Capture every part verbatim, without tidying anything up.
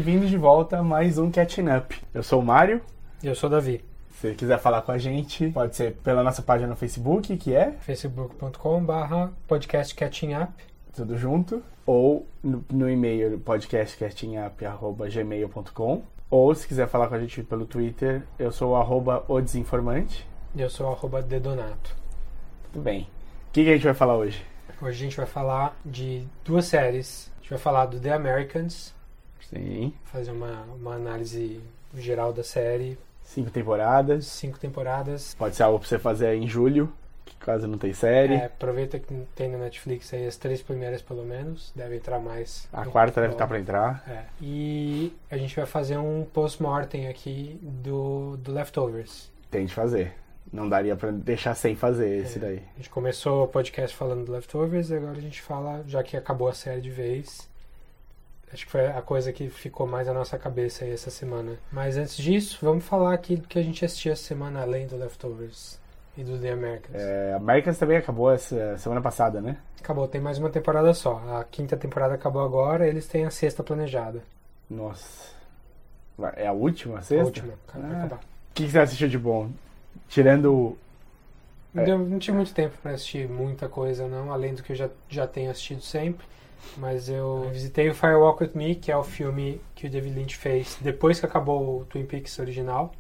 bem-vindos de volta a mais um Catching Up. Eu sou o Mário. E eu sou o Davi. Se quiser falar com a gente, pode ser pela nossa página no Facebook, que é facebook ponto com barra podcast catching up. Tudo junto. Ou no, no e-mail podcast catching up arroba gmail ponto com. Ou se quiser falar com a gente pelo Twitter, eu sou o arroba o desinformante. E eu sou o arroba dedonato. Tudo bem. O que, que a gente vai falar hoje? Hoje a gente vai falar de duas séries. A gente vai falar do The Americans. Sim. Fazer uma, uma análise geral da série. Cinco temporadas. Cinco temporadas. Pode ser algo pra você fazer em julho, que quase não tem série. É, aproveita que tem na Netflix aí as três primeiras pelo menos. Deve entrar mais. A quarta deve estar pra entrar. É. E a gente vai fazer um post-mortem aqui do, do Leftovers. Tem de fazer. Não daria pra deixar sem fazer esse é, daí. A gente começou o podcast falando do Leftovers e agora a gente fala, já que acabou a série de vez. Acho que foi a coisa que ficou mais na nossa cabeça aí essa semana. Mas antes disso, vamos falar aqui do que a gente assistiu essa semana além do Leftovers e do The Americans. É, Americans também acabou essa semana passada, né? Acabou, tem mais uma temporada só. A quinta temporada acabou agora, eles têm a sexta planejada. Nossa. É a última, a sexta? A última, vai ah. acabar. O que você assistiu de bom? Tirando... Não, deu, não tive muito tempo pra assistir muita coisa, não, além do que eu já, já tenho assistido sempre. Mas eu visitei o Fire Walk With Me, que é o filme que o David Lynch fez depois que acabou o Twin Peaks original.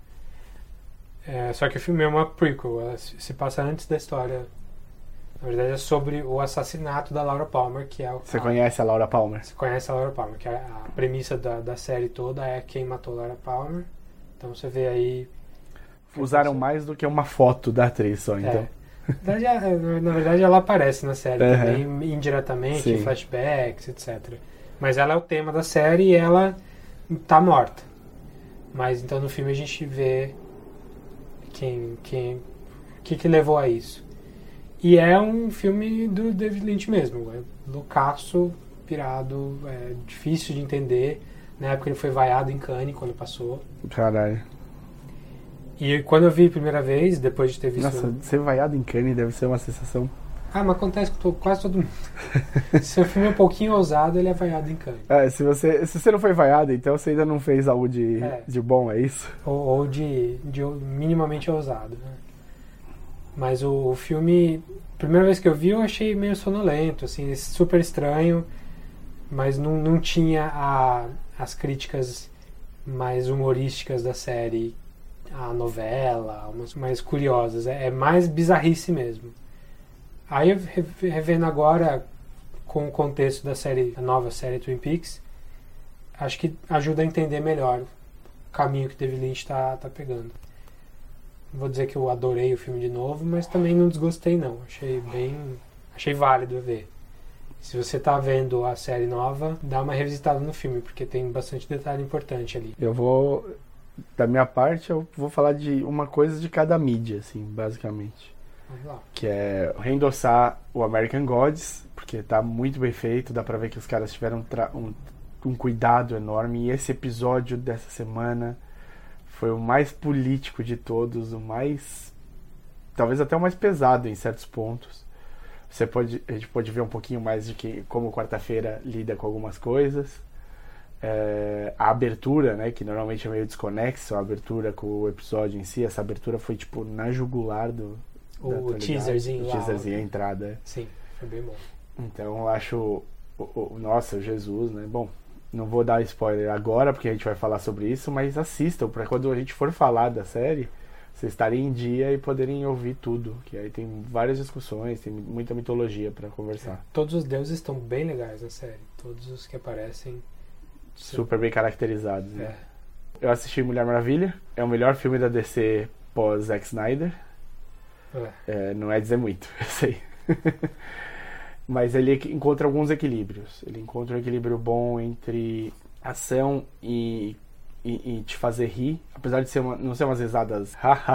É, só que o filme é uma prequel, ela se passa antes da história. Na verdade é sobre o assassinato da Laura Palmer, que é o... Você a, conhece a Laura Palmer? Você conhece a Laura Palmer, que é a premissa da, da série toda é quem matou a Laura Palmer. Então você vê aí... Usaram mais do que uma foto da atriz só, então. É. Na verdade, na verdade ela aparece na série uhum. também, indiretamente, Sim. em flashbacks, etcétera. Mas ela é o tema da série e ela tá morta. Mas então no filme a gente vê quem, quem, o que que levou a isso. E é um filme do David Lynch mesmo, é loucaço, pirado, é difícil de entender. Na época ele foi vaiado em Cannes quando passou. Caralho. E quando eu vi a primeira vez, depois de ter visto... Nossa, ser vaiado em Cannes deve ser uma sensação... Ah, mas acontece com quase todo mundo. Se o filme é um pouquinho ousado, ele é vaiado em Cannes. É, se você, se você não foi vaiado, então você ainda não fez algo de, é. de bom, é isso? Ou, ou de, de minimamente ousado, né? Mas o, o filme... A primeira vez que eu vi, eu achei meio sonolento, assim, super estranho. Mas não, não tinha a, as críticas mais humorísticas da série... a novela, umas mais curiosas, é, é mais bizarrice mesmo. Aí eu revendo agora com o contexto da série, a nova série Twin Peaks, acho que ajuda a entender melhor o caminho que David Lynch tá, tá pegando. Não vou dizer que eu adorei o filme de novo, mas também não desgostei não, achei bem, achei válido ver. Se você tá vendo a série nova, dá uma revisitada no filme, porque tem bastante detalhe importante ali. Eu vou... Da minha parte, eu vou falar de uma coisa de cada mídia, assim, basicamente. Vamos lá. Que é reendossar o American Gods, porque tá muito bem feito, dá pra ver que os caras tiveram um, um cuidado enorme. E esse episódio dessa semana foi o mais político de todos, o mais... talvez até o mais pesado em certos pontos. Você pode, a gente pode ver um pouquinho mais de que, como Quarta-feira lida com algumas coisas. É, a abertura, né, que normalmente é meio desconexo, a abertura com o episódio em si, essa abertura foi tipo na jugular do o teaserzinho o lá, teaserzinho, a entrada. Sim, foi bem bom. Então eu acho o, o, nossa, Jesus, né, bom, não vou dar spoiler agora porque a gente vai falar sobre isso, mas assistam para quando a gente for falar da série vocês estarem em dia e poderem ouvir tudo, que aí tem várias discussões, tem muita mitologia para conversar. É, todos os deuses estão bem legais na série, todos os que aparecem super bem caracterizados, né? É. Eu assisti Mulher Maravilha, é o melhor filme da D C pós Zack Snyder. É. É, não é dizer muito, eu sei. Mas ele encontra alguns equilíbrios. Ele encontra um equilíbrio bom entre ação e, e, e te fazer rir, apesar de ser uma, não ser umas risadas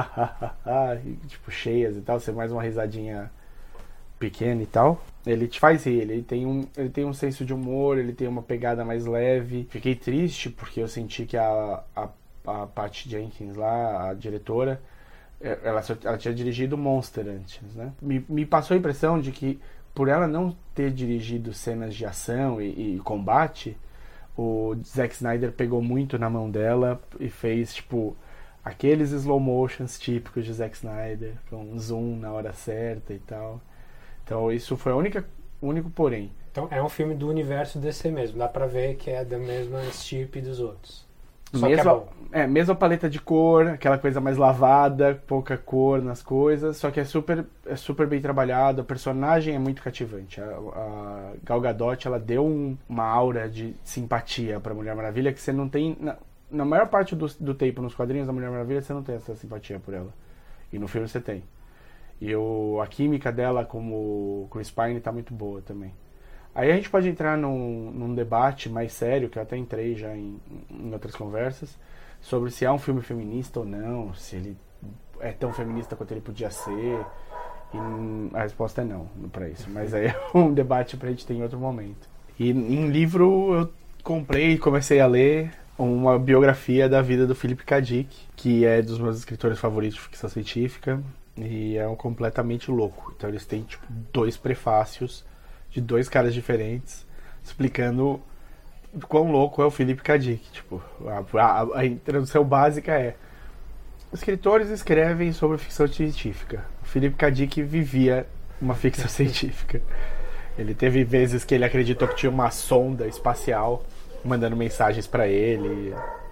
tipo cheias e tal, ser mais uma risadinha pequena e tal. Ele te faz rir, ele tem, um, ele tem um senso de humor, ele tem uma pegada mais leve. Fiquei triste porque eu senti que a, a, a Patty Jenkins lá, a diretora, ela, ela tinha dirigido Monster antes, né? Me, me passou a impressão de que por ela não ter dirigido cenas de ação e, e combate, o Zack Snyder pegou muito na mão dela e fez, tipo, aqueles slow motions típicos de Zack Snyder, com zoom na hora certa e tal. Então isso foi a única, o único porém. Então é um filme do universo D C mesmo, dá pra ver que é da mesma estirpe dos outros. Só Mesma, que é bom. É, mesma paleta de cor, aquela coisa mais lavada, pouca cor nas coisas, só que é super, é super bem trabalhado, a personagem é muito cativante. A, a Gal Gadot, ela deu um, uma aura de simpatia pra Mulher Maravilha que você não tem... Na, na maior parte do, do tempo nos quadrinhos da Mulher Maravilha, você não tem essa simpatia por ela. E no filme você tem. E o, a química dela com o Chris Pine tá muito boa também. Aí a gente pode entrar num, num debate mais sério, que eu até entrei já em, em outras conversas, sobre se é um filme feminista ou não, se ele é tão feminista quanto ele podia ser. E a resposta é não para isso, mas aí é um debate pra gente ter em outro momento. E em livro eu comprei e comecei a ler uma biografia da vida do Philip K. Dick, que é dos meus escritores favoritos de ficção científica, e é um completamente louco. Então eles têm tipo dois prefácios de dois caras diferentes, explicando quão louco é o Philip K. Dick. Tipo, a, a, a introdução básica é: escritores escrevem sobre ficção científica. O Philip K. Dick vivia uma ficção científica. Ele teve vezes que ele acreditou que tinha uma sonda espacial mandando mensagens pra ele.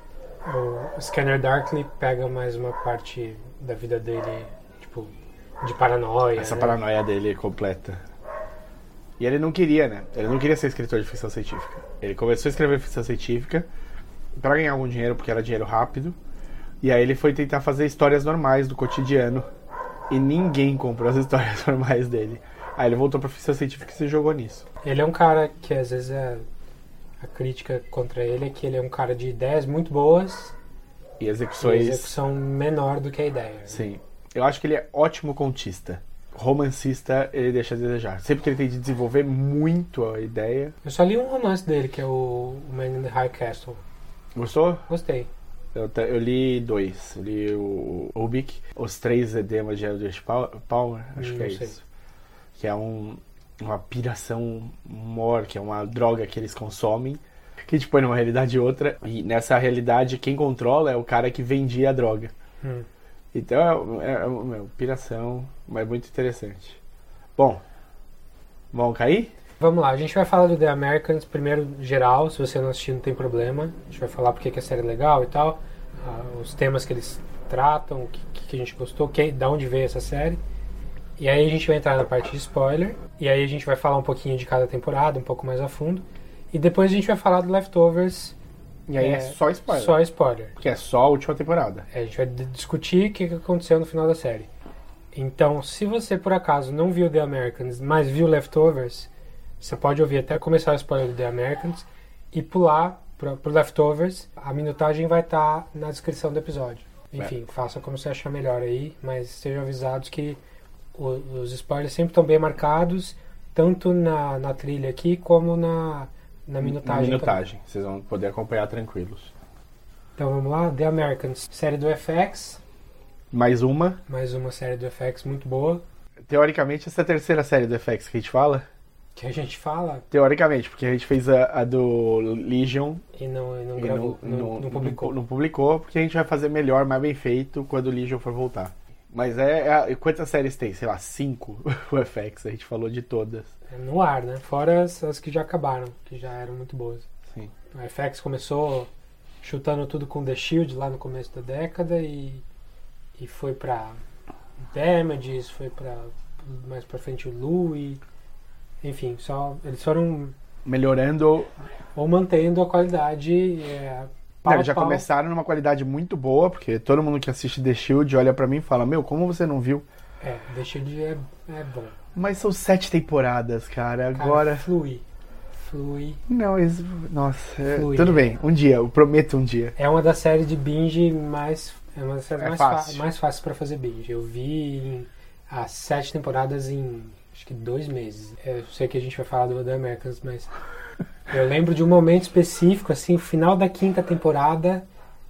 O Scanner Darkly pega mais uma parte da vida dele, tipo, de paranoia. Essa né? paranoia dele é completa. E ele não queria, né? Ele não queria ser escritor de ficção científica. Ele começou a escrever ficção científica pra ganhar algum dinheiro, porque era dinheiro rápido. E aí ele foi tentar fazer histórias normais do cotidiano. E ninguém comprou as histórias normais dele. Aí ele voltou pra ficção científica e se jogou nisso. Ele é um cara que às vezes é... a crítica contra ele é que ele é um cara de ideias muito boas E execuções... e execução menor do que a ideia. Sim. Eu acho que ele é ótimo contista. Romancista, ele deixa a desejar. Sempre que ele tem de desenvolver muito a ideia. Eu só li um romance dele, que é o Man in the High Castle. Gostou? Gostei. Eu, te- eu li dois. Eu li o Ubik, Os Três Edemas de Eldritch Power, acho Hum, que é não sei. isso. Que é um, uma piração mor, que é uma droga que eles consomem, que te põe numa realidade e outra. E nessa realidade, quem controla é o cara que vendia a droga. Hum. Então é, é, é meu, piração, mas muito interessante. Bom, vamos cair? Vamos lá, a gente vai falar do The Americans, primeiro geral, se você não assistir não tem problema. A gente vai falar porque que a série é legal e tal, ah, os temas que eles tratam, o que, que a gente gostou, quem, da onde veio essa série. E aí a gente vai entrar na parte de spoiler, e aí a gente vai falar um pouquinho de cada temporada, um pouco mais a fundo. E depois a gente vai falar do Leftovers. E aí é, É, só spoiler. Só spoiler. Porque é só a última temporada. É, a gente vai d- discutir o que que aconteceu no final da série. Então, se você por acaso não viu The Americans, mas viu Leftovers, você pode ouvir até começar o spoiler do The Americans e pular pro, pro Leftovers. A minutagem vai estar na descrição do episódio. Enfim, faça como você achar melhor aí, mas estejam avisados que o, os spoilers sempre estão bem marcados, tanto na, na trilha aqui como na, na minutagem. Na minutagem. Vocês vão poder acompanhar tranquilos. Então vamos lá, The Americans, série do F X, Mais uma. mais uma série do F X muito boa, Teoricamente, essa é a terceira série do F X que a gente fala. que a gente fala Teoricamente, porque a gente fez a, a do Legion e não, e não e gravou, não, não, não- não publicou. não- não publicou, porque a gente vai fazer melhor, mais bem feito, quando o Legion for voltar. Mas é, é- quantas séries tem? Sei lá, cinco o F X, a gente falou de todas. É no ar, né? Fora as, as que já acabaram, que já eram muito boas. Sim. O F X começou chutando tudo com The Shield lá no começo da década e, e foi pra Damages, foi pra mais pra frente o Louie, enfim, só eles foram Melhorando. ou mantendo a qualidade é, pau Não, a eles já pau. começaram numa qualidade muito boa, porque todo mundo que assiste The Shield olha pra mim e fala: Meu, como você não viu? É, The Shield é, é bom. Mas são sete temporadas, cara. Cara, Agora. flui. Flui. Não, isso. Nossa, é- Flui. tudo bem. Um dia, eu prometo um dia. É uma das séries de binge mais. É uma das séries É mais, fácil. fa- mais fáceis pra fazer binge. Eu vi em- as sete temporadas em acho que dois meses. Eu sei que a gente vai falar do The Americans, mas eu lembro de um momento específico, assim, o final da quinta temporada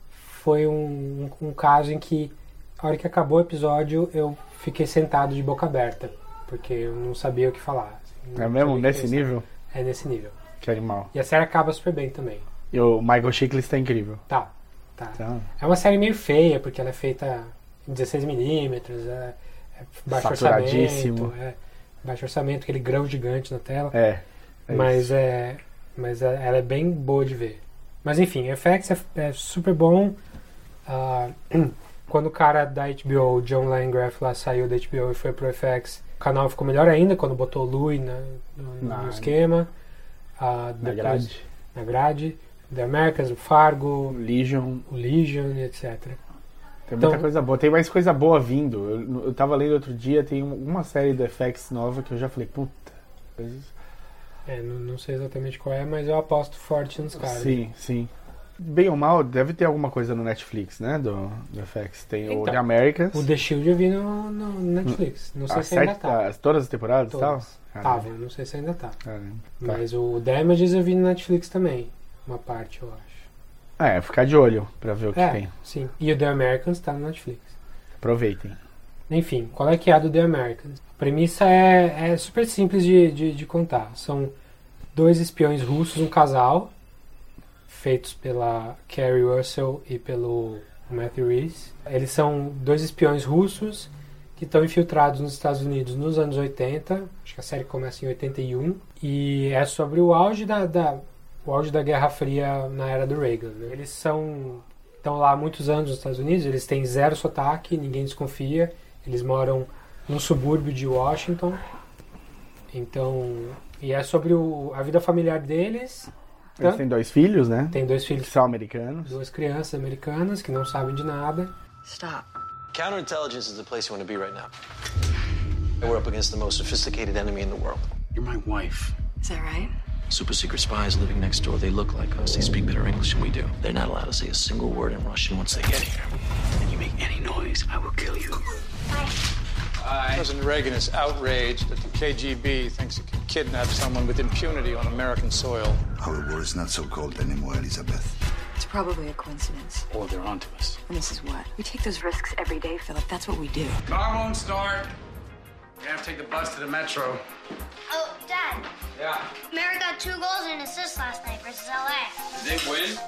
foi um, um, um caso em que a hora que acabou o episódio eu fiquei sentado de boca aberta, porque eu não sabia o que falar. assim, É não mesmo? sabia o que Nesse pensar. nível? É nesse nível. Que animal. E a série acaba super bem também. E o Michael Chiklis tá incrível. Tá, tá. Então, É uma série meio feia, porque ela é feita em dezesseis milímetros, é, é baixo Saturadíssimo. orçamento, é baixo orçamento, aquele grão gigante na tela. é. é mas isso. é, mas é- ela é bem boa de ver. Mas enfim, F X é, é super bom. Ah, quando o cara da H B O, John Landgraf, lá saiu da H B O e foi pro F X, o canal ficou melhor ainda quando botou o Louis na- no, no Na- esquema. Ah, Na depois- grade. Na grade. The Americans, o Fargo, Legion. o Legion, etcétera. Tem Então- muita coisa boa. Tem mais coisa boa vindo. Eu, eu tava lendo outro dia, tem um- uma série do F X nova que eu já falei, puta. mas- É, não, não sei exatamente qual é, mas eu aposto forte nos caras. Sim, sim. Bem ou mal, deve ter alguma coisa no Netflix, né? Do, do F X. Tem o Então, The Americans. O The Shield eu vi no, no Netflix. Não sei as se ainda sete- tá. as- todas as temporadas e tal? Todas. Caramba. Tava, não sei se ainda tá. Caramba. Tá. Mas o Damages eu vi no Netflix também. Uma parte, eu acho. É, ficar de olho pra ver o que É, tem. sim. E o The Americans tá no Netflix. Aproveitem. Enfim, qual é que é a do The Americans? A premissa é, é super simples de, de, de contar. São dois espiões russos, um casal, feitos pela Kerry Russell e pelo Matthew Rhys. Eles são dois espiões russos que estão infiltrados nos Estados Unidos nos anos oitenta. Acho que a série começa em oitenta e um. E é sobre o auge da, da, o auge da Guerra Fria na era do Reagan, né? Eles são estão lá há muitos anos nos Estados Unidos, eles têm zero sotaque, ninguém desconfia. Eles moram num subúrbio de Washington. Então, e é sobre o, a vida familiar deles. Eles têm dois filhos, né? Tem dois Que filhos, são americanos. duas crianças americanas que não sabem de nada. Stop. Counterintelligence is the place you want to be right now. We're up against the most sophisticated enemy in the world. You're my wife. Is that right? Super secret spies living next door. They look like us. They speak better English than we do. They're not allowed to say a single word in Russian once they get here. And you make any noise, I will kill you. President Reagan is outraged that the K G B thinks it can kidnap someone with impunity on American soil. Our war is not so cold anymore, Elizabeth. It's probably a coincidence. Or they're onto us. And this is what? We take those risks every day, Philip. That's what we do. Car won't start. You have to take the bus to the metro. Oh, Dad, Yeah. Mary got two goals and assists last night versus L A. Did they win?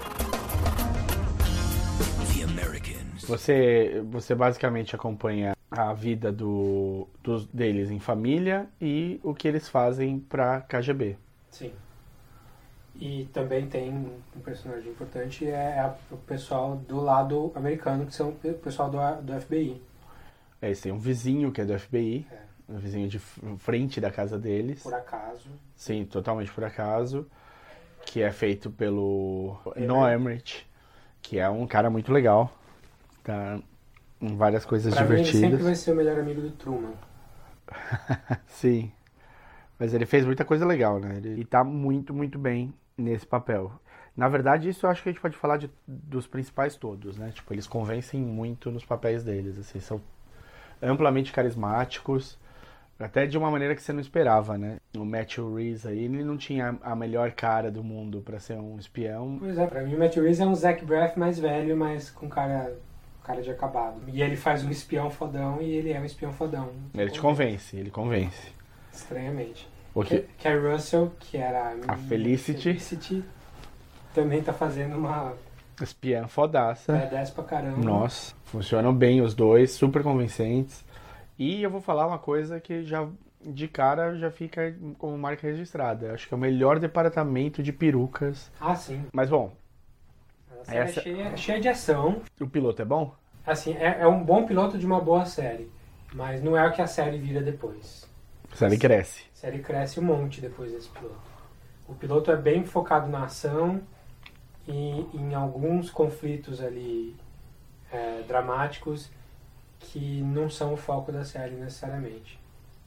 The Americans. Você, você basicamente acompanha a vida do, dos, deles em família e o que eles fazem pra K G B. Sim. E também tem um personagem importante, é a- o pessoal do lado americano, que são o pessoal do, do F B I. É, eles têm um vizinho que é do F B I, É. um vizinho de f- frente da casa deles. Por acaso. Sim, totalmente por acaso. Que é feito pelo Emmerich. Noah Emmerich, que é um cara muito legal. Tá em várias coisas Pra mim, ele sempre divertidas. vai ser o melhor amigo do Truman. Sim. Mas ele fez muita coisa legal, né? Ele, e tá muito, muito bem nesse papel. Na verdade, isso eu acho que a gente pode falar de, dos principais todos, né? Tipo, eles convencem muito nos papéis deles, assim, são amplamente carismáticos, até de uma maneira que você não esperava, né? O Matthew Rhys aí, ele não tinha a melhor cara do mundo pra ser um espião. Pois é, pra mim o Matthew Rhys é um Zach Braff mais velho, mas com cara, cara de acabado. E ele faz um espião fodão e ele é um espião fodão. Ele te convence, ele convence. Estranhamente. O que... Kerry Russell, que era A Felicity. Felicity, também tá fazendo uma Espiã fodaça. badass pra caramba. Nossa, funcionam bem os dois, super convincentes. E eu vou falar uma coisa que já de cara já fica como marca registrada. Acho que é o melhor departamento de perucas. Ah, sim. Mas bom, A série Essa- é cheia, é cheia de ação. o piloto é bom? Assim, é, é um bom piloto de uma boa série. Mas não é o que a série vira depois. A série cresce. A série cresce um monte depois desse piloto. O piloto é bem focado na ação e em alguns conflitos ali é, dramáticos que não são o foco da série necessariamente.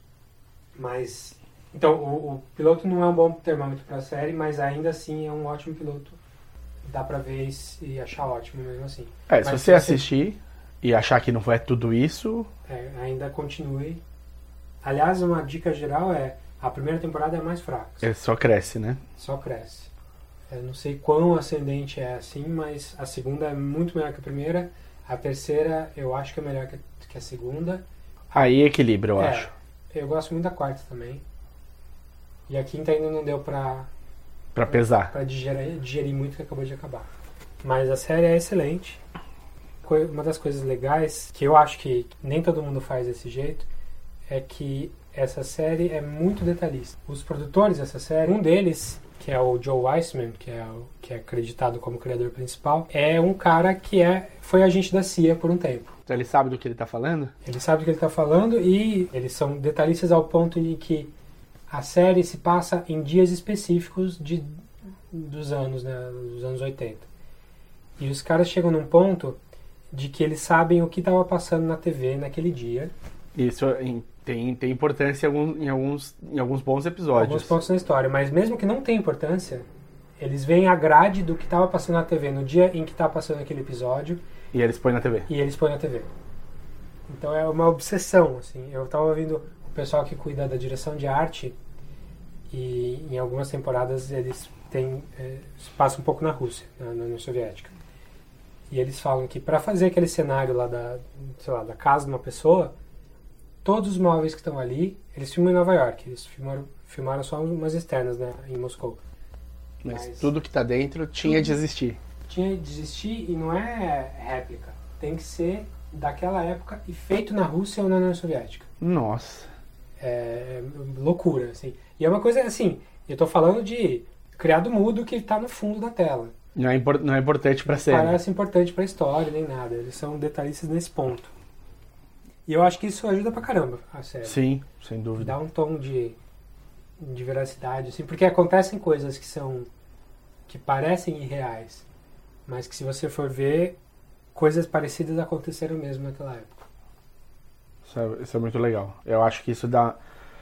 Mas, então, o, o piloto não é um bom termômetro para a série, mas ainda assim é um ótimo piloto. Dá pra ver e, e achar ótimo mesmo assim. É, se Mas você assistir e achar que não é tudo isso, É, ainda continue. Aliás, uma dica geral é a primeira temporada é a mais fraca. ele só cresce, né? Só cresce. Eu não sei quão ascendente é assim, mas a segunda é muito melhor que a primeira. A terceira eu acho que é melhor que a, que a segunda. Aí equilibra, eu É, acho. Eu gosto muito da quarta também. E a quinta ainda não deu pra, Pra pesar. Pra digerir, digerir muito que acabou de acabar. Mas a série é excelente. Uma das coisas legais, que eu acho que nem todo mundo faz desse jeito, é que essa série é muito detalhista. Os produtores dessa série, um deles, que é o Joe Weissman, que é, o, que é acreditado como criador principal, é um cara que é, foi agente da C I A por um tempo. Então ele sabe do que ele tá falando? Ele sabe do que ele tá falando e eles são detalhistas ao ponto de que a série se passa em dias específicos de, dos anos, né, dos anos oitenta. E os caras chegam num ponto de que eles sabem o que estava passando na T V naquele dia. Isso tem, tem importância em alguns, em, alguns, em alguns bons episódios. Alguns pontos na história, mas mesmo que não tenha importância, eles veem a grade do que estava passando na T V no dia em que estava passando aquele episódio. E eles põem na T V. E eles põem na T V. Então é uma obsessão, assim. Eu estava ouvindo o pessoal que cuida da direção de arte e em algumas temporadas eles têm, é, passam um pouco na Rússia, na, na União Soviética. E eles falam que para fazer aquele cenário lá da, sei lá, da casa de uma pessoa, todos os móveis que estão ali, eles filmam em Nova York. Eles filmaram, filmaram só umas externas, né, em Moscou. Mas, Mas tudo que tá dentro tinha de existir. Tinha de existir e não é réplica. Tem que ser daquela época e feito na Rússia ou na União Soviética. Nossa. É loucura, assim. E é uma coisa assim, eu tô falando de criado mudo que tá no fundo da tela. Não é, import, não é importante pra série. Parece importante pra história, nem nada. Eles são detalhistas nesse ponto. E eu acho que isso ajuda pra caramba a série. Sim, sem dúvida. Dá um tom de, de veracidade, assim, porque acontecem coisas que são, que parecem irreais, mas que se você for ver, coisas parecidas aconteceram mesmo naquela época. Isso é, isso é muito legal. Eu acho que isso dá...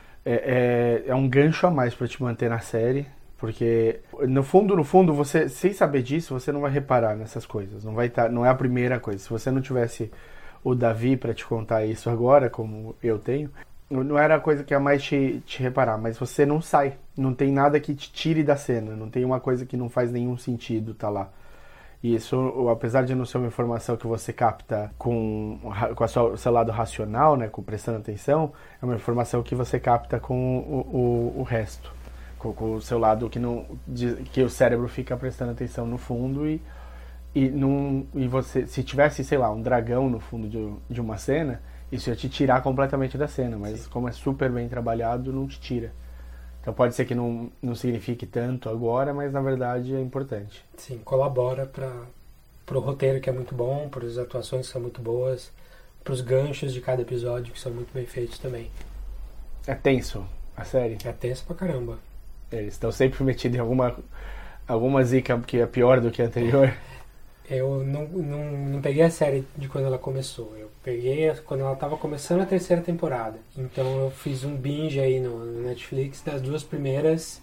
É, é, é um gancho a mais pra te manter na série. Porque, no fundo, no fundo, você, sem saber disso, você não vai reparar nessas coisas. Não vai tá, não é a primeira coisa. Se você não tivesse o Davi para te contar isso agora, como eu tenho, não era a coisa que ia mais te, te reparar. Mas você não sai. Não tem nada que te tire da cena. Não tem uma coisa que não faz nenhum sentido tá lá. E isso, apesar de não ser uma informação que você capta com, com o seu lado racional, né, com prestando atenção, é uma informação que você capta com o, o, o resto. Com, com o seu lado que, não, de, que o cérebro fica prestando atenção no fundo e, e, num, e você, se tivesse, sei lá, um dragão no fundo de, de uma cena, isso ia te tirar completamente da cena, mas Sim. como é super bem trabalhado, não te tira. Então pode ser que não, não signifique tanto agora, mas na verdade é importante. Sim, colabora para o roteiro que é muito bom, para as atuações que são muito boas, para os ganchos de cada episódio que são muito bem feitos também. É tenso a série? É tenso pra caramba. Eles estão sempre metidos em alguma, alguma zica que é pior do que a anterior. Eu não, não, não peguei a série de quando ela começou. Eu peguei quando ela estava começando a terceira temporada. Então eu fiz um binge aí no, no Netflix das duas primeiras.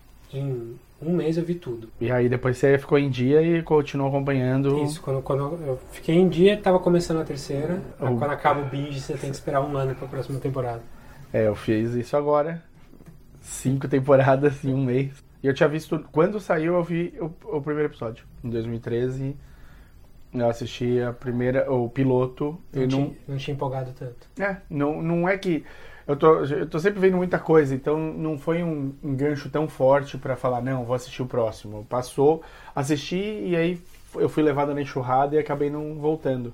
Em um mês eu vi tudo. E aí depois você ficou em dia e continuou acompanhando. Isso, quando, quando eu fiquei em dia, estava começando a terceira. Oh. Quando acaba o binge, você tem que esperar um ano para a próxima temporada. É, eu fiz isso agora. Cinco temporadas em um mês. E eu tinha visto... Quando saiu, eu vi o, o primeiro episódio. Em dois mil e treze, eu assisti a primeira... O piloto. Não, e tinha, não, não tinha empolgado tanto. É, não, não é que... Eu tô, eu tô sempre vendo muita coisa, então não foi um, um gancho tão forte pra falar, não, vou assistir o próximo. Passou, assisti e aí eu fui levado na enxurrada e acabei não voltando.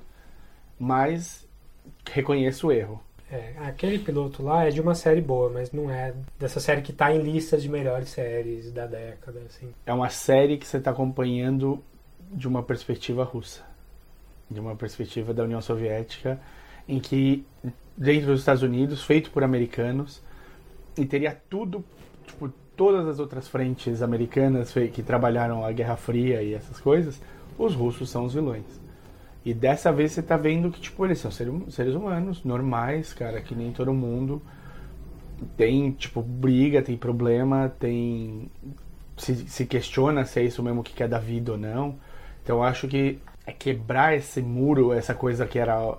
Mas reconheço o erro. É, aquele piloto lá é de uma série boa, mas não é dessa série que tá em listas de melhores séries da década, assim. É uma série que você tá acompanhando de uma perspectiva russa, de uma perspectiva da União Soviética, em que, dentro dos Estados Unidos, feito por americanos, e teria tudo, tipo, todas as outras frentes americanas que trabalharam a Guerra Fria e essas coisas, os russos são os vilões. E dessa vez você tá vendo que, tipo, eles são seres humanos, normais, cara, que nem todo mundo. Tem, tipo, briga, tem problema, tem... Se, se questiona se é isso mesmo que quer da vida ou não. Então eu acho que é quebrar esse muro, essa coisa que era...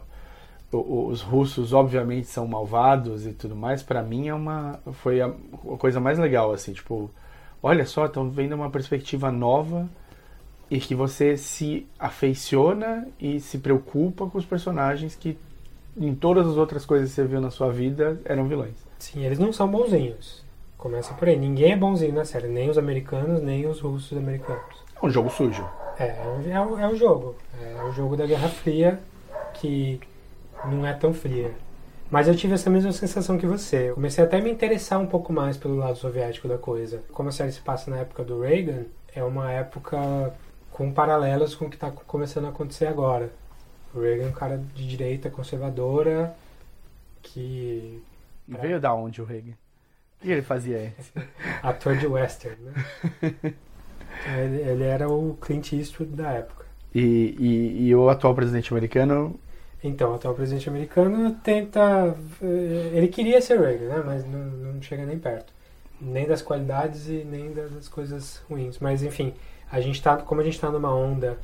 Os russos, obviamente, são malvados e tudo mais. Pra mim, é uma, foi a, a coisa mais legal, assim, tipo... Olha só, estão vendo uma perspectiva nova... E que você se afeiçoa e se preocupa com os personagens que em todas as outras coisas que você viu na sua vida eram vilões. Sim, eles não são bonzinhos. Começa por aí. Ninguém é bonzinho na série, nem os americanos, nem os russos americanos. É um jogo sujo. É, é, o- é o jogo. É o jogo da Guerra Fria, que não é tão fria. Mas eu tive essa mesma sensação que você. Eu comecei até a me interessar um pouco mais pelo lado soviético da coisa. Como a série se passa na época do Reagan, é uma época com paralelos com o que está começando a acontecer agora. O Reagan é um cara de direita conservadora que... Veio da onde o Reagan? O que ele fazia antes? ator de western, né? ele, ele era o Clint Eastwood da época. E, e, e o atual presidente americano... Então, o atual presidente americano tenta... eh, Ele queria ser Reagan, né? Mas não, não chega nem perto. Nem das qualidades e nem das coisas ruins. Mas, enfim, a gente tá, como a gente está numa onda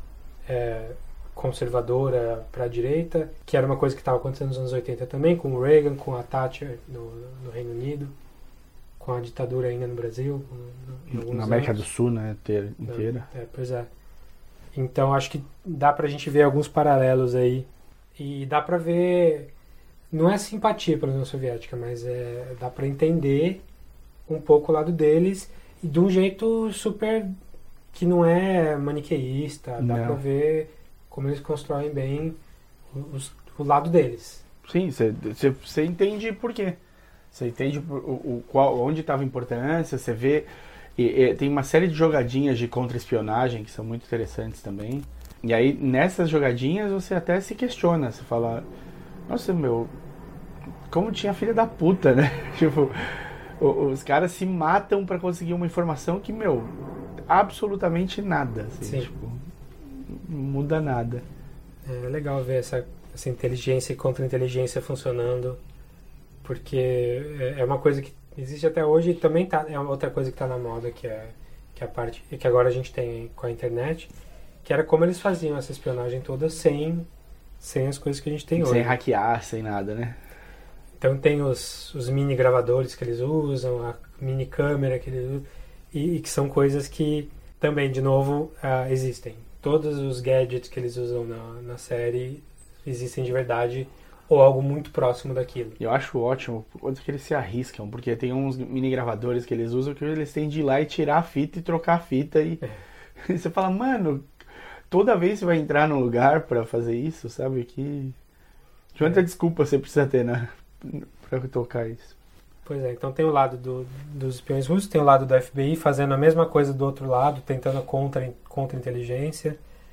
é, conservadora para a direita, que era uma coisa que estava acontecendo nos anos oitenta também, com o Reagan, com a Thatcher no, no Reino Unido, com a ditadura ainda no Brasil. Em alguns Na América anos. do Sul, né? Inteira. inteira. É, pois é. Então acho que dá pra gente ver alguns paralelos aí. E dá pra ver. Não é simpatia pela União Soviética, mas é, dá pra entender um pouco o lado deles e de um jeito super. Que não é maniqueísta. Dá Não. pra ver como eles constroem bem os, o lado deles. Sim, você entende por quê. Você entende o, o, qual, onde estava a importância, você vê... E, e, tem uma série de jogadinhas de contra-espionagem que são muito interessantes também. E aí, nessas jogadinhas, você até se questiona. Você fala, nossa, meu, como tinha filha da puta, né? Tipo, o, os caras se matam pra conseguir uma informação que, meu, absolutamente nada. Assim, Sim. tipo, não muda nada. É legal ver essa, essa inteligência e contra-inteligência funcionando, porque é é uma coisa que existe até hoje e também tá, é outra coisa que está na moda, que é, que é a parte que agora a gente tem com a internet, que era como eles faziam essa espionagem toda sem, sem as coisas que a gente tem hoje. Sem hackear, sem nada, né? Então tem os, os mini gravadores que eles usam, a mini câmera que eles usam, e, e que são coisas que também, de novo, uh, existem. Todos os gadgets que eles usam na, na série existem de verdade ou algo muito próximo daquilo. Eu acho ótimo quanto que eles se arriscam, porque tem uns mini gravadores que eles usam que eles têm de ir lá e tirar a fita e trocar a fita e, É. e você fala, mano, toda vez você vai entrar num lugar pra fazer isso, sabe? Que quanta É. desculpa você precisa ter, né? Pra tocar isso. Pois é, então tem o lado do, dos espiões russos, tem o lado do F B I fazendo a mesma coisa do outro lado, tentando contra, contra-inteligência.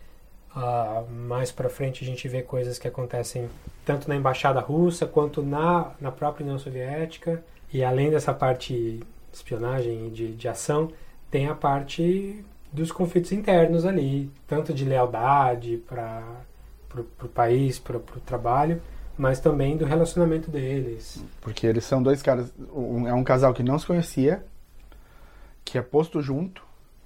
Ah, mais pra frente a gente vê coisas que acontecem tanto na embaixada russa quanto na, na própria União Soviética. E além dessa parte de espionagem e de, de ação, tem a parte dos conflitos internos ali, tanto de lealdade para o país, para o trabalho, mas também do relacionamento deles. Porque eles são dois caras, um, é um casal que não se conhecia, que é posto junto,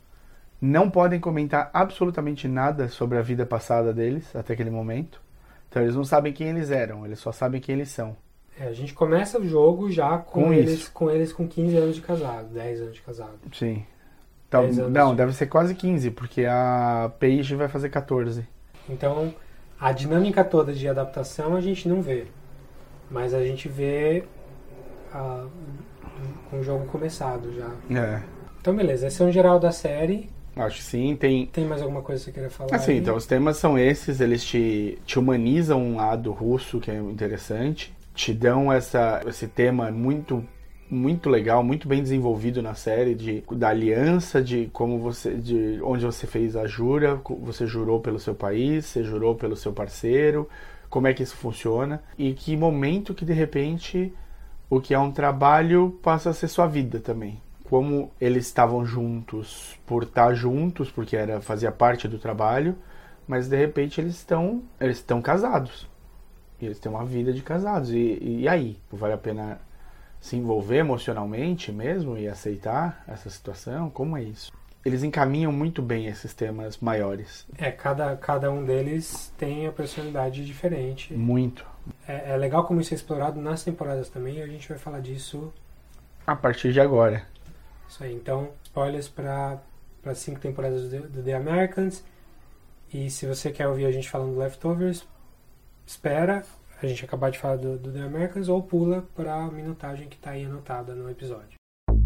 não podem comentar absolutamente nada sobre a vida passada deles até aquele momento. Então eles não sabem quem eles eram, eles só sabem quem eles são. É, a gente começa o jogo já com, Com eles, isso. com eles com quinze anos de casado, dez anos de casado. Sim. Então, dez anos não, de- deve ser quase quinze, porque a Paige vai fazer catorze. Então, a dinâmica toda de adaptação a gente não vê, mas a gente vê ah, com o jogo começado já. É. Então, beleza, esse é um geral da série. Acho que sim, tem... Tem mais alguma coisa que você queira falar? Assim, aí? então os temas são esses, eles te, te humanizam um lado russo, que é interessante, te dão essa, esse tema muito, muito legal, muito bem desenvolvido na série, de, da aliança, de como você, de onde você fez a jura, você jurou pelo seu país, você jurou pelo seu parceiro, como é que isso funciona, e que momento que de repente o que é um trabalho passa a ser sua vida também. Como eles estavam juntos por estar juntos, porque era, fazia parte do trabalho, mas de repente eles estão eles estão casados. E eles têm uma vida de casados. E, e aí? Vale a pena se envolver emocionalmente mesmo e aceitar essa situação? Como é isso? Eles encaminham muito bem esses temas maiores. É, cada, cada um deles tem a personalidade diferente. Muito. É, é legal como isso é explorado nas temporadas também, e a gente vai falar disso. A partir de agora. Isso aí, então, spoilers para as cinco temporadas do, do The Americans. E se você quer ouvir a gente falando do Leftovers, espera a gente acabar de falar do, do The Americans ou pula para a minutagem que está aí anotada no episódio.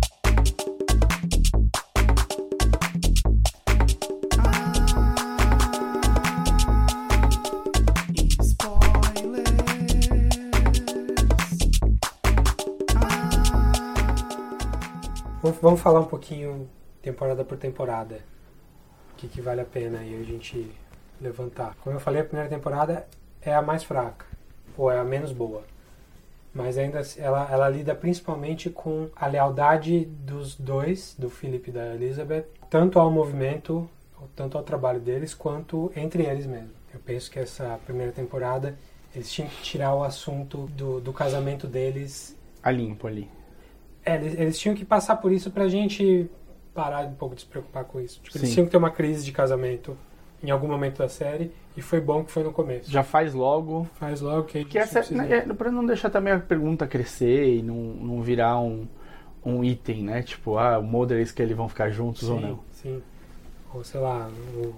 Vamos, vamos falar um pouquinho temporada por temporada. O que, que vale a pena aí a gente levantar. Como eu falei, a primeira temporada é a mais fraca, ou é a menos boa. Mas ainda ela, ela lida principalmente com a lealdade dos dois, do Philip e da Elizabeth, tanto ao movimento, tanto ao trabalho deles, quanto entre eles mesmos. Eu penso que essa primeira temporada, eles tinham que tirar o assunto do, do casamento deles. A limpo ali. É, eles, eles tinham que passar por isso pra gente parar um pouco de se preocupar com isso. Tipo, eles Sim. tinham que ter uma crise de casamento em algum momento da série, e foi bom que foi no começo. Já faz logo. Faz logo que a gente Que essa, precisa... né, é, pra não deixar também a pergunta crescer e não, não virar um, um item, né? Tipo, ah, o Mulder e a Scully vão ficar juntos sim, ou não. Sim, ou sei lá, o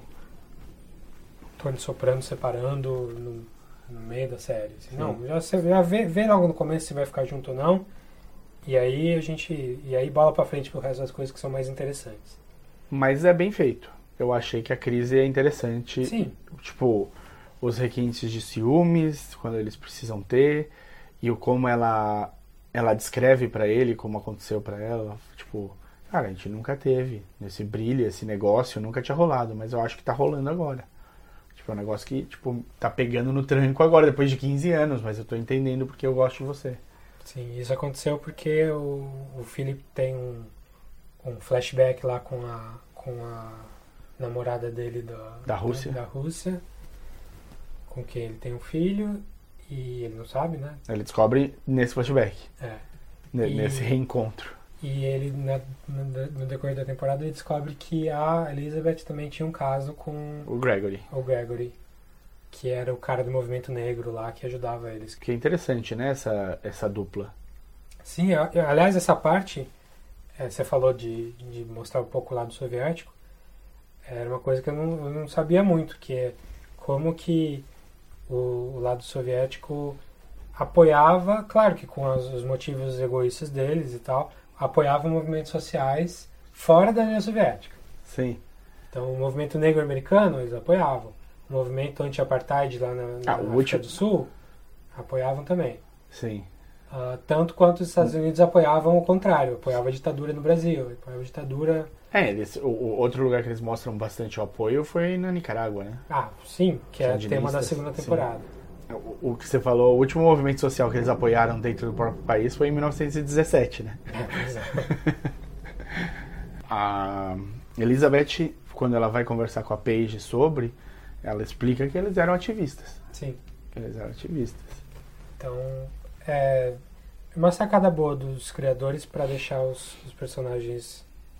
Tony Soprano separando no, no meio da série. Assim, não, já, você já vê, vê logo no começo se vai ficar junto ou não, e aí a gente, e aí bola pra frente pro resto das coisas que são mais interessantes. Mas é bem feito. Eu achei que a crise é interessante. Sim. Tipo, os requintes de ciúmes, quando eles precisam ter, e o como ela, ela descreve pra ele, como aconteceu pra ela. Tipo, cara, a gente nunca teve esse brilho, esse negócio, nunca tinha rolado, mas eu acho que tá rolando agora. Tipo, é um negócio que, tipo, tá pegando no tranco agora, depois de quinze anos, mas eu tô entendendo porque eu gosto de você. Sim, isso aconteceu porque o, o Philip tem um, um flashback lá com a, com a namorada dele da, Da Rússia. Da, da Rússia, com quem ele tem um filho, e ele não sabe, né? Ele descobre nesse flashback, É. ne- E- nesse reencontro. E ele, na, no, no decorrer da temporada, ele descobre que a Elizabeth também tinha um caso com O Gregory. o Gregory, que era o cara do movimento negro lá, que ajudava eles. Que é interessante, né, essa, essa dupla. Sim, a- aliás, essa parte, é, você falou de, de mostrar um pouco o lado soviético, era uma coisa que eu não, eu não sabia muito, que é como que o, o lado soviético apoiava, claro que com as, os motivos egoístas deles e tal, apoiava movimentos sociais fora da União Soviética. Sim. Então, o movimento negro americano, eles apoiavam. O movimento anti-apartheid lá na, na Ah, o África último- do Sul, apoiavam também. Sim. Uh, tanto quanto os Estados Unidos apoiavam o contrário, apoiava a ditadura no Brasil, apoiava a ditadura... É, eles, o, o outro lugar que eles mostram bastante o apoio foi na Nicarágua, né? Ah, sim, que é Sandinistas, tema da segunda sim. temporada. O, o que você falou, o último movimento social que eles apoiaram dentro do próprio país foi em mil novecentos e dezessete, né? É, exato. A Elizabeth, quando ela vai conversar com a Paige sobre, ela explica que eles eram ativistas. Sim. Que eles eram ativistas. Então, é uma sacada boa dos criadores para deixar os, os personagens...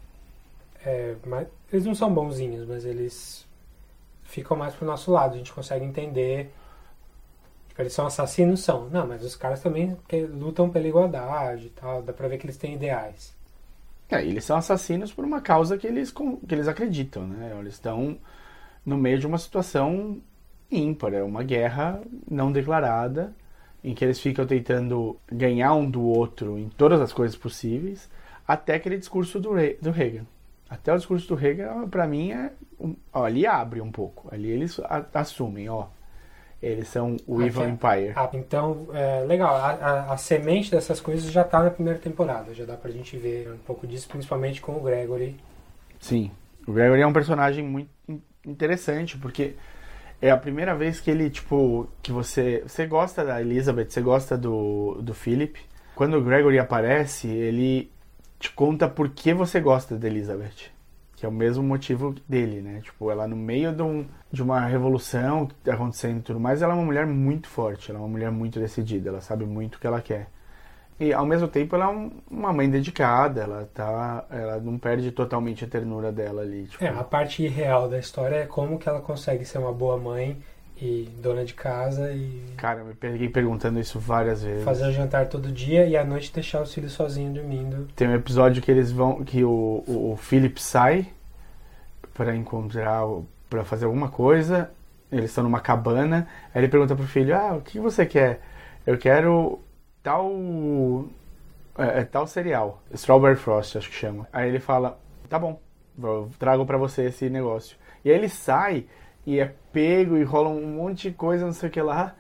É, mais, eles não são bonzinhos, mas eles ficam mais pro nosso lado. A gente consegue entender... Tipo, eles são assassinos? São. Não, mas os caras também que, lutam pela igualdade e tal. Dá pra ver que eles têm ideais. É, eles são assassinos por uma causa que eles, com- que eles acreditam, né? Eles estão no meio de uma situação ímpar, é uma guerra não declarada, em que eles ficam tentando ganhar um do outro em todas as coisas possíveis, até aquele discurso do, Re- do Reagan. Até o discurso do Reagan, pra mim, é um- ó, ali abre um pouco. Ali eles a- assumem, ó. Eles são o Evil Ok. Empire. Ah, então, é, legal. A, a, a semente dessas coisas já tá na primeira temporada. Já dá pra gente ver um pouco disso, principalmente com o Gregory. Sim, o Gregory é um personagem muito in- interessante, porque é a primeira vez que ele, tipo, que você você gosta da Elizabeth, você gosta do, do Philip. Quando o Gregory aparece, ele te conta por que você gosta da Elizabeth, que é o mesmo motivo dele, né? Tipo, ela no meio de, um, de uma revolução que tá acontecendo e tudo mais, ela é uma mulher muito forte, ela é uma mulher muito decidida, ela sabe muito o que ela quer. E ao mesmo tempo ela é um- uma mãe dedicada, ela tá, ela não perde totalmente a ternura dela ali, tipo, É, a parte irreal da história é como que ela consegue ser uma boa mãe e dona de casa e cara, eu me peguei perguntando isso várias vezes. fazer o jantar todo dia e à noite deixar os filhos sozinhos dormindo. Tem um episódio que eles vão, que o, o, o Philip sai pra encontrar, pra fazer alguma coisa, eles estão numa cabana, aí ele pergunta pro filho, ah, o que você quer? Eu quero tal, é, é, tal cereal, Strawberry Frost, acho que chama. Aí ele fala, tá bom, eu trago pra você esse negócio. E aí ele sai e é pego e rola um monte de coisa, não sei o que lá,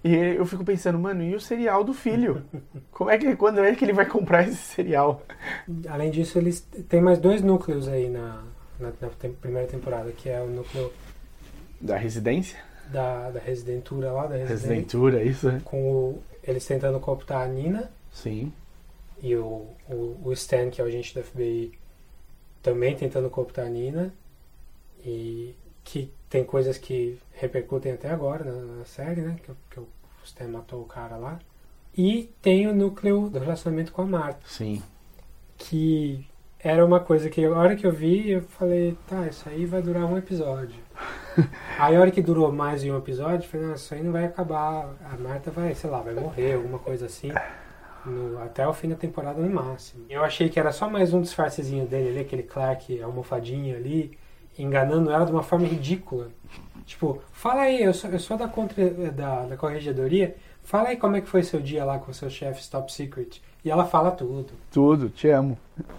E eu fico pensando, mano, e o cereal do filho? Como é que, quando é que ele vai comprar esse cereal? Além disso, eles têm mais dois núcleos aí na, na, na tem- primeira temporada, que é o núcleo Da residência? da, da residentura lá, da residência, Residentura, isso, né? com o, eles tentando cooptar a Nina Sim. e o, o, o Stan, que é o agente da F B I, também tentando cooptar a Nina, e que tem coisas que repercutem até agora na, na série, né? Que, que o Stan matou o cara lá. E tem o núcleo do relacionamento com a Marta, Sim. que era uma coisa que a hora que eu vi, eu falei, tá, isso aí vai durar um episódio. Aí a hora que durou mais de um episódio, eu falei, não, isso aí não vai acabar, a Marta vai, sei lá, vai morrer, alguma coisa assim, no- até o fim da temporada no máximo. Eu achei que era só mais um disfarcezinho dele ali, aquele Clark almofadinho ali, enganando ela de uma forma ridícula. Tipo, fala aí, eu sou, eu sou da, contra, da, da corregedoria, fala aí como é que foi seu dia lá com seus chefes top secret. E ela fala tudo. Tudo, te amo.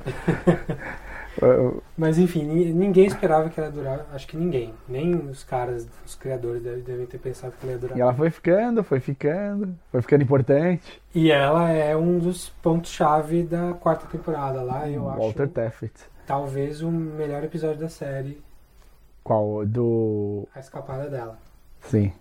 Eu- Mas enfim, ni- ninguém esperava que ela ia durar, acho que ninguém. Nem os caras, os criadores devem, devem ter pensado que ela ia durar. E ela foi ficando, foi ficando, foi ficando importante. E ela é um dos pontos-chave da quarta temporada lá, eu Walter acho. Taffet. Talvez o melhor episódio da série, Qual? Do... a escapada dela. Sim.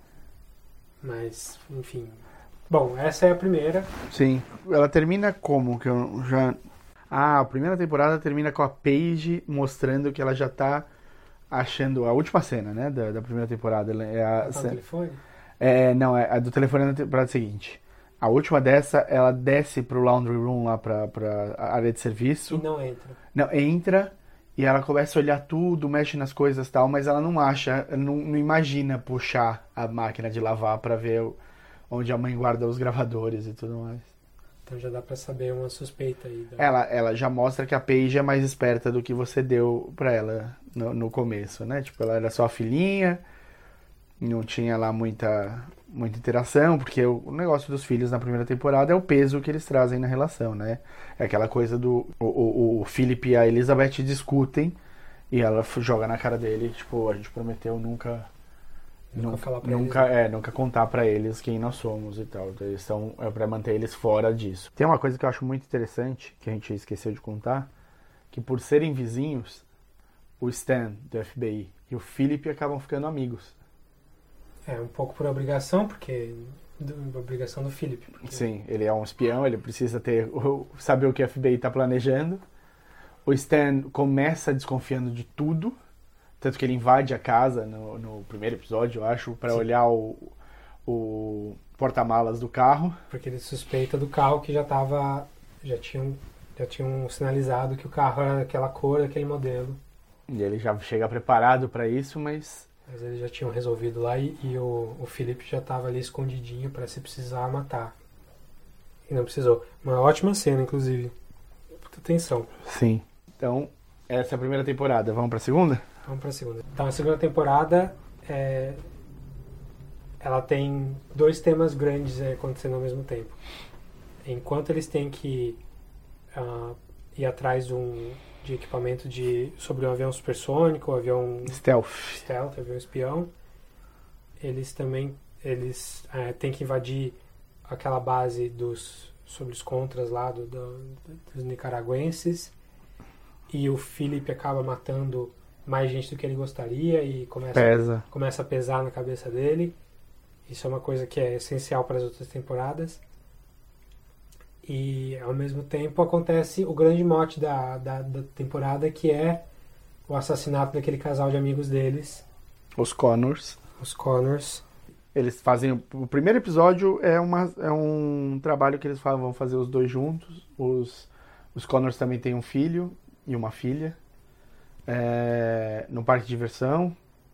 Mas, enfim. Bom, essa é a primeira. Sim. Ela termina como? Que eu já... Ah, a primeira temporada termina com a Paige mostrando que ela já tá achando... A última cena, né? Da, da primeira temporada. ela É a Tá no cena... telefone? É, não, é a do telefone na temporada seguinte. A última dessa, ela desce pro laundry room lá pra, pra área de serviço. E não entra. Não, entra e ela começa a olhar tudo, mexe nas coisas e tal, mas ela não acha, não, não imagina puxar a máquina de lavar pra ver o- onde a mãe guarda os gravadores e tudo mais. Então já dá pra saber uma suspeita aí. Da... Ela, ela já mostra que a Paige é mais esperta do que você deu pra ela no, no começo, né? Tipo, ela era só a filhinha, não tinha lá muita, muita interação, porque o, o negócio dos filhos na primeira temporada é o peso que eles trazem na relação, né? É aquela coisa do... O, o, o Philip e a Elizabeth discutem e ela f- joga na cara dele, tipo, a gente prometeu nunca... Nunca Nunca, falar pra nunca, eles, é, nunca contar pra eles quem nós somos e tal. Então, eles são, é pra manter eles fora disso. Tem uma coisa que eu acho muito interessante, que a gente esqueceu de contar, que por serem vizinhos, o Stan, do F B I, e o Philip acabam ficando amigos. É, um pouco por obrigação, porque... Do, obrigação do Philip. Porque... Sim, ele é um espião, ele precisa ter o- saber o que o F B I tá planejando. O Stan começa desconfiando de tudo, tanto que ele invade a casa no, no primeiro episódio, eu acho, pra Sim. olhar o, o porta-malas do carro. Porque ele suspeita do carro que já tava... Já tinham, já tinham sinalizado que o carro era daquela cor, daquele modelo. E ele já chega preparado pra isso, mas Mas eles já tinham resolvido lá e, e o, o Philip já tava ali escondidinho pra se precisar matar. E não precisou. Uma ótima cena, inclusive. Puta atenção. sim. Então, essa é a primeira temporada. Vamos pra segunda? Vamos pra segunda. Então, a segunda temporada é... ela tem dois temas grandes é, acontecendo ao mesmo tempo. Enquanto eles têm que ah, ir atrás de, um, de equipamento de, sobre um avião supersônico, um avião Stealth. stealth, avião espião, eles também eles é, têm que invadir aquela base dos sobre os contras lá do, do, dos nicaragüenses, e o Philip acaba matando mais gente do que ele gostaria e começa, Pesa. começa a pesar na cabeça dele. Isso é uma coisa que é essencial para as outras temporadas. E ao mesmo tempo acontece o grande mote da, da, da temporada, que é o assassinato daquele casal de amigos deles, Os Connors. os Connors. Eles fazem... O primeiro episódio é, uma, é um trabalho que eles falam, vão fazer os dois juntos. Os, os Connors também têm um filho e uma filha. É, no parque de diversão.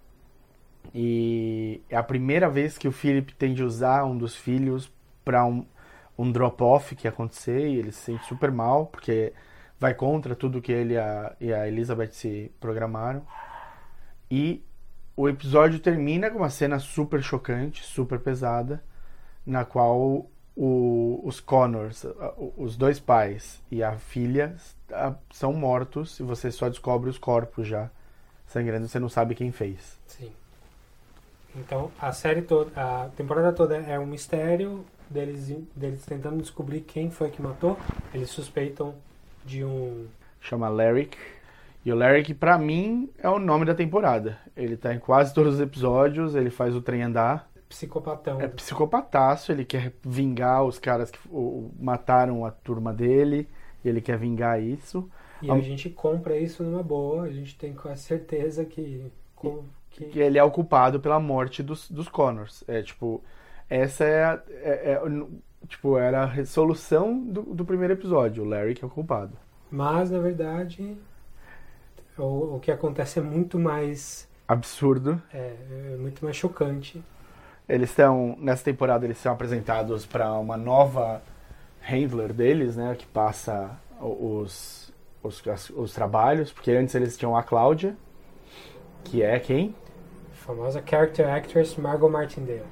E é a primeira vez que o Philip tem de usar um dos filhos para um, um drop-off que ia acontecer, e ele se sente super mal, porque vai contra tudo que ele e a, e a Elizabeth se programaram. E o episódio termina com uma cena super chocante, super pesada, na qual o, os Connors, os dois pais e a filha são mortos, e você só descobre os corpos já sangrando, você não sabe quem fez. Sim. Então, a série toda, a temporada toda é um mistério deles, deles tentando descobrir quem foi que matou. Eles suspeitam de um... Chama Larrick. E o Larrick, pra mim, é o nome da temporada. Ele tá em quase todos os episódios, ele faz o trem andar. Psicopatão. É psicopataço, ele quer vingar os caras que o, mataram a turma dele, e ele quer vingar isso. E a, a gente compra isso numa boa, a gente tem quase certeza que... que... que ele é o culpado pela morte dos, dos Connors. É, tipo, essa é, a, é, é tipo, era a resolução do, do primeiro episódio, o Larry que é o culpado. Mas, na verdade, o, o que acontece é muito mais... absurdo. É, é muito mais chocante. Eles estão, nessa temporada, eles são apresentados para uma nova handler deles, né, que passa os, os, os, os trabalhos, porque antes eles tinham a Cláudia, que é quem? A famosa character actress Margot Martindale.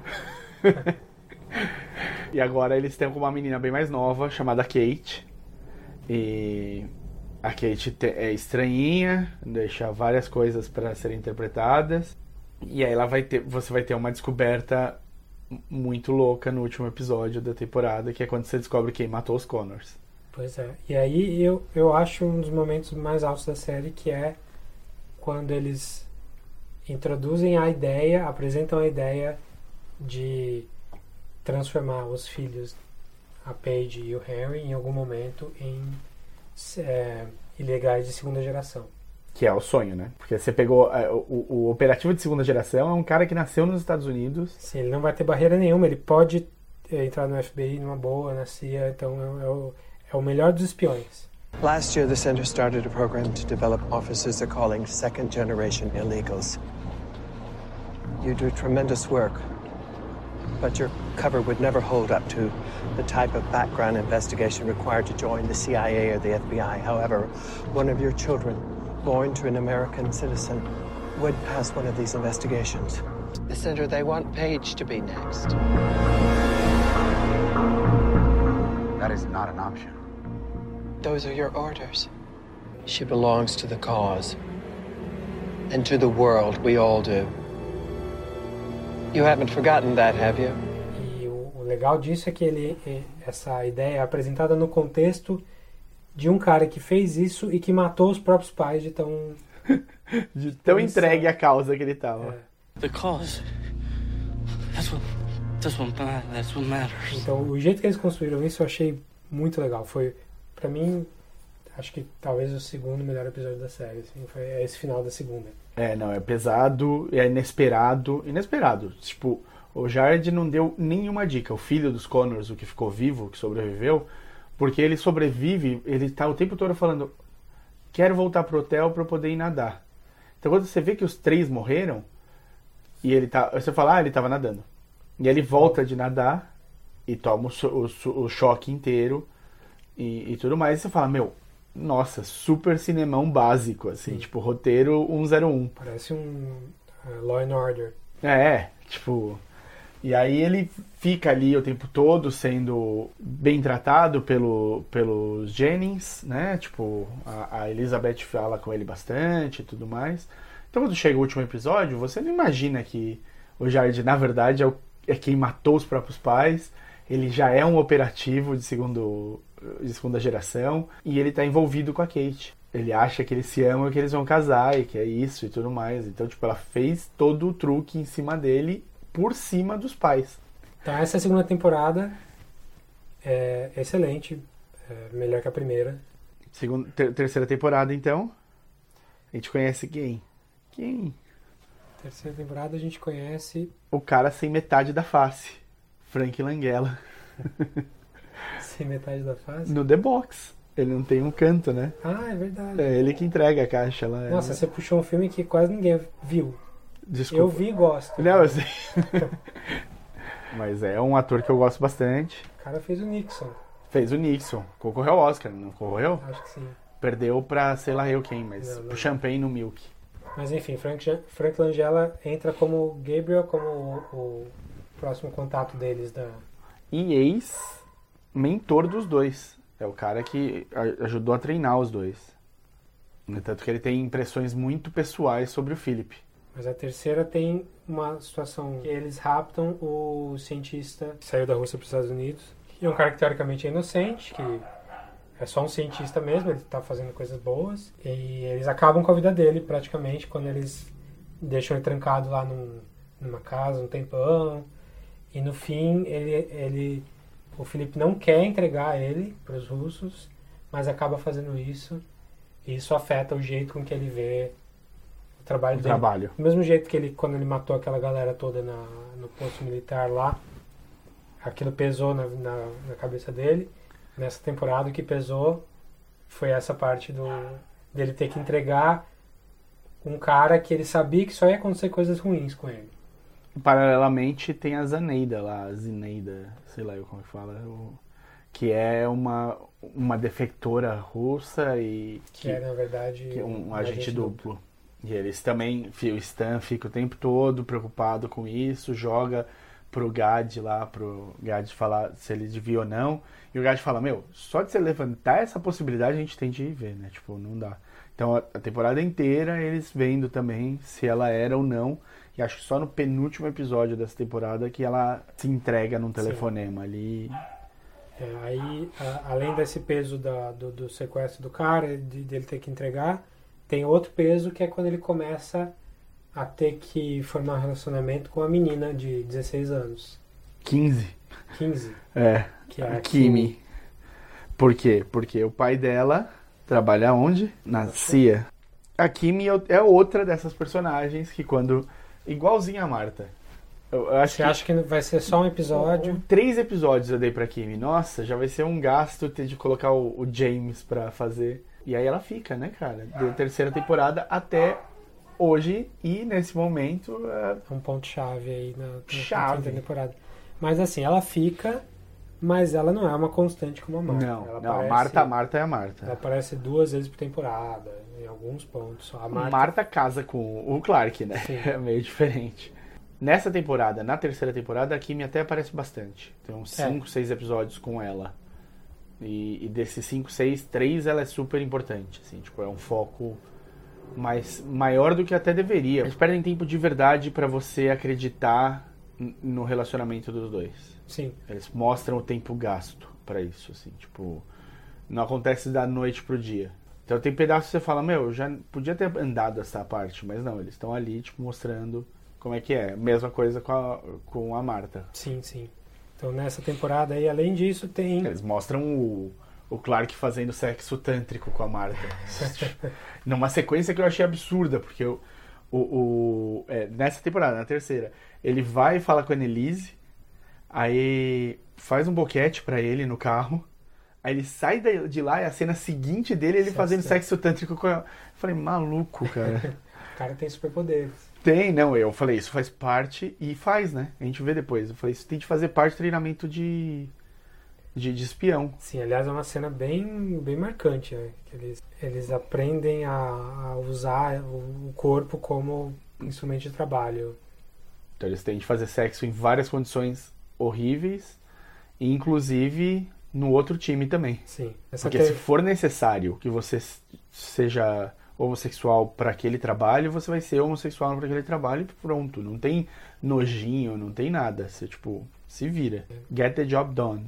E agora eles têm uma menina bem mais nova, chamada Kate. E a Kate é estranhinha, deixa várias coisas para serem interpretadas. E aí ela vai ter, você vai ter uma descoberta muito louca no último episódio da temporada, que é quando você descobre quem matou os Connors. Pois é. E aí eu, eu acho um dos momentos mais altos da série, que é quando eles introduzem a ideia, apresentam a ideia de transformar os filhos, a Paige e o Harry, em algum momento em é, ilegais de segunda geração. Que é o sonho, né? Porque você pegou... É, o, o operativo de segunda geração é um cara que nasceu nos Estados Unidos. Sim, ele não vai ter barreira nenhuma, ele pode é, entrar no F B I numa boa, na C I A, então é, é, o, é o melhor dos espiões. Last year, the center started a program to develop officers they're calling second generation illegals. You do tremendous work, but your cover would never hold up to the type of background investigation required to join the C I A or the F B I. However, one of your children, born to an American citizen, would pass one of these investigations. The center, they want Paige to be next. That is not an option. Those are your orders. She belongs to the cause. And to the world, we all do. You haven't forgotten that, have you? E o, o legal disso é que ele, essa ideia é apresentada no contexto de um cara que fez isso e que matou os próprios pais de tão... de tão entregue à causa que ele tava. É. The cause. That's what, that's what, that's what matters. Então, o jeito que eles construíram isso eu achei muito legal. Foi, pra mim, acho que talvez o segundo melhor episódio da série. Assim, foi esse final da segunda. É, não, é pesado, é inesperado. Inesperado. Tipo, o Jared não deu nenhuma dica. O filho dos Connors, o que ficou vivo, que sobreviveu, porque ele sobrevive, ele tá o tempo todo falando: quero voltar pro hotel pra eu poder ir nadar. Então quando você vê que os três morreram, e ele tá. Você fala, ah, ele tava nadando. E ele volta de nadar e toma o, o, o choque inteiro e, e tudo mais. E você fala, meu, nossa, super cinemão básico, assim, Sim. tipo, roteiro cento e um. Parece um uh, Law and Order. É, tipo... E aí ele fica ali o tempo todo sendo bem tratado pelo, pelos Jennings, né? Tipo, a, a Elizabeth fala com ele bastante e tudo mais. Então quando chega o último episódio, você não imagina que o Jared, na verdade, é, o, é quem matou os próprios pais. Ele já é um operativo de, segundo, de segunda geração e ele tá envolvido com a Kate. Ele acha que eles se amam e que eles vão casar e que é isso e tudo mais. Então, tipo, ela fez todo o truque em cima dele por cima dos pais. Então essa segunda temporada é excelente, é melhor que a primeira. Segunda, ter, terceira temporada, então, a gente conhece quem? Quem? Terceira temporada a gente conhece... o cara sem metade da face, Frank Langella. Sem metade da face? No The Box. Ele não tem um canto, né? Ah, é verdade. É ele que entrega a caixa lá. Nossa, é... você puxou um filme que quase ninguém viu. Desculpa. Eu vi e gosto. Não, eu sei. Mas é um ator que eu gosto bastante. O cara fez o Nixon. Fez o Nixon. Concorreu ao Oscar, não concorreu? Acho que sim. Perdeu pra sei lá eu quem, mas não, não. pro Champagne no Milk. Mas enfim, Frank, Frank Langella entra como Gabriel, como o, o próximo contato deles da... E ex-mentor dos dois. É o cara que ajudou a treinar os dois. No tanto que ele tem impressões muito pessoais sobre o Philip. Mas a terceira tem uma situação que eles raptam o cientista que saiu da Rússia para os Estados Unidos. E é um cara que teoricamente é inocente, que é só um cientista mesmo, ele está fazendo coisas boas. E eles acabam com a vida dele praticamente quando eles deixam ele trancado lá num, numa casa um tempão. E no fim, ele, ele, o Felipe não quer entregar ele para os russos, mas acaba fazendo isso. E isso afeta o jeito com que ele vê o trabalho o dele. Trabalho. Do mesmo jeito que ele, quando ele matou aquela galera toda na, no posto militar lá, aquilo pesou na, na, na cabeça dele. Nessa temporada o que pesou foi essa parte do, dele ter que entregar um cara que ele sabia que só ia acontecer coisas ruins com ele. Paralelamente tem a Zaneida lá, a Zineida, sei lá como é que fala, o, que é uma, uma defectora russa e que, que é na verdade que é um, um agente, agente duplo. duplo. E eles também, o Stan fica o tempo todo preocupado com isso, joga pro Gad lá, pro Gad falar se ele devia ou não. E o Gad fala, meu, só de você levantar essa possibilidade a gente tem de ir ver, né? Tipo, não dá. Então a, a temporada inteira eles vendo também se ela era ou não. E acho que só no penúltimo episódio dessa temporada que ela se entrega num telefonema. Sim. Ali. É, aí, a, além desse peso da, do, do sequestro do cara, de, de ele ter que entregar, tem outro peso que é quando ele começa a ter que formar um relacionamento com a menina de dezesseis anos. quinze. quinze. É. Que é a Kimi. Kimi. Por quê? Porque o pai dela trabalha onde? Na C I A. A Kimi é outra dessas personagens que quando... Igualzinha a Marta. Eu, eu acho Você que acha que vai ser só um episódio? Três episódios eu dei pra Kimi. Nossa, já vai ser um gasto ter de colocar o, o James pra fazer. E aí ela fica, né, cara? Da terceira temporada até hoje. E nesse momento... É um ponto-chave aí na, na chave. temporada. Mas assim, ela fica... Mas ela não é uma constante como a Marta. Não, ela não aparece, a Marta, a Marta é a Marta. Ela aparece duas vezes por temporada, em alguns pontos. A Marta, Marta casa com o Clark, né? Sim. É meio diferente. Nessa temporada, na terceira temporada, a Kimi até aparece bastante. Tem uns cinco, seis episódios com ela. E, e desses cinco, seis, três ela é super importante. Assim, tipo, é um foco mais, maior do que até deveria. Eles perdem tempo de verdade pra você acreditar no relacionamento dos dois. Sim. Eles mostram o tempo gasto pra isso, assim, tipo, não acontece da noite pro dia. Então tem pedaços que você fala, meu, eu já podia ter andado essa parte, mas não, eles estão ali, tipo, mostrando como é que é. Mesma coisa com a, com a Marta. Sim, sim. Então nessa temporada aí, além disso, tem... Eles mostram o, o Clark fazendo sexo tântrico com a Marta. Numa sequência que eu achei absurda, porque eu, o, o, é, nessa temporada, na terceira, ele vai falar com a Annelise, aí faz um boquete pra ele no carro, aí ele sai de lá e a cena seguinte dele ele sexo. fazendo sexo tântrico com ela. Eu falei, maluco, cara. O cara tem superpoderes. Tem, não, eu falei, isso faz parte e faz, né? A gente vê depois. Eu falei, isso tem de fazer parte do treinamento de, de, de espião. Sim, aliás, é uma cena bem, bem marcante, né? Que eles, eles aprendem a, a usar o corpo como instrumento de trabalho. Então eles têm de fazer sexo em várias condições horríveis, e inclusive no outro time também. Sim. Essa Porque te... se for necessário que você seja homossexual para aquele trabalho, você vai ser homossexual para aquele trabalho e pronto. Não tem nojinho, não tem nada. Você, tipo, se vira. Get the job done.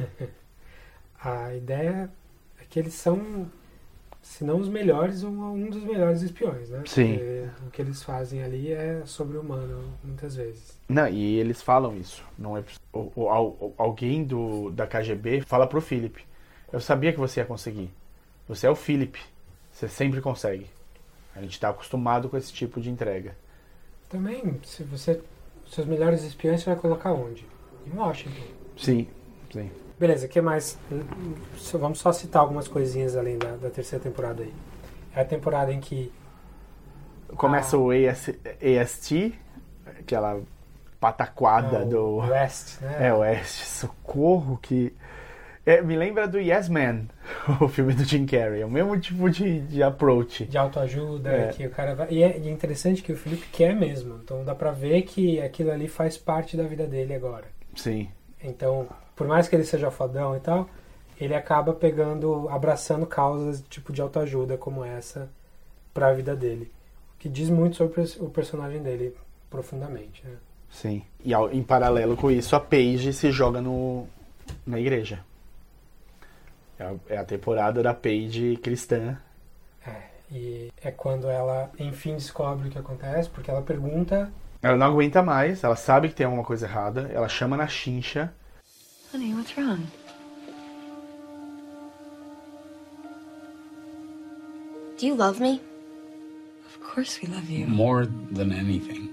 A ideia é que eles são, se não os melhores, um, um dos melhores espiões, né? Sim. Porque o que eles fazem ali é sobre-humano, muitas vezes. Não, e eles falam isso. Não é, o, o, alguém do, da K G B fala pro Philip, eu sabia que você ia conseguir. Você é o Philip. Você sempre consegue. A gente está acostumado com esse tipo de entrega. Também, se você... Seus melhores espiões você vai colocar onde? Em Washington. Sim, sim. Beleza, o que mais? Vamos só citar algumas coisinhas além da, da terceira temporada aí. É a temporada em que... Começa ah, o A S T, aquela pataquada ah, do... West, né? É, o West. Socorro, que... É, me lembra do Yes Man, o filme do Jim Carrey. É o mesmo tipo de, de approach. De autoajuda, é. que o cara vai... E é, e é interessante que o Felipe quer mesmo. Então dá pra ver que aquilo ali faz parte da vida dele agora. Sim. Então, por mais que ele seja fodão e tal, ele acaba pegando, abraçando causas tipo de autoajuda como essa pra vida dele. que diz muito sobre o personagem dele profundamente, né? Sim. E ao, em paralelo com isso, a Paige se joga no, na igreja. É a, é a temporada da Paige cristã. É, e é quando ela, enfim, descobre o que acontece, porque ela pergunta... Ela não aguenta mais, ela sabe que tem alguma coisa errada, ela chama na chincha. Honey, what's wrong? Do you love me? Of course we love you. More than anything.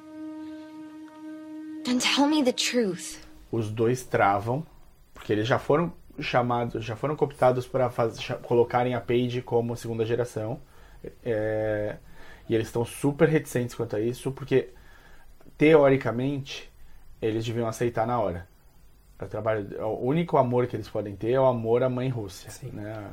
Then tell me the truth. Os dois travam, porque eles já foram chamados, já foram cooptados para colocarem a Paige como segunda geração. É, e eles estão super reticentes quanto a isso, porque teoricamente eles deviam aceitar na hora. O, trabalho, o único amor que eles podem ter é o amor à mãe Rússia. Sim. Né?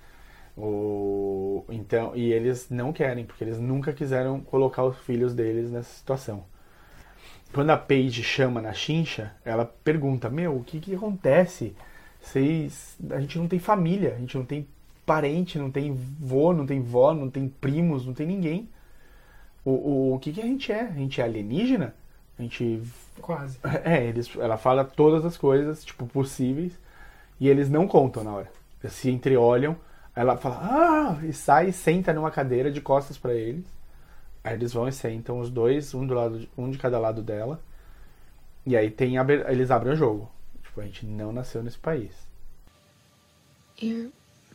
O, então, e eles não querem, porque eles nunca quiseram colocar os filhos deles nessa situação. Quando a Paige chama na chincha, ela pergunta, meu, o que que acontece? Vocês, a gente não tem família, a gente não tem parente, não tem vô, não tem vó, não tem primos, não tem ninguém. O, o, o que que a gente é? A gente é alienígena? A gente... Quase. É, eles, ela fala todas as coisas, tipo, possíveis, e eles não contam na hora. Eles se entreolham, ela fala, ah, e sai e senta numa cadeira de costas pra eles. Aí eles vão e sentam os dois, um, do lado de, um de cada lado dela. E aí tem eles abrem o jogo. Tipo, a gente não nasceu nesse país. You're...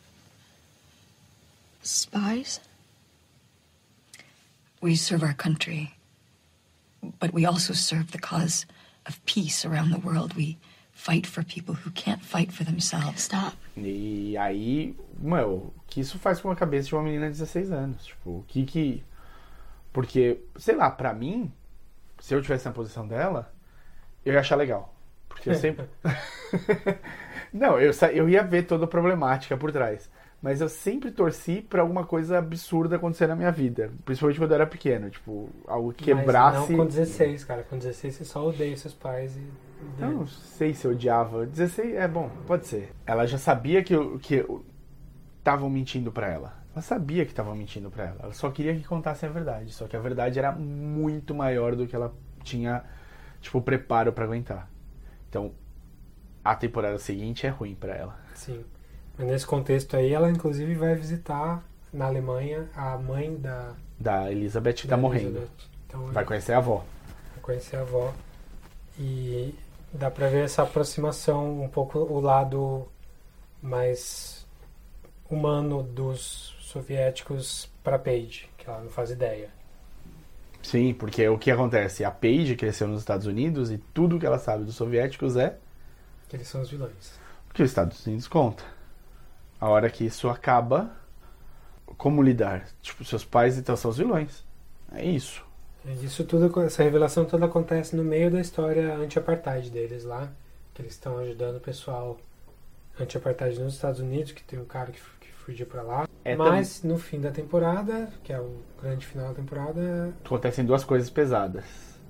spies? We serve our country. But we also serve the cause of peace around the world. We fight for people who can't fight for themselves. Stop. E aí, meu, o que isso faz com a cabeça de uma menina de dezesseis anos? Tipo, o que que... Porque, sei lá, pra mim, se eu tivesse na posição dela, eu ia achar legal. Porque eu sempre... Não, eu, eu ia ver toda a problemática por trás. Mas eu sempre torci pra alguma coisa absurda acontecer na minha vida. Principalmente quando eu era pequeno. Tipo, algo que quebrasse... Mas não com dezesseis, cara. Com dezesseis você só odeia seus pais e... Não sei se eu odiava. dezesseis, é bom, pode ser. Ela já sabia que estavam que mentindo pra ela. Ela sabia que estavam mentindo pra ela. Ela só queria que contassem a verdade. Só que a verdade era muito maior do que ela tinha, tipo, preparo pra aguentar. Então, a temporada seguinte é ruim pra ela. Sim. Mas nesse contexto aí, ela inclusive vai visitar na Alemanha a mãe da... Da Elizabeth, que tá morrendo. Então, vai conhecer a avó. Vai conhecer a avó. E dá pra ver essa aproximação, um pouco o lado mais humano dos soviéticos pra Paige, que ela não faz ideia. Sim, porque o que acontece? A Paige cresceu nos Estados Unidos e tudo que ela sabe dos soviéticos é... Que eles são os vilões. O que os Estados Unidos conta. A hora que isso acaba, como lidar? Tipo, seus pais então são os vilões. É isso. Isso tudo, essa revelação toda acontece no meio da história anti-apartheid deles lá, que eles estão ajudando o pessoal anti-apartheid nos Estados Unidos, que tem um cara que, que fugiu pra lá. É, mas tam... no fim da temporada, que é o grande final da temporada... Acontecem duas coisas pesadas.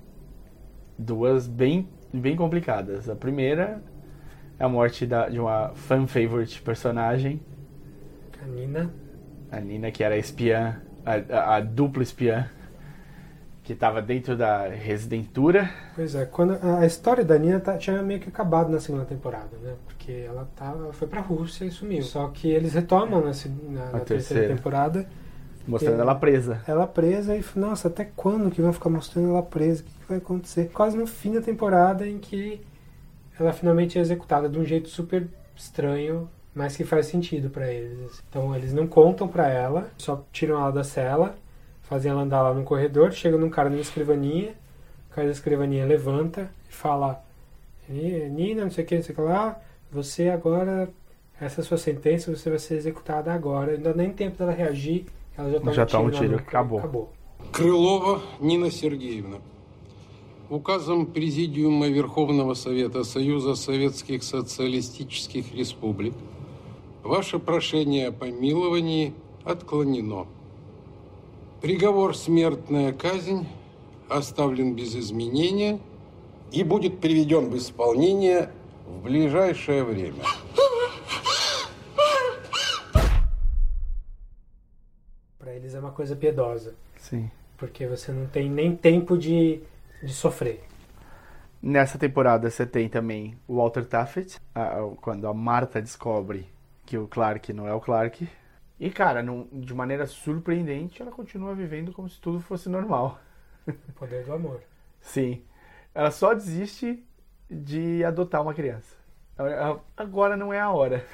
Duas bem, bem complicadas. A primeira é a morte da, de uma fan-favorite personagem. A Nina. A Nina, que era a espiã, a, a, a dupla espiã, que estava dentro da residentura. Pois é, quando a história da Nina tá, tinha meio que acabado na segunda temporada, né? Porque ela tava, foi pra Rússia e sumiu. Só que eles retomam na, na, na terceira. terceira temporada. Mostrando ela presa. Ela presa e, nossa, até quando que vão ficar mostrando ela presa? O que, que vai acontecer? Quase no fim da temporada em que ela finalmente é executada de um jeito super estranho, mas que faz sentido pra eles. Então eles não contam pra ela, só tiram ela da cela, fazem ela andar lá no corredor, chega num cara numa escrivaninha, o cara da escrivaninha levanta e fala: Nina, não sei o que, não sei o que lá, você agora, essa é a sua sentença, você vai ser executada agora. Ainda nem tempo dela reagir, ela já toma já toma um tiro, tiro no... acabou. acabou. Крылова Нина Сергеевна. Указом Президиума Верховного Совета Союза Советских Социалистических Республик ваше прошение о помиловании отклонено. Приговор смертная казнь оставлен без изменения и будет приведен в исполнение в ближайшее время. Para eles é uma coisa piedosa. Sim. Porque você não tem nem tempo de, de sofrer. Nessa temporada você tem também o Walter Taffet, a, a, quando a Martha descobre que o Clark não é o Clark. E, cara, não, de maneira surpreendente, ela continua vivendo como se tudo fosse normal. O poder do amor. Sim. Ela só desiste de adotar uma criança. Agora não é a hora.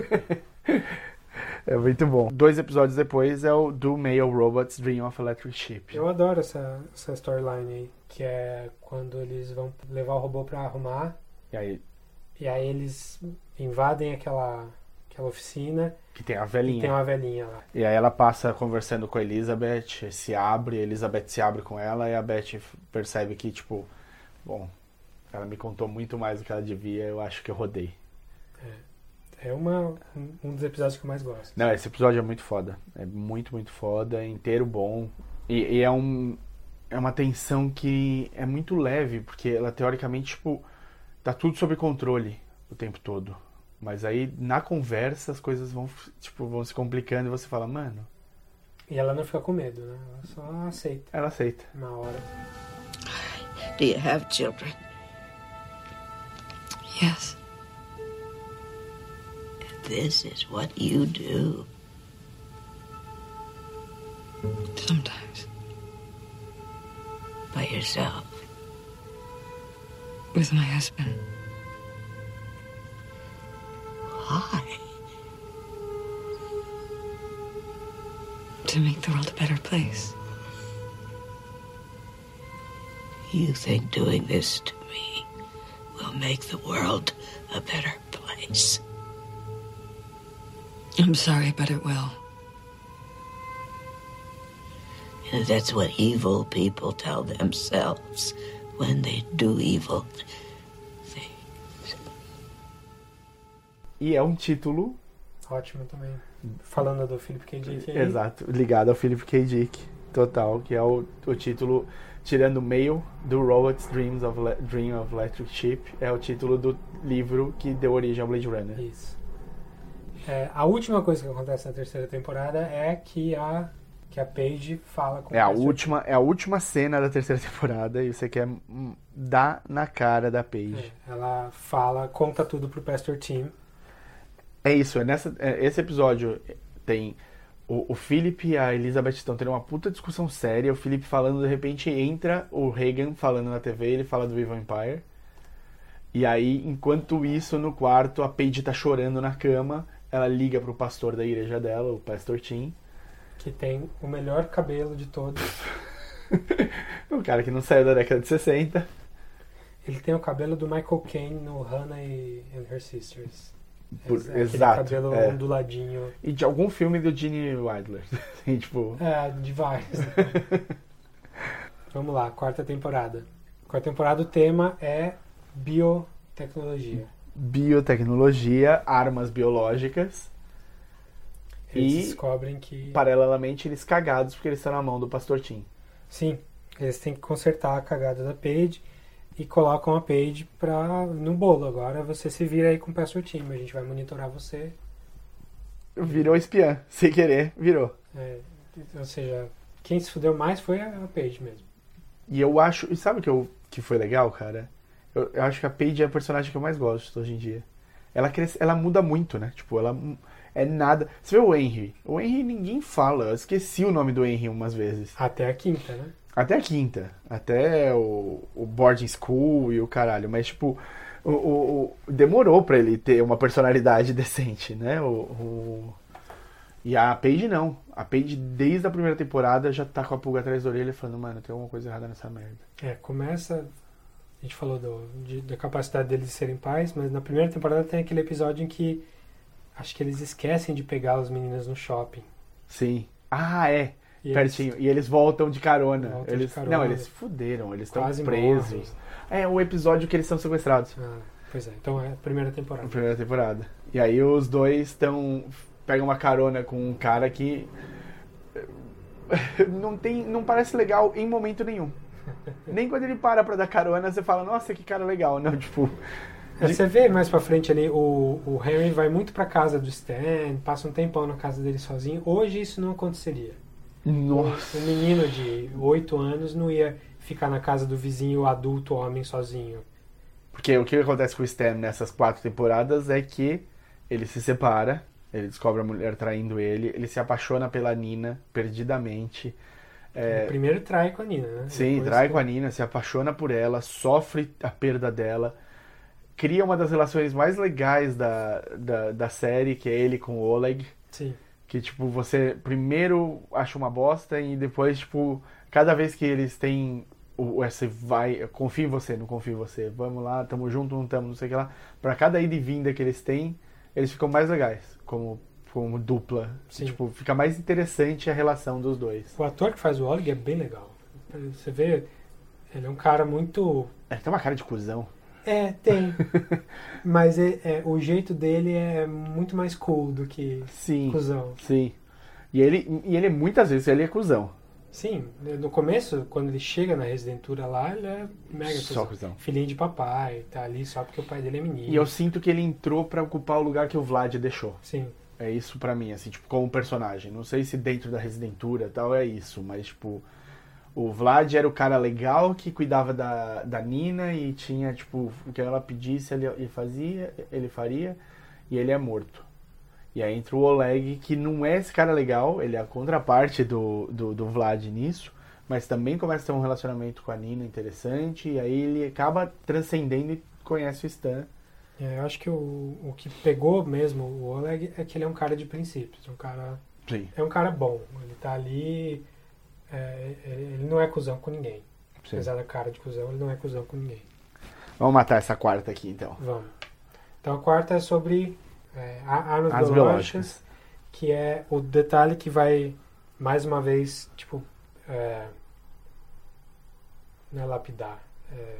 É muito bom. Dois episódios depois é o Do Male Robots Dream of Electric Ship. Eu adoro essa, essa storyline aí, que é quando eles vão levar o robô pra arrumar. E aí, e aí eles invadem aquela, aquela oficina. Que tem a velhinha. E tem uma velhinha lá. E aí ela passa conversando com a Elizabeth, se abre, a Elizabeth se abre com ela e a Beth percebe que, tipo, bom, ela me contou muito mais do que ela devia, eu acho que eu rodei. É. É uma, um dos episódios que eu mais gosto. Não, esse episódio é muito foda. É muito, muito foda. É inteiro bom. E, e é, um, é uma tensão que é muito leve, porque ela, teoricamente, tipo, tá tudo sob controle o tempo todo. Mas aí, na conversa, as coisas vão, tipo, vão se complicando e você fala, mano... E ela não fica com medo, né? Ela só aceita. Ela aceita. Na hora. Do you have children? Yes. This is what you do. Sometimes. By yourself. With my husband. Why? To make the world a better place. You think doing this to me will make the world a better place? I'm sorry, but it will. And that's what evil people tell themselves when they do evil things. E é um título... Ótimo também. Falando do Philip K. Dick aí. Exato, ligado ao Philip K. Dick. Total, que é o, o título, tirando o meio do Robots Dreams of Le- Dream of Electric Ship, é o título do livro que deu origem ao Blade Runner. Isso. É, a última coisa que acontece na terceira temporada é que a, que a Paige fala com é a o última É a última cena da terceira temporada e você quer hum, dar na cara da Paige. É, ela fala, conta tudo pro Pastor Tim. É isso, é nessa, é, esse episódio tem o, o Philip e a Elizabeth estão tendo uma puta discussão séria, o Philip falando, de repente entra o Regan falando na T V, ele fala do Evil Empire. E aí, enquanto isso, no quarto, a Paige tá chorando na cama. Ela liga pro pastor da igreja dela, o Pastor Tim. Que tem o melhor cabelo de todos. Um cara que não saiu da década de sessenta. Ele tem o cabelo do Michael Caine no Hannah e and Her Sisters. Por, é, exato. Cabelo é. onduladinho. E de algum filme do Gene Wilder. Assim, tipo... É, de vários. Né? Vamos lá, quarta temporada. Quarta temporada, o tema é biotecnologia. Biotecnologia, armas biológicas. Eles e descobrem que... paralelamente, eles cagados porque eles estão na mão do Pastor Tim. Sim, eles têm que consertar a cagada da Paige e colocam a Paige pra, no bolo. Agora você se vira aí com o Pastor Tim, a gente vai monitorar você. Virou espiã, sem querer, virou. É, ou seja, quem se fudeu mais foi a Paige mesmo. E eu acho... E sabe o que, eu, que foi legal, cara? Eu, eu acho que a Paige é a personagem que eu mais gosto hoje em dia. Ela cresce, ela muda muito, né? Tipo, ela é nada... Você vê o Henry. O Henry ninguém fala. Eu esqueci o nome do Henry umas vezes. Até a quinta, né? Até a quinta. Até o, o boarding school e o caralho. Mas, tipo, o, o, o, demorou pra ele ter uma personalidade decente, né? O, o... E a Paige não. A Paige, desde a primeira temporada, já tá com a pulga atrás da orelha falando, mano, tem alguma coisa errada nessa merda. É, começa... A gente falou do, de, da capacidade deles de serem pais, mas na primeira temporada tem aquele episódio em que acho que eles esquecem de pegar os meninos no shopping. Sim. Ah, é. E Pertinho. eles, e eles voltam de carona. Voltam Eles, de carona. Não, eles fuderam. Eles estão Quase presos. morrem. É o episódio que eles são sequestrados. Ah, pois é. Então é a primeira temporada. Na primeira temporada. E aí os dois estão... Pegam uma carona com um cara que... Não, tem, não parece legal em momento nenhum. Nem quando ele para pra dar carona, você fala, nossa, que cara legal. Não, tipo... É, você vê mais pra frente ali, o, o Henry vai muito pra casa do Stan, passa um tempão na casa dele sozinho. Hoje isso não aconteceria. Nossa. Um, um menino de oito anos não ia ficar na casa do vizinho adulto homem sozinho. Porque o que acontece com o Stan nessas quatro temporadas é que ele se separa, ele descobre a mulher traindo ele, ele se apaixona pela Nina perdidamente. É... Ele primeiro trai com a Nina, né? Sim, Depois trai que... com a Nina, se apaixona por ela, sofre a perda dela, cria uma das relações mais legais da, da, da série, que é ele com o Oleg. Sim. Que, tipo, você primeiro acha uma bosta e depois, tipo, cada vez que eles têm o, esse vai, eu confio em você, não confio em você, vamos lá, tamo junto, não tamo, não sei o que lá. Pra cada ida e vinda que eles têm, eles ficam mais legais, como, como dupla. Sim. Tipo, fica mais interessante a relação dos dois. O ator que faz o Oleg é bem legal. Você vê, ele é um cara muito... É, tem uma cara de cuzão. É, tem. Mas é, é, o jeito dele é muito mais cool do que sim, cuzão. Sim. E ele, e ele, muitas vezes, ele é cuzão. Sim. No começo, quando ele chega na residentura lá, ele é mega só cuzão. cuzão. Filhinho de papai, tá ali só porque o pai dele é menino. E eu sinto que ele entrou pra ocupar o lugar que o Vlad deixou. Sim. É isso pra mim, assim, tipo, como personagem. Não sei se dentro da residentura e tal é isso, mas, tipo... O Vlad era o cara legal que cuidava da, da Nina e tinha, tipo, o que ela pedisse ele, ele fazia, ele faria, e ele é morto. E aí entra o Oleg, que não é esse cara legal, ele é a contraparte do, do, do Vlad nisso, mas também começa a ter um relacionamento com a Nina interessante, e aí ele acaba transcendendo e conhece o Stan. É, eu acho que o, o que pegou mesmo o Oleg é que ele é um cara de princípios, um cara... Sim. É um cara bom, ele tá ali... É, ele não é cuzão com ninguém. Sim. Apesar da cara de cuzão, ele não é cuzão com ninguém. Vamos matar essa quarta aqui, então. Vamos. Então a quarta é sobre é, armas As biológicas, biológicas, que é o detalhe que vai, mais uma vez, tipo, é, não é lapidar, é,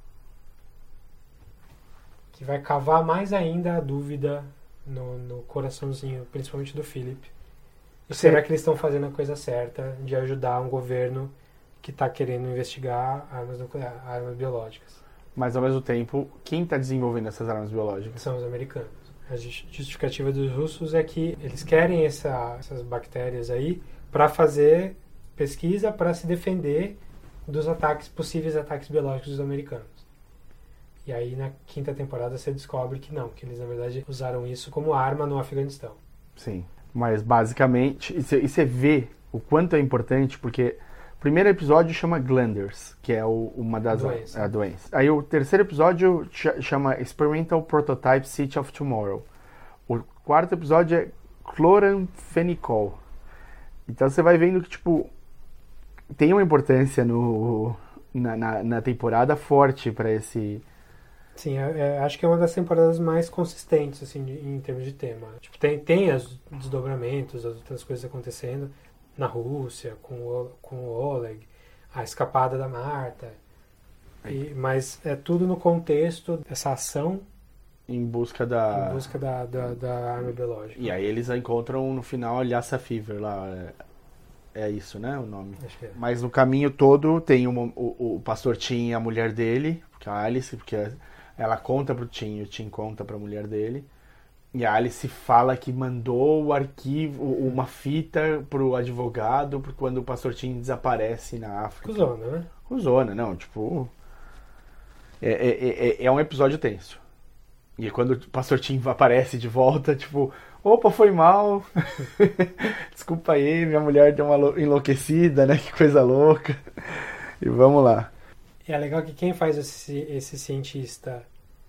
que vai cavar mais ainda a dúvida no, no coraçãozinho, principalmente do Philip. Será que eles estão fazendo a coisa certa de ajudar um governo que está querendo investigar armas nucleares, armas biológicas? Mas, ao mesmo tempo, quem está desenvolvendo essas armas biológicas? São os americanos. A justificativa dos russos é que eles querem essa, essas bactérias aí para fazer pesquisa para se defender dos ataques, possíveis ataques biológicos dos americanos. E aí, na quinta temporada, você descobre que não, que eles, na verdade, usaram isso como arma no Afeganistão. Sim. Mas basicamente, e você vê o quanto é importante, porque o primeiro episódio chama Glanders, que é o, uma das doença. A doença. Aí o terceiro episódio chama Experimental Prototype City of Tomorrow. O quarto episódio é Chloramphenicol. Então você vai vendo que, tipo, tem uma importância no, na, na, na temporada forte para esse... Sim, é, é, acho que é uma das temporadas mais consistentes, assim, de, em termos de tema. Tipo, tem, tem os desdobramentos, as outras coisas acontecendo na Rússia, com o, com o Oleg, a escapada da Marta. E, mas é tudo no contexto dessa ação em busca da... Em busca da, da, da arma biológica. E aí eles encontram no final a Lhasa Fever lá. É, é isso, né? O nome. Acho que é. Mas no caminho todo tem uma, o, o pastor Tim e a mulher dele, que é a Alice, porque ela conta pro Tim e o Tim conta pra mulher dele. E a Alice fala que mandou o arquivo, uma fita pro advogado, porque quando o pastor Tim desaparece na África. Cusona, né? Cusona, não, tipo... É, é, é, é um episódio tenso. E quando o pastor Tim aparece de volta, tipo... Opa, foi mal. Desculpa aí, minha mulher deu uma enlouquecida, né? Que coisa louca. E vamos lá. É legal que quem faz esse, esse cientista...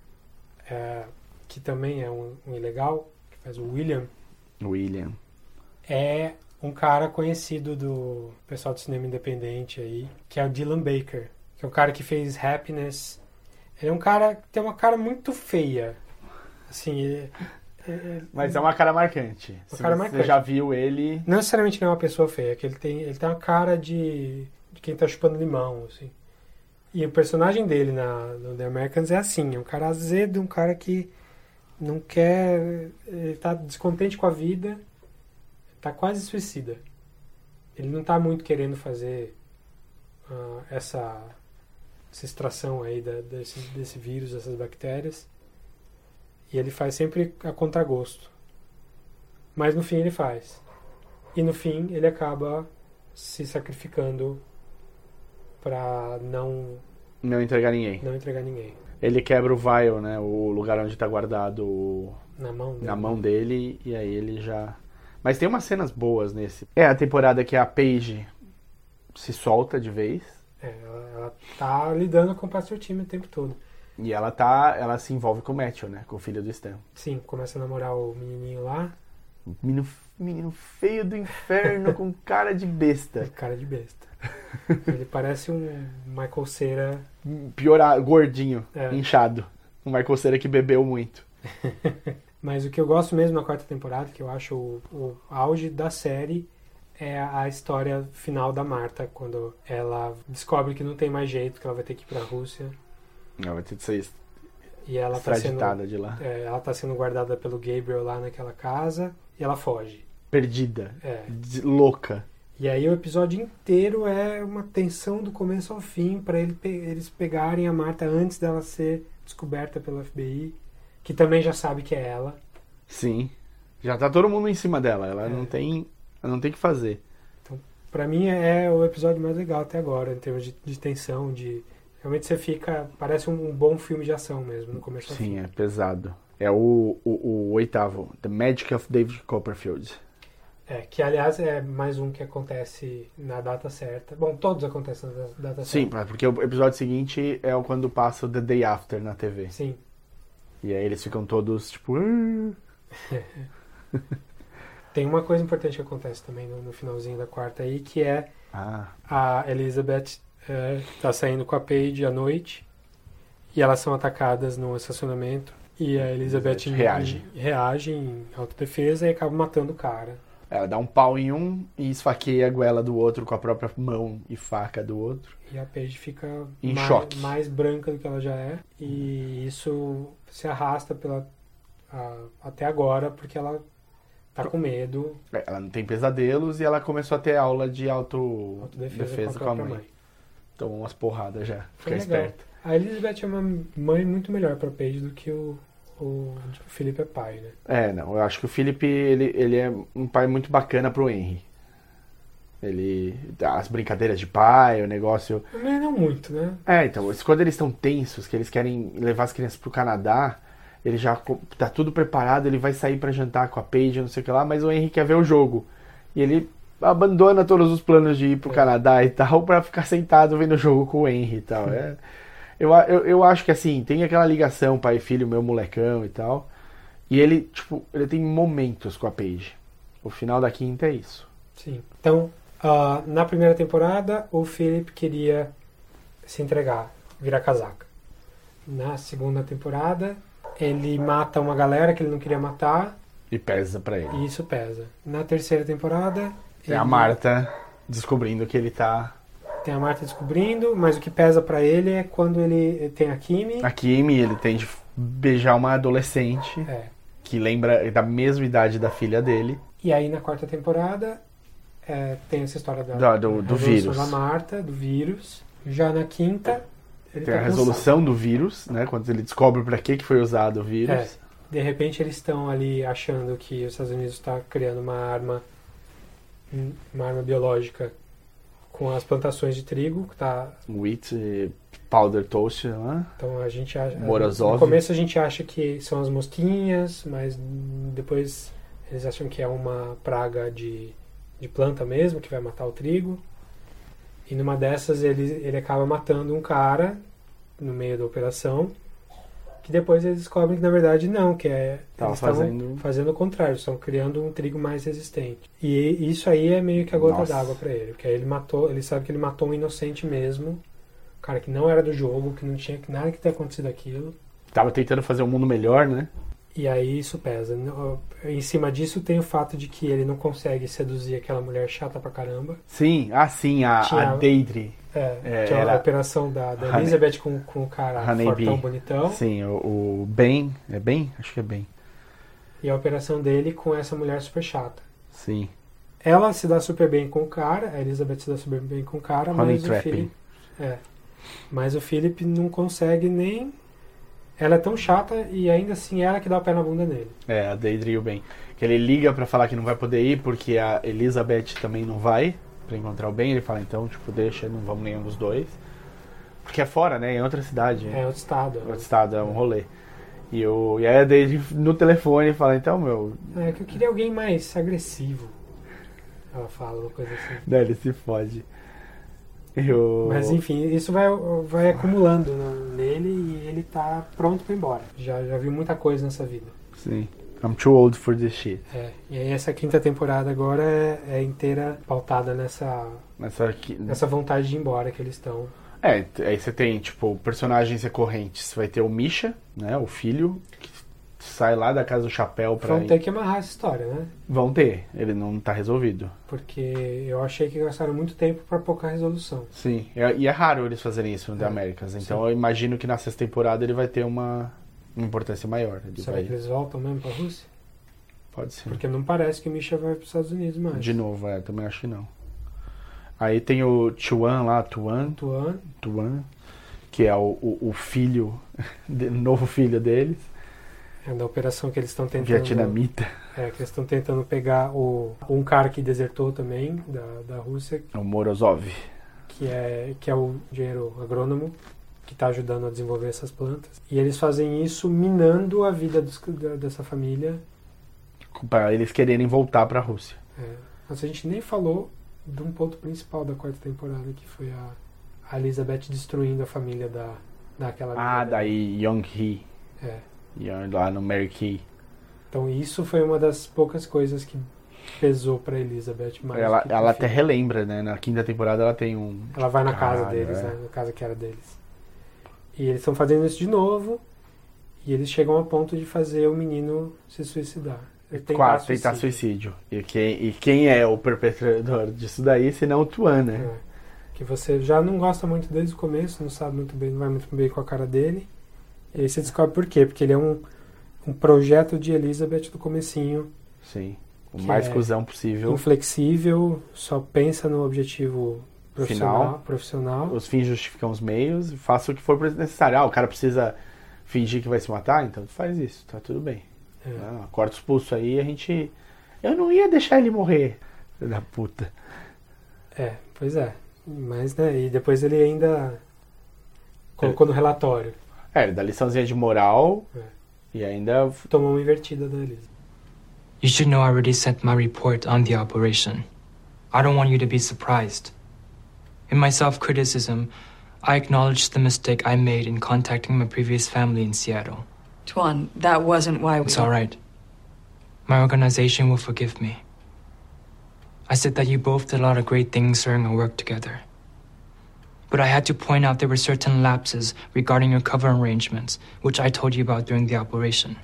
É, que também é um, um ilegal, que faz o William. William. É um cara conhecido do pessoal do cinema independente aí, que é o Dylan Baker, que é o cara que fez Happiness. Ele é um cara que tem uma cara muito feia. Assim, ele, ele, mas é uma cara marcante. Uma Se cara você marcante. já viu ele... Não necessariamente não é uma pessoa feia, que ele tem, ele tem uma cara de, de quem tá chupando limão, assim. E o personagem dele na, no The Americans é assim, é um cara azedo, um cara que não quer... Ele tá descontente com a vida, tá quase suicida. Ele não tá muito querendo fazer uh, essa, essa extração aí da, desse, desse vírus, dessas bactérias. E ele faz sempre a contragosto. Mas no fim ele faz. E no fim ele acaba se sacrificando pra não... Não entregar ninguém. Não entregar ninguém. Ele quebra o vial, né? O lugar onde tá guardado o... Na mão dele. Na mão dele, e aí ele já... Mas tem umas cenas boas nesse. É a temporada que a Paige se solta de vez. É, ela, ela tá lidando com o Pastor Tim o tempo todo. E ela tá... Ela se envolve com o Matthew, né? Com o filho do Stan. Sim, começa a namorar o menininho lá. Menino, menino feio do inferno com cara de besta. Cara de besta. Ele parece um Michael Cera... Pior, gordinho, é. inchado. Um Michael Cera que bebeu muito. Mas o que eu gosto mesmo na quarta temporada, que eu acho o, o auge da série, é a história final da Marta, quando ela descobre que não tem mais jeito, que ela vai ter que ir pra Rússia. Ela vai ter que ser e ela tá sendo, de lá. É, ela tá sendo guardada pelo Gabriel lá naquela casa, e ela foge. Perdida. É. De, louca. E aí o episódio inteiro é uma tensão do começo ao fim para ele, eles pegarem a Marta antes dela ser descoberta pelo F B I, que também já sabe que é ela. Sim. Já tá todo mundo em cima dela. Ela é. não tem, ela não tem o que fazer. Então, pra mim é o episódio mais legal até agora, em termos de, de tensão, de... Realmente você fica... Parece um, um bom filme de ação mesmo, no começo ao fim. Sim, é pesado. É o, o, o oitavo. The Magic of David Copperfield. É, que aliás é mais um que acontece na data certa. Bom, todos acontecem na data Sim, certa. Sim, porque o episódio seguinte é o quando passa o The Day After na T V. Sim. E aí eles ficam todos tipo... Tem uma coisa importante que acontece também no, no finalzinho da quarta aí, que é ah. a Elizabeth é, tá saindo com a Paige à noite e elas são atacadas no estacionamento e a Elizabeth, Elizabeth reage. Em, reage em autodefesa e acaba matando o cara. Ela dá um pau em um e esfaqueia a goela do outro com a própria mão e faca do outro. E a Paige fica em mais, choque. mais branca do que ela já é. E isso se arrasta pela, a, até agora porque ela tá com medo. Ela não tem pesadelos e ela começou a ter aula de auto autodefesa defesa com a, com a mãe. mãe. Tomou umas porradas já. Fica legal. esperta. A Elizabeth é uma mãe muito melhor pra Paige do que o O Philip é pai, né? É, não. Eu acho que o Philip, ele, ele é um pai muito bacana pro Henry. Ele... As brincadeiras de pai, o negócio... Mas não muito, né? É, então, quando eles estão tensos, que eles querem levar as crianças pro Canadá, ele já tá tudo preparado, ele vai sair pra jantar com a Paige, não sei o que lá, mas o Henry quer ver o jogo. E ele abandona todos os planos de ir pro é. Canadá e tal, pra ficar sentado vendo o jogo com o Henry e tal. É... Eu, eu, eu acho que assim, tem aquela ligação pai e filho, meu molecão e tal. E ele, tipo, ele tem momentos com a Paige. O final da quinta é isso. Sim. Então, uh, na primeira temporada, o Philip queria se entregar, virar casaca. Na segunda temporada, ele mata uma galera que ele não queria matar. E pesa pra ele. E isso pesa. Na terceira temporada... É ele... a Marta descobrindo que ele tá... Tem a Marta descobrindo, mas o que pesa pra ele é quando ele tem a Kimi. A Kimi, ele tem de beijar uma adolescente é. que lembra da mesma idade da filha dele. E aí na quarta temporada é, tem essa história da, da, do, do vírus. da Marta, do vírus. Já na quinta... Ele tem tá a resolução cansado. do vírus, né? Quando ele descobre pra que foi usado o vírus. É. De repente eles estão ali achando que os Estados Unidos está criando uma arma, uma arma biológica com as plantações de trigo, que tá... Wheat, powder toast, né? Então a gente acha... Morozov. No começo a gente acha que são as mosquinhas, mas depois eles acham que é uma praga de, de planta mesmo, que vai matar o trigo. E numa dessas ele, ele acaba matando um cara no meio da operação, que depois eles descobrem que na verdade não, que é Tava eles fazendo... estavam fazendo o contrário, estão criando um trigo mais resistente. E isso aí é meio que a gota Nossa. d'água para ele, porque aí ele matou, ele sabe que ele matou um inocente mesmo, um cara que não era do jogo, que não tinha nada que ter acontecido aquilo. Tava tentando fazer um mundo melhor, né? E aí isso pesa. Em cima disso tem o fato de que ele não consegue seduzir aquela mulher chata pra caramba. Sim, ah sim, a, Tinha, a Deidre. É, é que é era a operação da, da Elizabeth com, com o cara fortão, bonitão. Sim, o, o Ben, é Ben? Acho que é Ben. E a operação dele com essa mulher super chata. Sim. Ela se dá super bem com o cara, a Elizabeth se dá super bem com o cara, Honey mas trapping. o Philip... É, mas o Philip não consegue nem... Ela é tão chata e ainda assim ela que dá o pé na bunda nele. É, a Deidre e o Ben. Que ele liga pra falar que não vai poder ir porque a Elizabeth também não vai. pra encontrar o Ben. Ele fala, então, tipo, deixa, não vamos nenhum dos dois. Porque é fora, né? Em outra cidade. É outro estado. Outro estado, é um rolê. E, eu, e aí a Daisy no telefone fala, então, meu... É que eu queria alguém mais agressivo. Ela fala uma coisa assim. Daí ele se fode. Eu... Mas enfim, isso vai, vai acumulando no, nele e ele tá pronto pra ir embora. Já, já viu muita coisa nessa vida. Sim. I'm too old for this shit. É, e aí essa quinta temporada agora é, é inteira pautada nessa, nessa, aqui... nessa vontade de ir embora que eles estão. É, aí você tem, tipo, personagens recorrentes. Vai ter o Misha, né, o filho, que sai lá da Casa do Chapéu pra... Vão ter que amarrar essa história, né? Vão ter, ele não tá resolvido. Porque eu achei que gastaram muito tempo pra pouca resolução. Sim, e é raro eles fazerem isso no The É, Americans. Então sim. eu imagino que na sexta temporada ele vai ter uma, uma importância maior. Ele Será vai... que eles voltam mesmo pra Rússia? Pode ser. Porque não parece que o Misha vai pros Estados Unidos mais. De novo, é, também acho que não. Aí tem o Tuan lá, Tuan, Tuan. Tuan, que é o, o, o filho, o novo filho deles. É da operação que eles estão tentando... Vietnamita. É, que eles estão tentando pegar o, um cara que desertou também da, da Rússia. O Morozov. Que é, que é o engenheiro agrônomo que está ajudando a desenvolver essas plantas. E eles fazem isso minando a vida dos, da, dessa família. Para eles quererem voltar para a Rússia. É, mas a gente nem falou de um ponto principal da quarta temporada, que foi a, a Elizabeth destruindo a família da, daquela... Ah, daí Young-hee. É. Lá no Mary Kay. Então isso foi uma das poucas coisas que pesou pra Elizabeth mais. Ela, ela até relembra, né? Na quinta temporada ela tem um... Ela vai na casa Caralho, deles, é. né? Na casa que era deles. E eles estão fazendo isso de novo. E eles chegam a ponto de fazer o menino se suicidar. Tentar Quatro, suicídio. tentar suicídio. E quem, e quem é o perpetrador disso daí, se não o Tuan, né? É. Que você já não gosta muito desde o começo, não sabe muito bem, não vai muito bem com a cara dele. E aí você descobre por quê. Porque ele é um, um projeto de Elizabeth do comecinho. Sim. O mais é cuzão possível. Inflexível, só pensa no objetivo profissional. Final. profissional. Os fins justificam os meios. Faça o que for necessário. Ah, o cara precisa fingir que vai se matar? Então tu faz isso, tá tudo bem. É. Ah, corta os pulsos aí, a gente... Eu não ia deixar ele morrer. Filho da puta. É, pois é. Mas, né, e depois ele ainda colocou é. no relatório. É, ele dá liçãozinha de moral é. e ainda... Tomou uma invertida da Elisa. You should know I already sent my report on the operation. I don't want you to be surprised. In my self-criticism, I acknowledged the mistake I made in contacting my previous family in Seattle. Tuan, that wasn't why we... It's all right. My organization will forgive me. I said that you both did a lot of great things during our work together. But I had to point out there were certain lapses regarding your cover arrangements, which I told you about during the operation.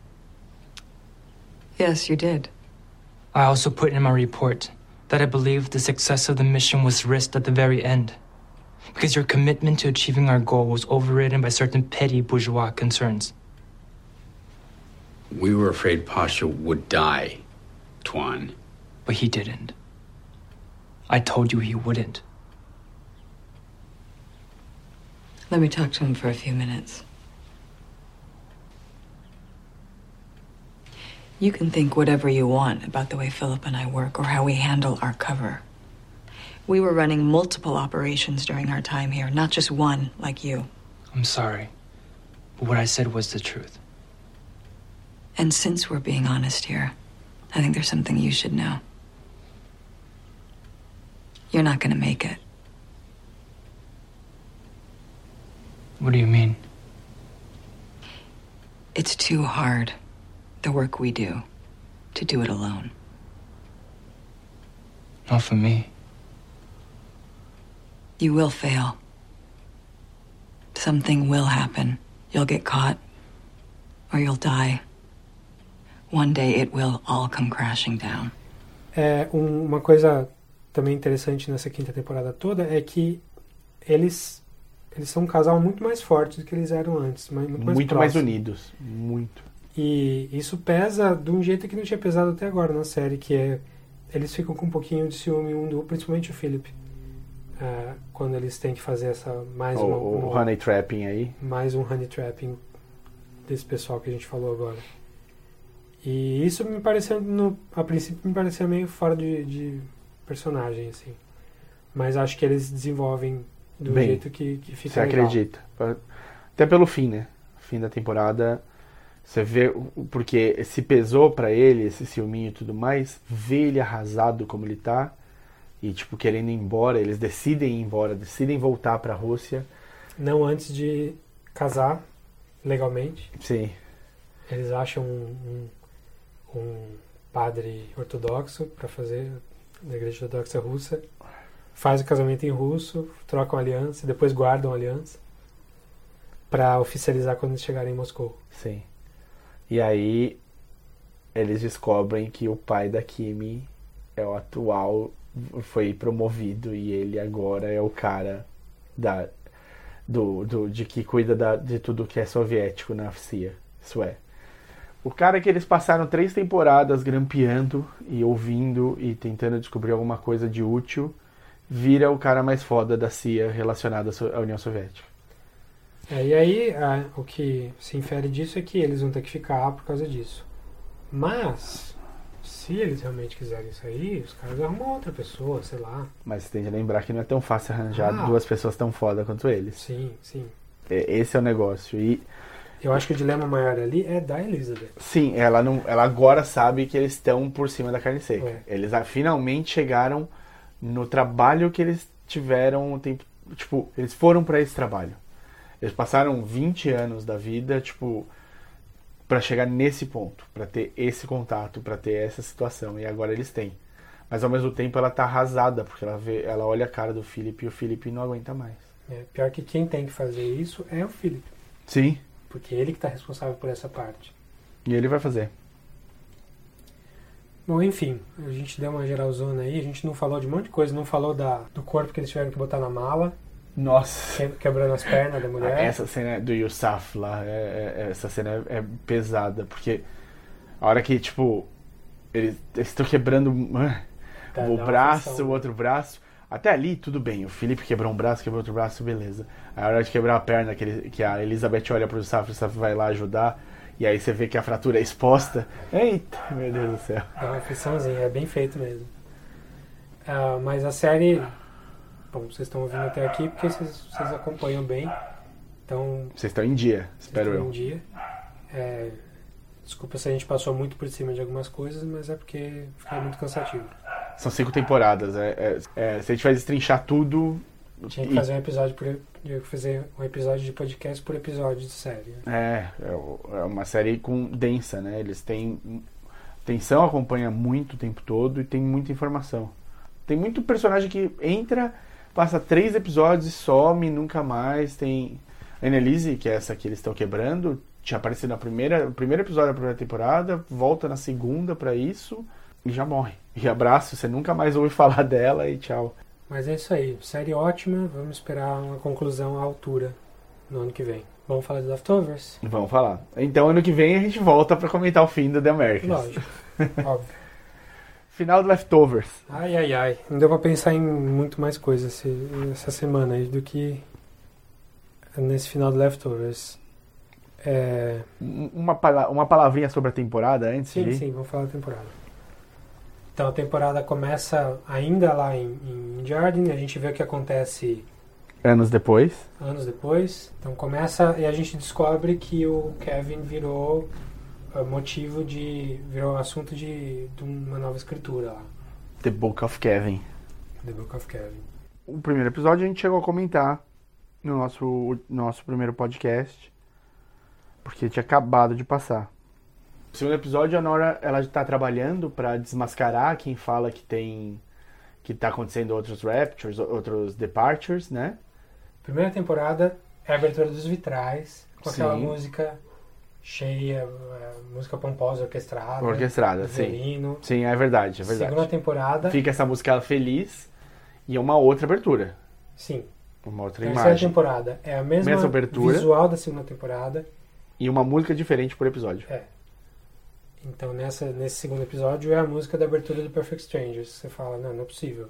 Yes, you did. I also put in my report that I believe the success of the mission was risked at the very end, because your commitment to achieving our goal was overridden by certain petty bourgeois concerns. We were afraid Pasha would die, Tuan. But he didn't. I told you he wouldn't. Let me talk to him for a few minutes. You can think whatever you want about the way Philip and I work or how we handle our cover. We were running multiple operations during our time here, not just one like you. I'm sorry, but what I said was the truth. And since we're being honest here, I think there's something you should know. You're not gonna make it. What do you mean? It's too hard, the work we do, to do it alone. Not for me. You will fail. Something will happen. You'll get caught, or you'll die. One day it will all come crashing down. É, um, uma coisa também interessante nessa quinta temporada toda é que eles eles são um casal muito mais forte do que eles eram antes, muito mais muito mais unidos, muito. E isso pesa de um jeito que não tinha pesado até agora na série, que é eles ficam com um pouquinho de ciúme um do outro, principalmente o Philip, uh, quando eles têm que fazer essa mais o, uma, o uma honey trapping aí, mais um honey trapping desse pessoal que a gente falou agora. E isso me pareceu, no, a princípio me parecia meio fora de, de personagem, assim. Mas acho que eles desenvolvem do Bem, jeito que, que fica você legal. acredita. Até pelo fim, né? Fim da temporada, você vê, o- porque se pesou pra ele, esse ciúminho e tudo mais, ver ele arrasado como ele tá, e tipo, querendo ir embora, eles decidem ir embora, decidem voltar pra Rússia. Não antes de casar legalmente. Sim. Eles acham um, um, um padre ortodoxo para fazer na igreja ortodoxa russa, faz o casamento em russo, trocam aliança e depois guardam a aliança para oficializar quando eles chegarem em Moscou. Sim. E aí eles descobrem que o pai da Kimi é o atual, foi promovido e ele agora é o cara da, do, do, de que cuida da, de tudo que é soviético na C I A. Isso é. O cara que eles passaram três temporadas grampeando e ouvindo e tentando descobrir alguma coisa de útil, vira o cara mais foda da C I A relacionado à So- à União Soviética. É, e aí a- o que se infere disso é que eles vão ter que ficar por causa disso. Mas se eles realmente quiserem sair, os caras arrumam outra pessoa, sei lá. Mas você tem que lembrar que não é tão fácil arranjar Ah. duas pessoas tão foda quanto eles. Sim, sim. É, esse é o negócio. E Eu acho que o dilema maior ali é da Elizabeth. sim, ela, não, ela agora sabe que eles estão por cima da carne seca. É. Eles ah, finalmente chegaram no trabalho que eles tiveram o tempo. Tipo, eles foram pra esse trabalho. Eles passaram vinte anos da vida, tipo, pra chegar nesse ponto, pra ter esse contato, pra ter essa situação. E agora eles têm. Mas ao mesmo tempo ela tá arrasada, porque ela, vê, ela olha a cara do Philip e o Philip não aguenta mais. É, pior que quem tem que fazer isso é o Philip. Sim. Porque ele que está responsável por essa parte. E ele vai fazer. Bom, enfim, a gente deu uma geralzona aí, a gente não falou de um monte de coisa, não falou da, do corpo que eles tiveram que botar na mala, Nossa. que- quebrando as pernas da mulher. Essa cena do Yusuf lá, é- é- essa cena é, é pesada, porque a hora que, tipo, eles estão quebrando uh, Tá, o dá uma braço, aflição. o outro braço, até ali tudo bem, o Felipe quebrou um braço, quebrou outro braço, beleza. A hora de quebrar a perna, que, ele- que a Elizabeth olha pro Yusuf, o Yusuf vai lá ajudar, e aí você vê que a fratura é exposta. Eita, meu Deus do céu. Dá uma afliçãozinha, é bem feito mesmo. Ah, mas a série, bom, vocês estão ouvindo até aqui porque vocês, vocês acompanham bem, então Vocês estão em dia, espero estão eu. em dia. É, desculpa se a gente passou muito por cima de algumas coisas, mas é porque fica muito cansativo. São cinco temporadas, é, é- é, se a gente vai destrinchar tudo... Tinha que e- fazer um episódio por, tinha que fazer um episódio de podcast por episódio de série. né? É, é o- é uma série com densa, né? Eles têm tensão, acompanha muito o tempo todo e tem muita informação. Tem muito personagem que entra, passa três episódios e some, nunca mais. Tem a Annelise, que é essa que eles estão quebrando, tinha aparecido na primeira, no primeiro episódio da primeira temporada, volta na segunda pra isso e já morre. E abraço, você nunca mais ouve falar dela e tchau. Mas é isso aí, série ótima, vamos esperar uma conclusão à altura no ano que vem. Vamos falar de Leftovers? Vamos falar. Então ano que vem a gente volta pra comentar o fim do The Americans. Lógico, óbvio. Final do Leftovers. Ai, ai, ai. Não deu pra pensar em muito mais coisa esse, essa semana aí do que nesse final do Leftovers. É... Uma, pala- uma palavrinha sobre a temporada antes Sim, de... sim, vamos falar da temporada. Então a temporada começa ainda lá em, em Jardin, a gente vê o que acontece Anos depois. anos depois. Então começa e a gente descobre que o Kevin virou uh, motivo de... virou assunto de, de uma nova escritura lá. The Book of Kevin. The Book of Kevin. O primeiro episódio a gente chegou a comentar no nosso, no nosso primeiro podcast, porque tinha acabado de passar. No segundo episódio, a Nora ela está trabalhando para desmascarar quem fala que tem que tá acontecendo outros raptures, outros departures, né? Primeira temporada é a abertura dos vitrais, com aquela Sim. música cheia, é, música pomposa, orquestrada. Orquestrada, sim. violino. Sim, é verdade, é verdade. Segunda temporada. Fica essa música feliz e uma outra abertura. Sim. Uma outra Terceira imagem. temporada é a mesma, Mesma abertura. visual da segunda temporada. E uma música diferente por episódio. É. Então nessa, nesse segundo episódio é a música da abertura do Perfect Strangers. Você fala, não, não é possível. O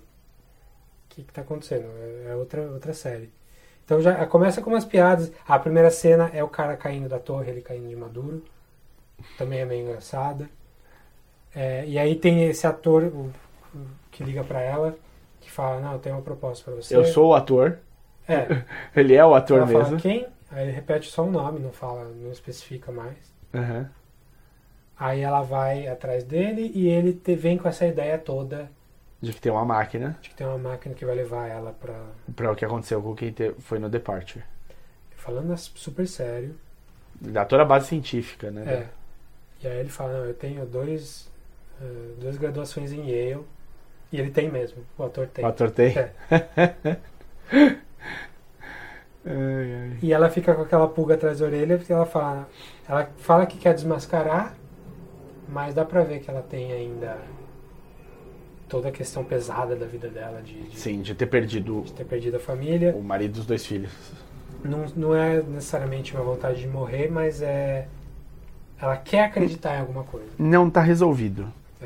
que está acontecendo? É, é outra, outra série. Então já começa com umas piadas. A primeira cena é o cara caindo da torre, ele caindo de maduro. Também é meio engraçada. É, e aí tem esse ator o, o, que liga pra ela que fala, não, eu tenho uma proposta pra você. Eu sou o ator. É. Ele é o ator ela mesmo. Fala quem? Aí ele repete só o nome, não fala, não especifica mais. Uhum. Aí ela vai atrás dele e ele te, vem com essa ideia toda de que tem uma máquina. De que tem uma máquina que vai levar ela pra... Pra o que aconteceu com quem te, foi no Departure. Falando super sério. Dá toda a base científica, né? É. E aí ele fala, não, eu tenho dois, uh, duas graduações em Yale. E ele tem mesmo, o ator tem. O ator tem? É. ai, ai. E ela fica com aquela pulga atrás da orelha, porque ela fala, ela fala que quer desmascarar, mas dá pra ver que ela tem ainda toda a questão pesada da vida dela. De, de, Sim, de ter perdido... De ter perdido a família. O marido dos dois filhos. Não, não é necessariamente uma vontade de morrer, mas é... Ela quer acreditar em alguma coisa. Não tá resolvido. É.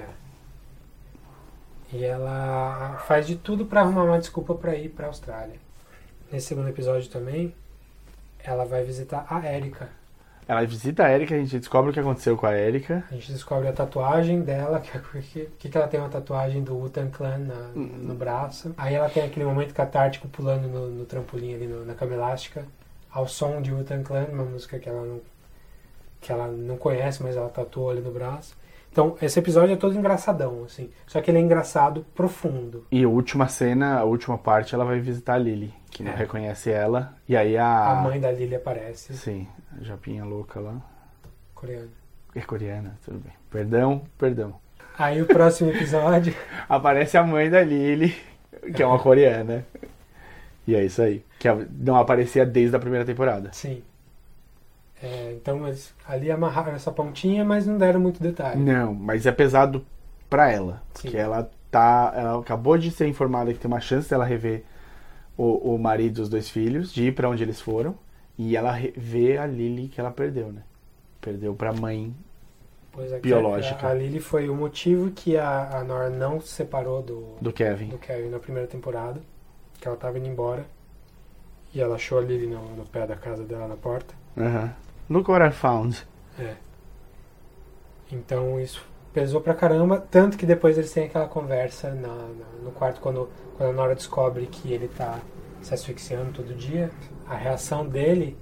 E ela faz de tudo pra arrumar uma desculpa pra ir pra Austrália. Nesse segundo episódio também, ela vai visitar a Erika. Ela visita a Erika, a gente descobre o que aconteceu com a Erika. A gente descobre a tatuagem dela, que, que, que ela tem uma tatuagem do Wu-Tang Clan na, no braço. Aí ela tem aquele momento catártico pulando no, no trampolim ali no, na cama elástica, ao som de Wu-Tang Clan, uma música que ela, não, que ela não conhece, mas ela tatuou ali no braço. Então, esse episódio é todo engraçadão, assim. Só que ele é engraçado profundo. E a última cena, a última parte, ela vai visitar a Lily, que não é. reconhece ela. E aí a... A mãe da Lily aparece. Sim, a japinha louca lá. Coreana. É coreana, tudo bem. Perdão, perdão. Aí o próximo episódio... Aparece a mãe da Lily, que é uma coreana. E é isso aí. Que não aparecia desde a primeira temporada. Sim. É, então eles ali amarraram essa pontinha, mas não deram muito detalhe. Não, mas é pesado pra ela. Sim. Porque ela tá. Ela acabou de ser informada que tem uma chance dela rever o, o marido e os dois filhos, de ir pra onde eles foram. E ela vê a Lily que ela perdeu, né? Perdeu pra mãe pois é, biológica. A, a Lily foi o motivo que a, a Nora não se separou do, do Kevin. do Kevin na primeira temporada. Que ela tava indo embora. E ela achou a Lily no, no pé da casa dela, na porta. Aham. Uhum. Look what I found. É. Então isso pesou pra caramba, tanto que depois eles têm aquela conversa na, na, no quarto quando, quando a Nora descobre que ele tá se asfixiando todo dia. A reação dele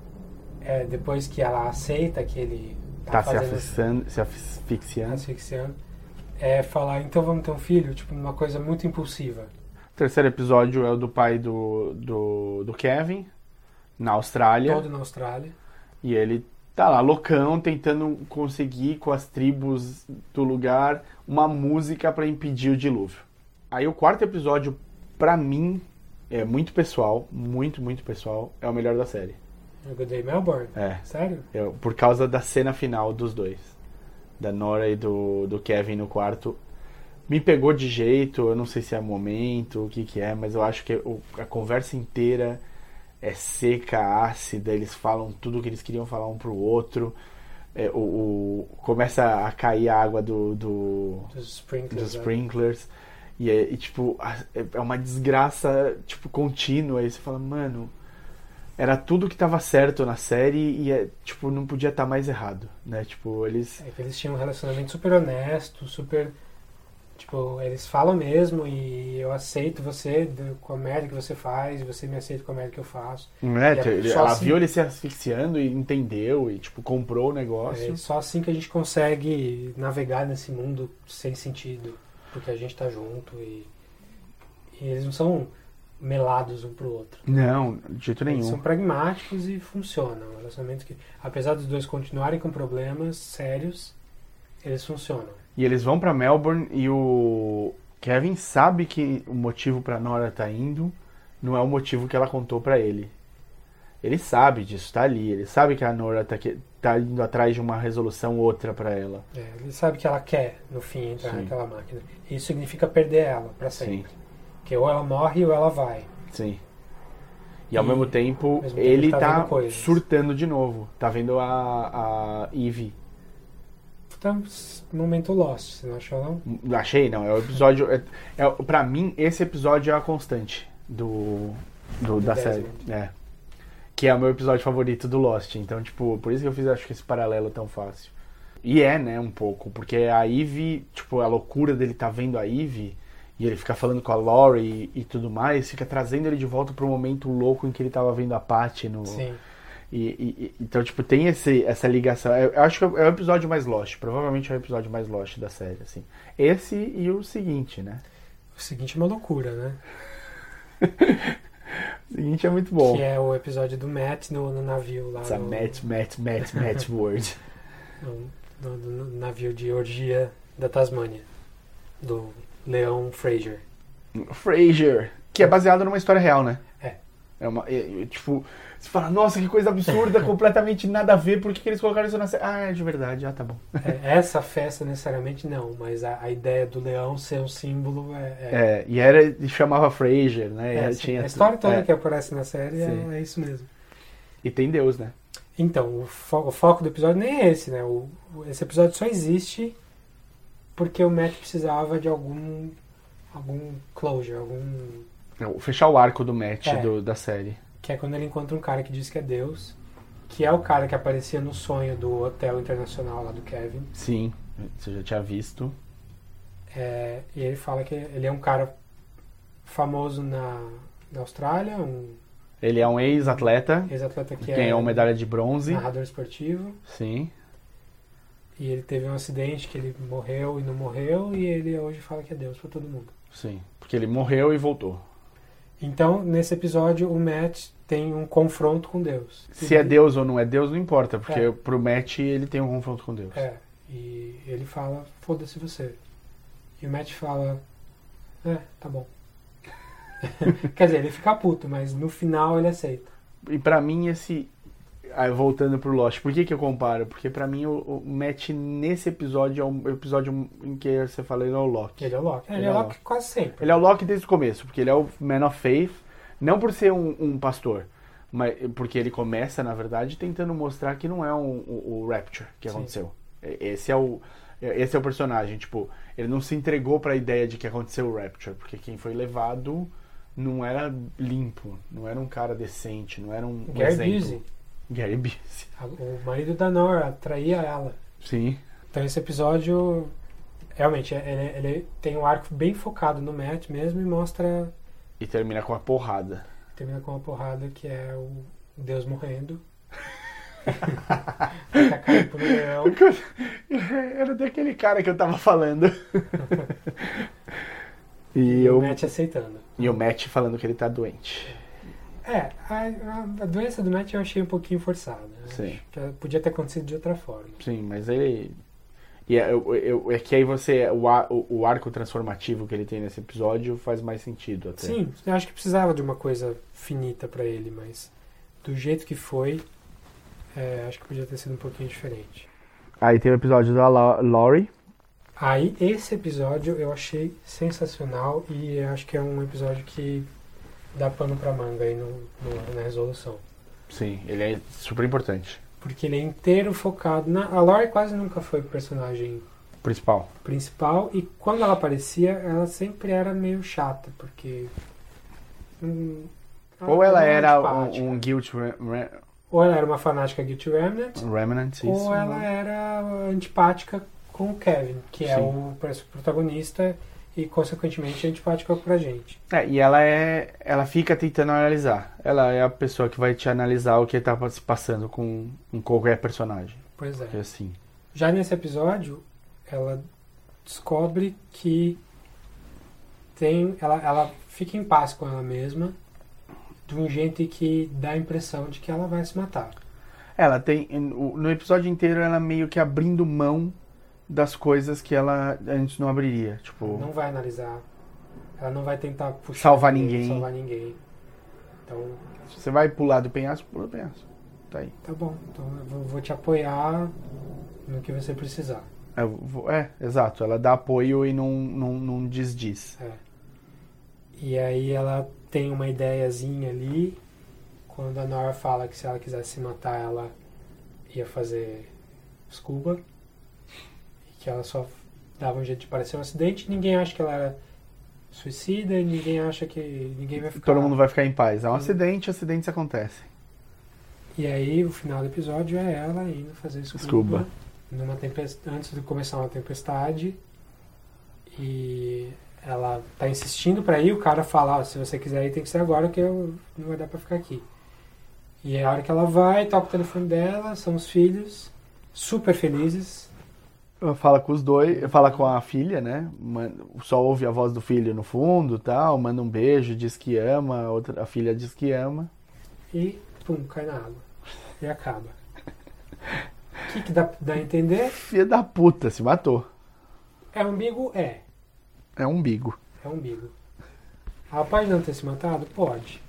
é, depois que ela aceita que ele tá, tá se, asfixiando, se asfixiando. asfixiando, é falar, então vamos ter um filho, tipo, uma coisa muito impulsiva. O terceiro episódio é o do pai do, do, do Kevin, na Austrália. Todo na Austrália. E ele tá lá, loucão, tentando conseguir com as tribos do lugar uma música pra impedir o dilúvio. Aí o quarto episódio, pra mim, é muito pessoal, muito, muito pessoal, é o melhor da série. O Good Day Melbourne? É. Sério? Eu, por causa da cena final dos dois. Da Nora e do, do Kevin no quarto. Me pegou de jeito, eu não sei se é momento, o que que é, mas eu acho que o, a conversa inteira... é seca, ácida, eles falam tudo o que eles queriam falar um pro outro. É, o, o, começa a cair a água do, do, dos sprinklers. Dos sprinklers é. e, é, e, tipo, é uma desgraça tipo, contínua. Aí você fala, mano, era tudo que tava certo na série e é, tipo, não podia estar tá mais errado, né? Tipo, eles... É que eles tinham um relacionamento super honesto, super... Tipo, eles falam mesmo e eu aceito você com a merda que você faz, e você me aceita com a merda que eu faço. É, é ela assim, viu ele se asfixiando e entendeu e, tipo, comprou o negócio. É só assim que a gente consegue navegar nesse mundo sem sentido, porque a gente tá junto e, e eles não são melados um pro outro. Não, de jeito nenhum. Eles são pragmáticos e funcionam. Um relacionamento que, apesar dos dois continuarem com problemas sérios, eles funcionam. E eles vão pra Melbourne e o Kevin sabe que o motivo pra Nora tá indo não é o motivo que ela contou pra ele. Ele sabe disso, tá ali. Ele sabe que a Nora tá, que, tá indo atrás de uma resolução outra pra ela. É, ele sabe que ela quer, no fim, entrar Sim. naquela máquina. Isso significa perder ela pra sempre. Sim. Porque ou ela morre ou ela vai. Sim. E, e ao mesmo tempo, ao mesmo tempo ele tá, tá vendo surtando de novo. Tá vendo a, a Eve. Tá um momento Lost, você não achou não? Achei, não. É o episódio... É, é, pra mim, esse episódio é a constante do, do, da série. É. Que é o meu episódio favorito do Lost. Então, tipo, por isso que eu fiz, acho que esse paralelo tão fácil. E é, né, um pouco. Porque a Eve, tipo, a loucura dele tá vendo a Eve... e ele fica falando com a Laurie e, e tudo mais, fica trazendo ele de volta pro momento louco em que ele tava vendo a Patty no... Sim. E, e, então, tipo, tem esse, essa ligação. Eu, eu acho que é o episódio mais Lost. Provavelmente é o episódio mais Lost da série, assim. Esse e o seguinte, né? O seguinte é uma loucura, né? O seguinte é muito bom. Que é o episódio do Matt no, no navio lá. Essa no... Matt, Matt, Matt, Matt Word. no, no, no navio de orgia da Tasmânia. Do Leão Fraser. Fraser. Que é baseado numa história real, né? É. É uma, é, é, tipo, você fala, nossa, que coisa absurda, completamente nada a ver, por que, que eles colocaram isso na série? Ah, é de verdade, ah, tá bom. É, essa festa necessariamente não, mas a, a ideia do leão ser um símbolo é... É, é e era, e chamava Fraser, né? É, e tinha, a história toda é, que aparece na série é, é isso mesmo. E tem Deus, né? Então, o, fo- o foco do episódio nem é esse, né? O, esse episódio só existe porque o Matt precisava de algum, algum closure, algum... Fechar o arco do Matt É. do, da série. Que é quando ele encontra um cara que diz que é Deus, que é o cara que aparecia no sonho do Hotel Internacional lá do Kevin. Sim, você já tinha visto. É, e ele fala que ele é um cara famoso na, na Austrália, um Ele é um ex-atleta. ex-atleta que ganhou é medalha de bronze. narrador esportivo. Sim. E ele teve um acidente que ele morreu e não morreu, e ele hoje fala que é Deus pra todo mundo. Sim, porque ele morreu e voltou. Então, nesse episódio, o Matt tem um confronto com Deus. Se é Deus ou não é Deus, não importa, porque É. pro Matt ele tem um confronto com Deus. É, e ele fala, foda-se você. E o Matt fala, é, tá bom. Quer dizer, ele fica puto, mas no final ele aceita. E pra mim esse... Aí, voltando pro Lost, por que que eu comparo? Porque pra mim o, o Matt nesse episódio é o episódio em que você fala, ele é o Loki. Ele é o Loki. Ele, é o Loki quase sempre. Ele é o Loki desde o começo, porque ele é o Man of Faith, não por ser um, um pastor, mas porque ele começa, na verdade, tentando mostrar que não é um, o, o Rapture que Sim. aconteceu. Esse é o esse é o personagem, tipo, ele não se entregou pra ideia de que aconteceu o Rapture, porque quem foi levado não era limpo, não era um cara decente, não era um, um Gary exemplo. Busey. Gary Busey. O marido da Nora traía ela. Sim. Então esse episódio, realmente, ele, ele tem um arco bem focado no Matt mesmo e mostra... E termina com uma porrada. Termina com uma porrada que é o Deus morrendo. Fica caindo pro leão. Era daquele cara que eu tava falando. e, E eu... o Matt aceitando. E o Matt falando que ele tá doente. É, a, a doença do Matt eu achei um pouquinho forçada. Né? Sim. Que podia ter acontecido de outra forma. Sim, mas ele... E é, eu, eu, é que aí você... O, ar, o, o arco transformativo que ele tem nesse episódio faz mais sentido até. Sim, eu acho que precisava de uma coisa finita pra ele, mas do jeito que foi, é, acho que podia ter sido um pouquinho diferente. Aí tem o episódio da La- Laurie. Aí esse episódio eu achei sensacional e eu acho que é um episódio que dá pano pra manga aí no, no, na resolução. Sim, ele é super importante. Porque ele é inteiro focado na... A Laurie quase nunca foi personagem Principal. principal e quando ela aparecia, ela sempre era meio chata, porque... Hum, Ou ela era antipática. um, um guilt re, re, Ou ela era uma fanática Guilty Remnant, remnant, isso. ou ela era antipática com o Kevin, que é Sim. o protagonista e, consequentemente, antipática pra gente. É, e ela é. Ela fica tentando analisar. Ela é a pessoa que vai te analisar o que tá se passando com, com qualquer personagem. Pois é. É assim. Já nesse episódio, ela descobre que tem, ela, ela fica em paz com ela mesma de um jeito que dá a impressão de que ela vai se matar. Ela tem. No episódio inteiro, ela meio que abrindo mão das coisas que ela antes não abriria. Tipo. Ela não vai analisar, ela não vai tentar puxar Salvar ninguém, ninguém. salvar ninguém. Então, Se você vai pular do penhasco, pula do penhasco. Tá aí. tá bom, então eu vou, vou te apoiar no que você precisar. É, vou- é, exato. Ela dá apoio e não, não, não desdiz. É. E aí ela tem uma ideiazinha ali, quando a Nora fala que se ela quisesse se matar, ela ia fazer scuba, e que ela só dava um jeito de parecer um acidente, ninguém acha que ela era suicida, e ninguém acha que ninguém vai ficar... Todo mundo vai ficar em paz. É um acidente, acidentes acontecem. E aí o final do episódio é ela indo fazer scuba, Scuba. Numa tempest... antes de começar uma tempestade, e ela tá insistindo pra ir, o cara fala, ah, se você quiser ir tem que ser agora que eu não vai dar pra ficar aqui. E é a hora que ela vai, toca o telefone dela, são os filhos, super felizes. Fala com os dois, fala com a filha, né? Só ouve a voz do filho no fundo, tal, manda um beijo, diz que ama, a, outra, a filha diz que ama. E, pum, cai na água. E acaba. O que, que dá, dá a entender? Filha da puta, se matou. É umbigo? É. É umbigo. É umbigo. Ela pode não ter se matado? Pode.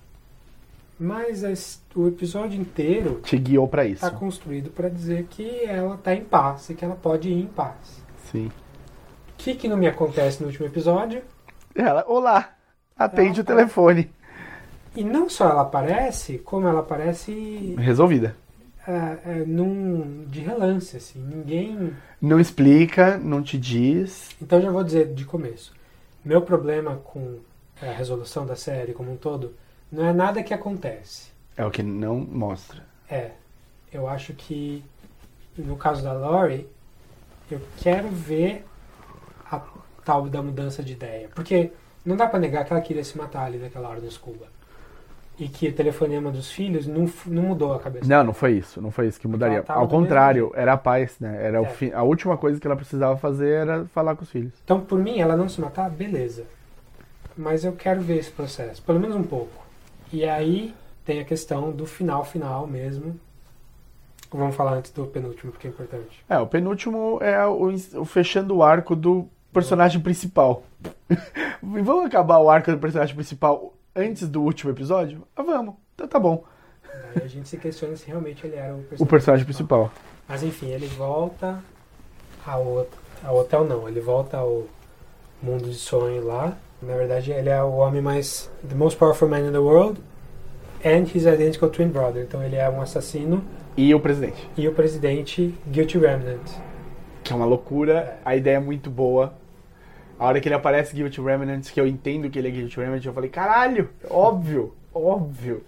Mas as, o episódio inteiro te guiou pra isso. Tá construído pra dizer que ela tá em paz e que ela pode ir em paz. Sim. O que que não me acontece no último episódio? Ela, olá, atende ela o telefone. E não só ela aparece, como ela aparece... resolvida. É, é, num, de relance, assim. Ninguém... Não explica, não te diz. Então já vou dizer de começo. Meu problema com a resolução da série como um todo... não é nada que acontece. É o que não mostra. É. Eu acho que, no caso da Laurie, eu quero ver a tal da mudança de ideia. Porque não dá pra negar que ela queria se matar ali naquela hora no Scuba. E que o telefonema dos filhos não, não mudou a cabeça. Não, não foi isso. Não foi isso que mudaria. Ao contrário, era a paz, né? Era é. o fi... A última coisa que ela precisava fazer era falar com os filhos. Então, por mim, ela não se matar, beleza. Mas eu quero ver esse processo. Pelo menos um pouco. E aí tem a questão do final final mesmo. Vamos falar antes do penúltimo, porque é importante. É, o penúltimo é o, o fechando o arco do personagem principal. Vamos acabar o arco do personagem principal antes do último episódio? Ah, vamos. Então tá bom. Aí a gente se questiona se realmente ele era o personagem, o personagem principal. principal. Mas enfim, ele volta ao, ao hotel não, ele volta ao mundo de sonho lá. Na verdade, ele é o homem mais... The most powerful man in the world. And his identical twin brother. Então ele é um assassino. E o presidente. E o presidente Guilty Remnant. Que é uma loucura. É. A ideia é muito boa. A hora que ele aparece Guilty Remnant, que eu entendo que ele é Guilty Remnant, eu falei, caralho, óbvio, óbvio.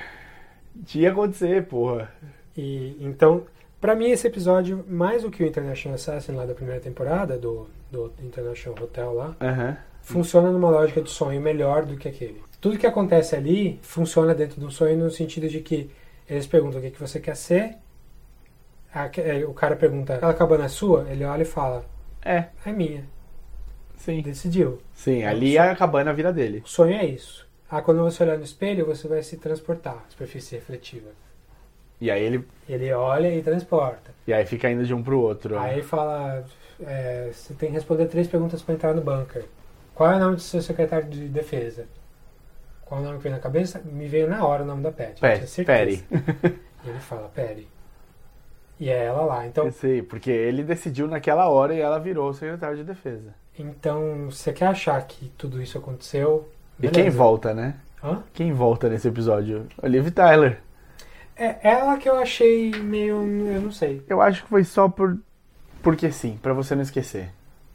Tinha acontecer, porra. E então, pra mim esse episódio, mais do que o International Assassin lá da primeira temporada, do, do International Hotel lá, uhum. funciona numa lógica de sonho melhor do que aquele. Tudo que acontece ali funciona dentro de um sonho no sentido de que eles perguntam o que, que você quer ser, a, o cara pergunta, aquela cabana é sua? Ele olha e fala, é, é minha. Sim. Decidiu. Sim, é ali a cabana vira dele. O sonho é isso. Ah, quando você olhar no espelho, você vai se transportar, superfície refletiva. E aí ele... Ele olha e transporta. E aí fica indo de um pro outro. Aí ele fala, é, você tem que responder três perguntas para entrar no bunker. Qual é o nome do seu secretário de defesa? Qual é o nome que veio na cabeça? Me veio na hora o nome da Patty. Patty. Patty. E ele fala, Patty. E é ela lá. Então, eu sei, porque ele decidiu naquela hora e ela virou o secretário de defesa. Então, você quer achar que tudo isso aconteceu? Beleza. E quem volta, né? Hã? Quem volta nesse episódio? A Liv Tyler. É ela que eu achei meio... eu não sei. Eu acho que foi só por... porque sim, pra você não esquecer.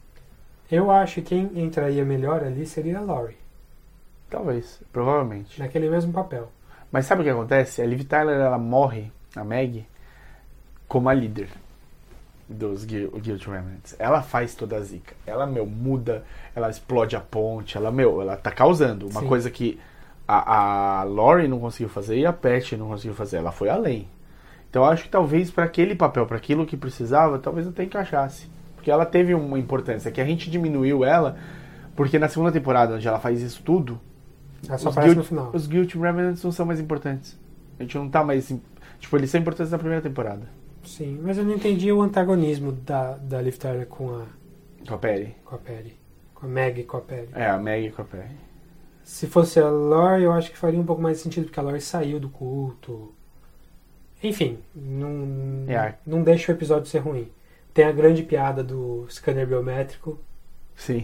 Eu acho que quem entraria melhor ali seria a Laurie. Talvez, provavelmente. Naquele mesmo papel. Mas sabe o que acontece? A Liv Tyler, ela morre, a Maggie, como a líder dos Guilty Remnants. Ela faz toda a zica. Ela, meu, muda, ela explode a ponte, ela, meu, ela tá causando. Uma Sim. coisa que a, a Laurie não conseguiu fazer e a Patty não conseguiu fazer. Ela foi além. Então eu acho que talvez para aquele papel, para aquilo que precisava, talvez até encaixasse. Porque ela teve uma importância, que a gente diminuiu ela, porque na segunda temporada, onde ela faz isso tudo, ela só aparece no guilt, final. Os Guilty Remnants não são mais importantes. A gente não tá mais... Tipo, eles são importantes na primeira temporada. Sim, mas eu não entendi o antagonismo da, da Liv Tyler com a... Com a Patty. Com a Patty. Com a Maggie com a Patty. É, a Maggie com a Patty. Se fosse a Laurie, eu acho que faria um pouco mais de sentido, porque a Laurie saiu do culto. Enfim, não, é. não deixa o episódio ser ruim. Tem a grande piada do scanner biométrico. Sim.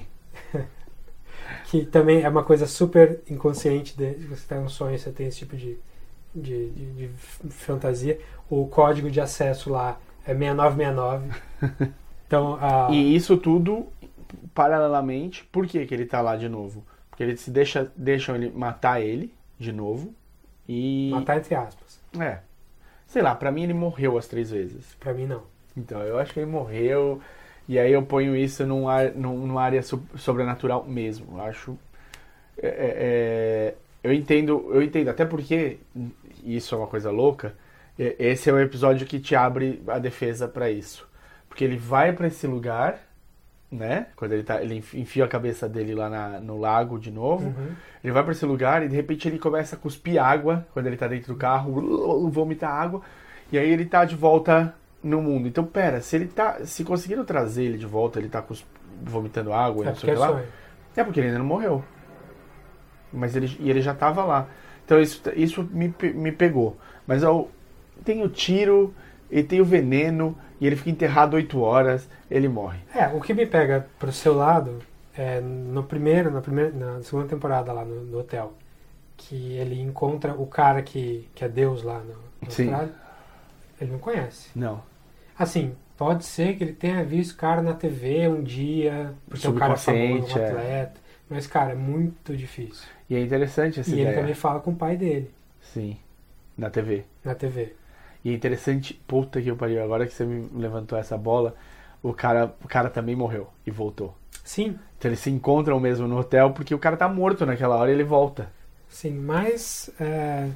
Que também é uma coisa super inconsciente. De, você está num sonho, você tem esse tipo de, de, de, de fantasia. O código de acesso lá é seis nove seis nove. Então, a... E isso tudo, paralelamente, por que, que ele tá lá de novo? Porque eles se deixa, deixam ele matar ele de novo. E... Matar entre aspas. É. Sei lá, pra mim ele morreu as três vezes. Pra mim não. Então, eu acho que ele morreu. E aí eu ponho isso num ar, num, numa área so- sobrenatural mesmo. Eu acho... É, é, eu entendo, eu entendo, até porque, isso é uma coisa louca, é, esse é o episódio que te abre a defesa pra isso. Porque ele vai pra esse lugar, né? Quando ele, tá, ele enfia a cabeça dele lá na, no lago de novo. Uhum. Ele vai pra esse lugar e de repente ele começa a cuspir água quando ele tá dentro do carro, vomitar água. E aí ele tá de volta no mundo. Então, pera, se ele tá. Se conseguiram trazer ele de volta, ele tá cusp... vomitando água, É não sei o que porque é lá. sonho. É porque ele ainda não morreu. Mas ele, e ele já tava lá. Então isso, isso me, pe- me pegou. Mas eu, tem o tiro, e tem o veneno, e ele fica enterrado oito horas, ele morre. É, o que me pega pro seu lado é no primeiro, na, primeira, na segunda temporada lá no, no hotel, que ele encontra o cara que, que é Deus lá no, no Sim. Austrália. Ele não conhece. Não. Assim, pode ser que ele tenha visto o cara na T V um dia, porque o cara é famoso, um Subconsciente, é. atleta. Mas, cara, é muito difícil. E é interessante essa E ideia. ele também fala com o pai dele Sim, na T V. na T V. E é interessante, puta que eu pariu, agora que você me levantou essa bola, o cara, o cara também morreu e voltou. Sim. Então eles se encontram mesmo no hotel porque o cara tá morto naquela hora e ele volta. Sim, mas é,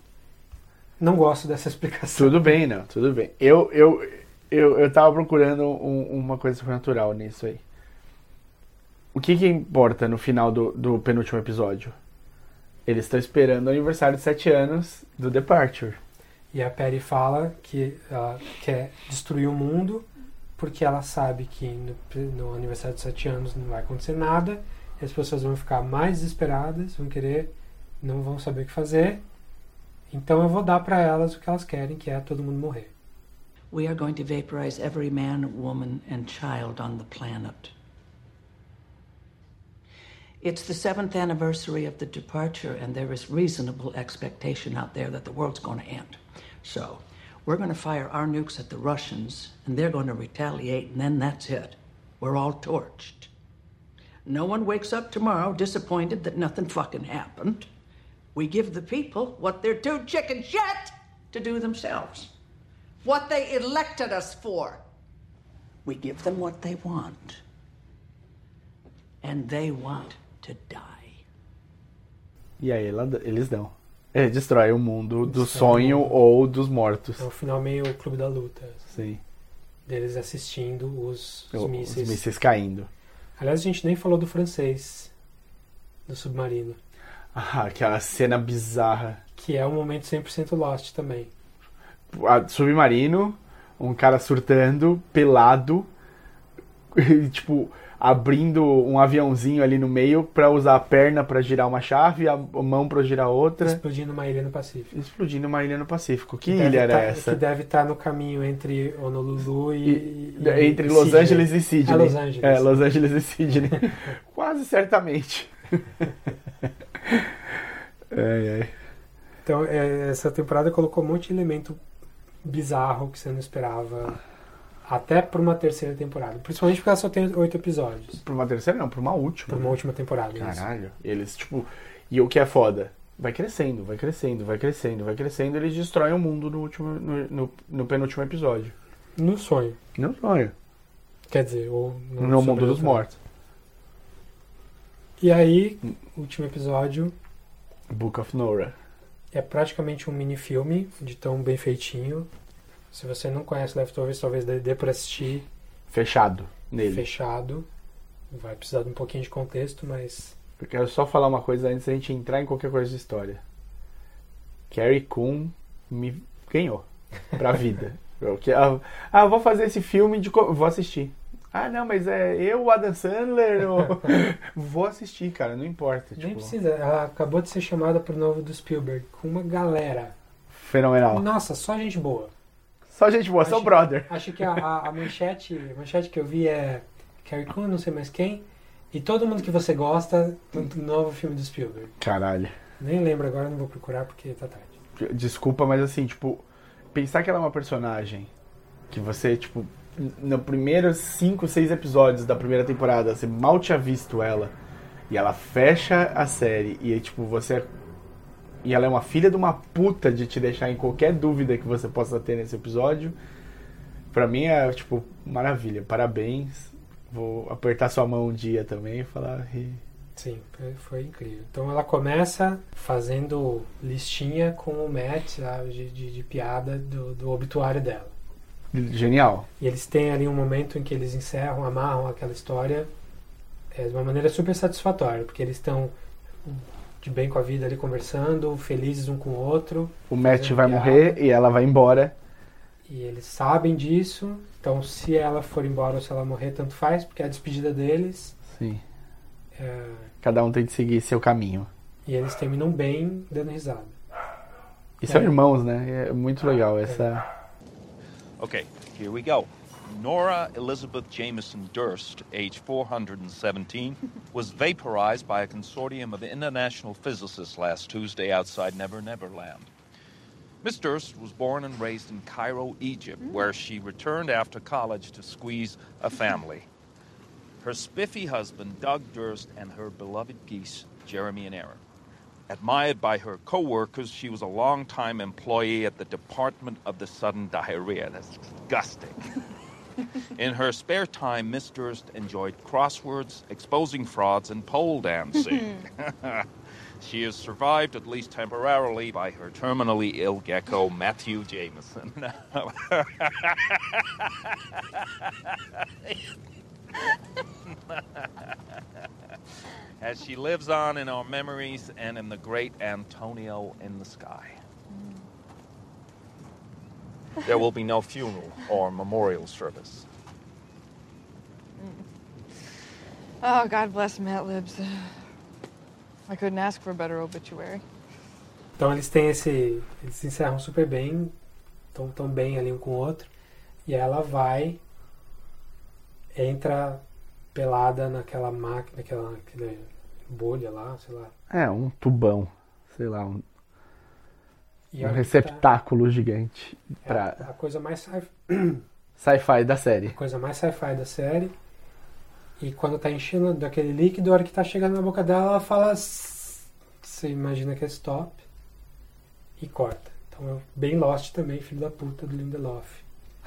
não gosto dessa explicação. Tudo bem, não, tudo bem. Eu, eu, eu, eu tava procurando um- uma coisa sobrenatural nisso aí. O que que importa no final do, do penúltimo episódio? Eles estão esperando o aniversário de sete anos do Departure. E a Perry fala que ela quer destruir o mundo porque ela sabe que no, no aniversário de sete anos não vai acontecer nada, e as pessoas vão ficar mais desesperadas, vão querer, não vão saber o que fazer. Então eu vou dar para elas o que elas querem, que é todo mundo morrer. We are going to vaporize every man, woman, and child on the planet. It's the seventh anniversary of the departure, and there is reasonable expectation out there that the world's going to end. So, we're going to fire our nukes at the Russians, and they're going to retaliate, and then that's it. We're all torched. No one wakes up tomorrow disappointed that nothing fucking happened. We give the people what they're too chicken shit to do themselves. What they elected us for. We give them what they want. And they want to die. E aí ela- eles dão. Ele destrói o mundo do Destrói sonho o mundo. ou dos mortos. É o final meio o Clube da Luta. Sim. Deles assistindo os, os O- mísseis. Os mísseis caindo. Aliás, a gente nem falou do francês. Do submarino. Ah, aquela cena bizarra. Que é um momento cem por cento Lost também. A- submarino, um cara surtando, pelado, e, tipo, abrindo um aviãozinho ali no meio pra usar a perna pra girar uma chave, a mão pra girar outra. Explodindo uma ilha no Pacífico. Explodindo uma ilha no Pacífico. Que Deve ilha era tá- essa? Que deve estar no caminho entre Honolulu e... E- e- entre e Los Sydney. Angeles e Sydney. É, Los Angeles. É, Los Angeles e Sydney. Quase certamente. ai, ai. Então, é, essa temporada colocou um monte de elemento bizarro que você não esperava. Até por uma terceira temporada. Principalmente porque ela só tem oito episódios. Por uma terceira não, por uma última. Por uma última temporada. isso. Caralho. Eles, tipo... E o que é foda? Vai crescendo, vai crescendo, vai crescendo, vai crescendo. Eles destroem o mundo no, último, no, no, no penúltimo episódio. No sonho. No sonho. Quer dizer, ou No, mundo sobrenatural. dos mortos. E aí, último episódio Book of Nora. é praticamente um mini-filme de tão bem feitinho. Se você não conhece Leftovers, talvez dê dê pra assistir Fechado nele. fechado. Vai precisar de um pouquinho de contexto, mas... Eu quero só falar uma coisa antes da gente entrar em qualquer coisa de história. Carrie Coon me ganhou pra vida. Eu que- ah, ah, vou fazer esse filme de... co- Vou assistir. Ah, não, mas é eu, o Adam Sandler. ou- Vou assistir, cara, não importa. Nem Tipo, precisa. Ela acabou de ser chamada pro novo do Spielberg com uma galera. fenomenal. Nossa, só gente boa. Só gente boa, só Acho- brother. Acho que a, a, a manchete, a manchete que eu vi é Carrie Coon, não sei mais quem, e todo mundo que você gosta do do novo filme do Spielberg. Caralho. Nem lembro agora, não vou procurar porque tá tarde. Desculpa, mas assim, tipo, pensar que ela é uma personagem que você, tipo, nos primeiros cinco, seis episódios da primeira temporada, você mal tinha visto ela, e ela fecha a série, e aí, tipo, você. E ela é uma filha de uma puta de te deixar em qualquer dúvida que você possa ter nesse episódio. Pra mim é, tipo, maravilha. Parabéns. Vou apertar sua mão um dia também e falar... Sim, foi, foi incrível. Então ela começa fazendo listinha com o Matt, sabe, de, de, de piada do, do obituário dela. Genial. E eles têm ali um momento em que eles encerram, amarram aquela história é, de uma maneira super satisfatória, porque eles estão de bem com a vida ali conversando, felizes um com o outro. O Matt vai piada. morrer e ela vai embora. E eles sabem disso, então se ela for embora ou se ela morrer, tanto faz, porque é a despedida deles. Sim. É... Cada um tem que seguir seu caminho. E eles terminam bem, dando risada. E são é. irmãos, né? É muito legal essa... É. Okay, here we go. Nora Elizabeth Jameson Durst, age four hundred seventeen, was vaporized by a consortium of international physicists last Tuesday outside Never Never Land. Miss Durst was born and raised in Cairo, Egypt, where she returned after college to squeeze a family. Her spiffy husband, Doug Durst, and her beloved geese, Jeremy and Aaron. Admired by her co-workers, she was a long-time employee at the Department of the Sudden Diarrhea. That's disgusting. In her spare time, Miss Durst enjoyed crosswords, exposing frauds, and pole dancing. She is survived, at least temporarily, by her terminally ill gecko, Matthew Jameson. As she lives on in our memories and in the great Antonio in the sky. There will be no funeral or memorial service. Oh, God bless Matt Libs. I couldn't ask for a better obituary. Então eles têm esse... Eles se encerram super bem, estão tão bem ali um com o outro, e ela vai, entra pelada naquela máquina, naquela, naquela bolha lá, sei lá. É, um tubão, sei lá, um, e um receptáculo tá... gigante. É pra... a coisa mais sci... sci-fi da série. A coisa mais sci-fi da série. E quando tá enchendo daquele líquido, a hora que tá chegando na boca dela, ela fala... Você imagina que é stop. E corta. Então é bem Lost também, filho da puta do Lindelof.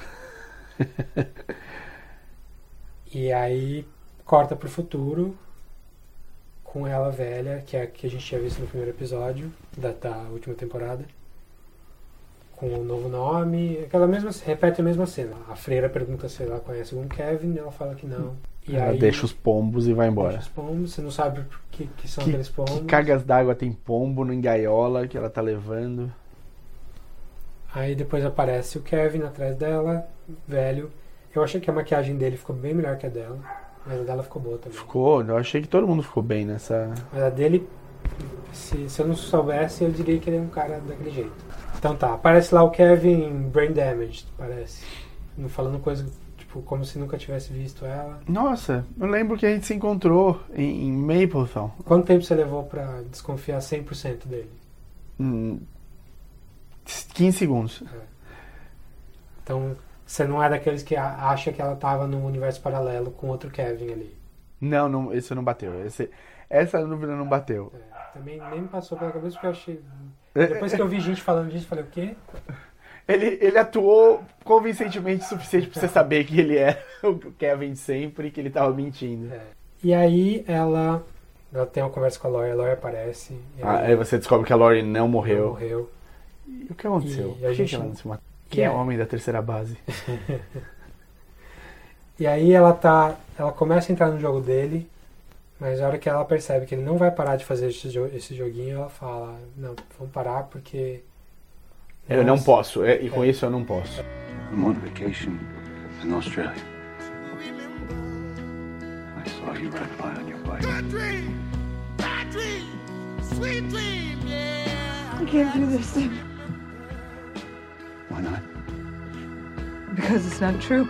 E aí corta pro futuro com ela velha, que é a que a gente tinha visto no primeiro episódio da, da última temporada, com um novo nome, aquela mesma, repete a mesma cena. A freira pergunta se ela conhece algum Kevin, ela fala que não. E ela aí, deixa os pombos e vai embora. Deixa os pombos, você não sabe o que, que são que, aqueles pombos. Que cargas d'água tem pombo em gaiola que ela tá levando. Aí depois aparece o Kevin atrás dela, velho. Eu achei que a maquiagem dele ficou bem melhor que a dela, mas a dela ficou boa também. Ficou, eu achei que todo mundo ficou bem nessa... Mas a dele, se, se eu não soubesse, eu diria que ele é um cara daquele jeito. Então tá, aparece lá o Kevin Brain Damaged, parece. Falando coisa, tipo, como se nunca tivesse visto ela. Nossa, eu lembro que a gente se encontrou em, em Maplethorpe. Quanto tempo você levou pra desconfiar cem por cento dele? Hum, quinze segundos. É. Então... Você não é daqueles que acha que ela tava num universo paralelo com outro Kevin ali. Não, não, isso não bateu. Esse, essa dúvida não bateu. É, também nem me passou pela cabeça porque eu achei... Depois que eu vi gente falando disso, eu falei, o quê? Ele, ele atuou convincentemente o suficiente pra você saber que ele é o Kevin sempre e que ele tava mentindo. É. E aí ela, ela tem uma conversa com a Lori, a Lori aparece. E ah, aí você descobre que a Lori não morreu. Não morreu. E o que aconteceu? E a Por gente... que ela não se matou? Quem é o homem da terceira base? E aí ela tá. Ela começa a entrar no jogo dele, mas a hora que ela percebe que ele não vai parar de fazer esse, jo- esse joguinho, ela fala, não, vamos parar porque. Eu não posso, e com é. isso eu não posso. I'm on vacation in Australia. I saw you ride by on your bike. Good dream, bad dream, sweet dream, yeah. I can't do this. Why not? Because it's not true.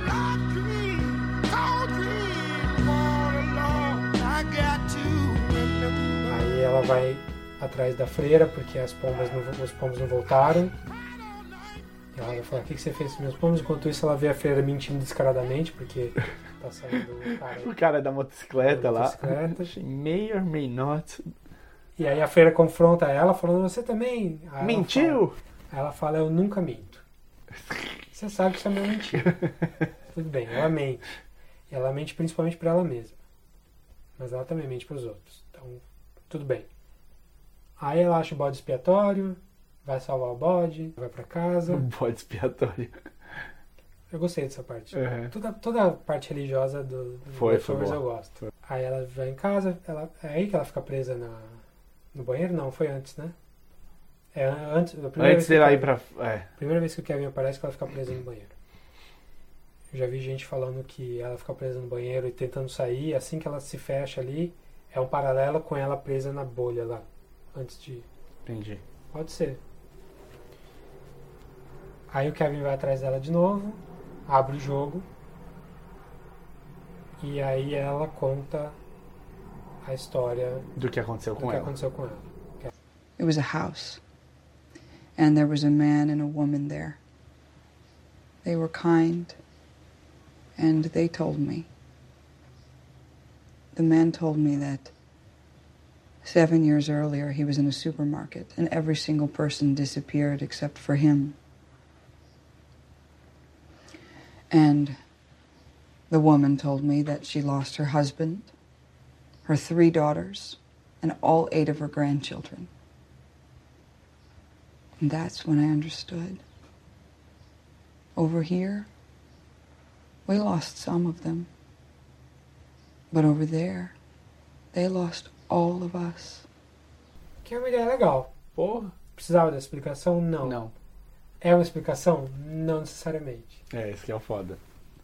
Aí ela vai atrás da freira porque as pombas não, os pombos não voltaram. E ela vai falar, o que, que você fez com meus pombos? Enquanto isso ela vê a freira mentindo descaradamente porque tá saindo o cara, o cara da motocicleta, da motocicleta lá. May or may not. E aí a freira confronta ela falando, você também? Aí mentiu? Ela fala, ela fala, eu nunca minto. Você sabe que isso é uma mentira. Tudo bem, ela mente. E ela mente principalmente pra ela mesma. Mas ela também mente pros outros. Então, tudo bem. Aí ela acha o bode expiatório, vai salvar o bode, vai pra casa. O bode expiatório. Eu gostei dessa parte. Uhum. Toda, toda a parte religiosa do, do foi, foi eu gosto. Foi. Aí ela vai em casa, ela, é aí que ela fica presa na, no banheiro? Não, foi antes, né? É antes, a primeira antes vez dela que ir pra... É. Primeira vez que o Kevin aparece que ela fica presa no banheiro. Eu já vi gente falando que ela fica presa no banheiro e tentando sair, assim que ela se fecha ali, é um paralelo com ela presa na bolha lá, antes de... Entendi. Pode ser. Aí o Kevin vai atrás dela de novo, abre o jogo, e aí ela conta a história do que aconteceu do com que ela. aconteceu com ela. It was a house, and there was a man and a woman there. They were kind, and they told me. The man told me that seven years earlier he was in a supermarket, and every single person disappeared except for him. And the woman told me that she lost her husband, her three daughters, and all eight of her grandchildren. And that's when I understood. Over here, we lost some of them. But over there, they lost all of us. Que é uma ideia legal. Porra. Precisava da explicação? Não. Não. É uma explicação? Não necessariamente. É, esse que é o foda.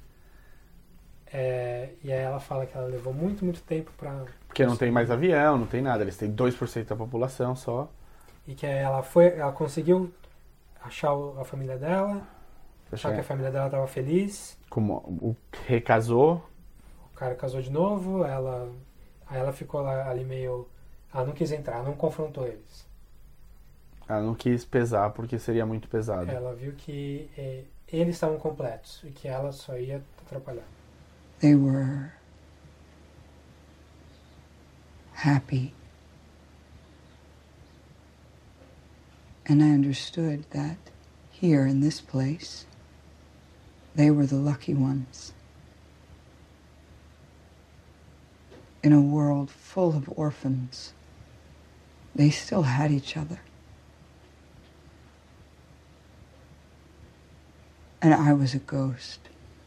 É, e aí ela fala que ela levou muito, muito tempo pra... Porque não tem mais avião, não tem nada. Eles têm dois por cento da população só. E que ela foi, ela conseguiu achar a família dela, achar que a família dela estava feliz. Como o recasou. O cara casou de novo, ela, aí ela ficou lá, ali meio... Ela não quis entrar, não confrontou eles. Ela não quis pesar porque seria muito pesado. Ela viu que eh, eles estavam completos e que ela só ia atrapalhar. They were happy. And I understood that here in this place, they were the lucky ones. In a world full of orphans, they still had each other. And I was a ghost.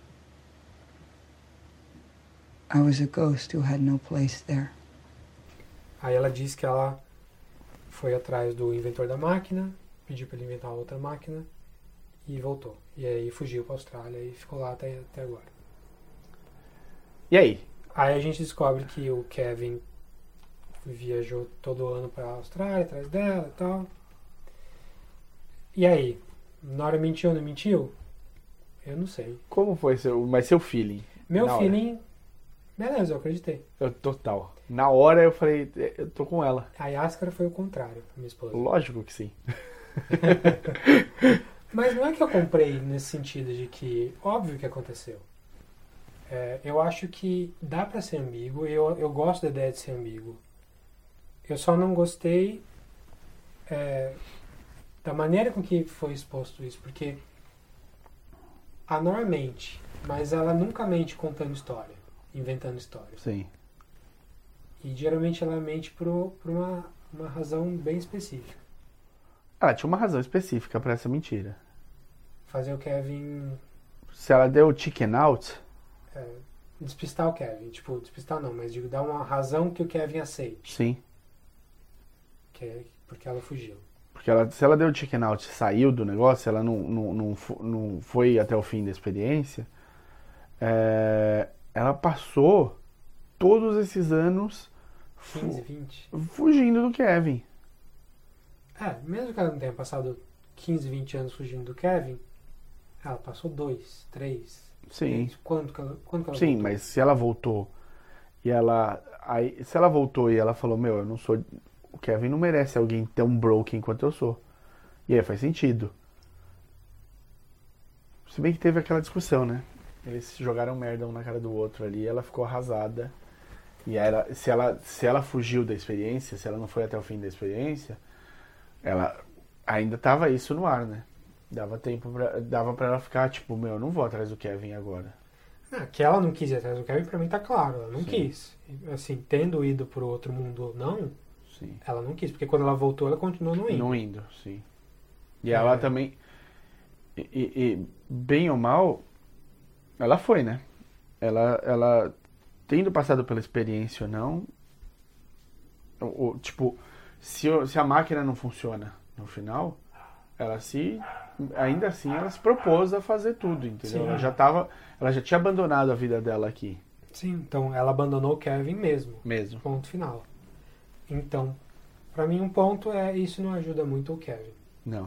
I was a ghost who had no place there. Aí ela diz que ela foi atrás do inventor da máquina, pediu para ele inventar outra máquina e voltou. E aí fugiu para a Austrália e ficou lá até, até agora. E aí? Aí a gente descobre que o Kevin viajou todo ano para a Austrália, atrás dela e tal. E aí? Nora mentiu ou não mentiu? Eu não sei. Como foi seu, mas seu feeling? Meu feeling... Beleza, eu acreditei. Eu, total. Na hora eu falei, eu tô com ela. A Yaskara foi o contrário, minha esposa. Lógico que sim. Mas não é que eu comprei nesse sentido de que, óbvio que aconteceu. É, eu acho que dá pra ser ambíguo, eu, eu gosto da ideia de ser ambíguo. Eu só não gostei é, da maneira com que foi exposto isso, porque a Nora mente, mas ela nunca mente contando história, inventando história. Sim. E geralmente ela mente por, por uma, uma razão bem específica. Ela tinha uma razão específica pra essa mentira. Fazer o Kevin... Se ela deu chicken out... É, despistar o Kevin. Tipo, despistar não, mas digo, dar uma razão que o Kevin aceite. Sim. Que é porque ela fugiu. Porque ela, se ela deu chicken out e saiu do negócio, ela não, não, não, não foi até o fim da experiência, é, ela passou todos esses anos quinze, vinte fugindo do Kevin. É, mesmo que ela não tenha passado quinze, vinte anos fugindo do Kevin, ela passou dois, três. Sim. Quando que ela, quando que ela Sim, voltou? mas se ela voltou e ela. Aí, se ela voltou e ela falou, meu, eu não sou. O Kevin não merece alguém tão broken quanto eu sou. E aí faz sentido. Se bem que teve aquela discussão, né? Eles jogaram merda um na cara do outro ali, ela ficou arrasada. E ela, se, ela, se ela fugiu da experiência, se ela não foi até o fim da experiência, ela ainda tava isso no ar, né? Dava tempo pra, dava pra ela ficar, tipo, meu, eu não vou atrás do Kevin agora. Ah, que ela não quis ir atrás do Kevin, pra mim tá claro. Ela não Sim. quis. Assim, tendo ido pro outro mundo ou não, sim. ela não quis. Porque quando ela voltou, ela continuou não indo. Não indo, sim. E É. ela também... E, e- e, bem ou mal, ela foi, né? Ela, ela tendo passado pela experiência ou não, o, o- tipo, se, o- se a máquina não funciona no final, ela se... Ainda assim, ela se propôs a fazer tudo, entendeu? Sim. Ela já tava... Ela já tinha abandonado a vida dela aqui. Sim, então ela abandonou o Kevin mesmo. Mesmo. Ponto final. Então, pra mim um ponto é isso não ajuda muito o Kevin. Não.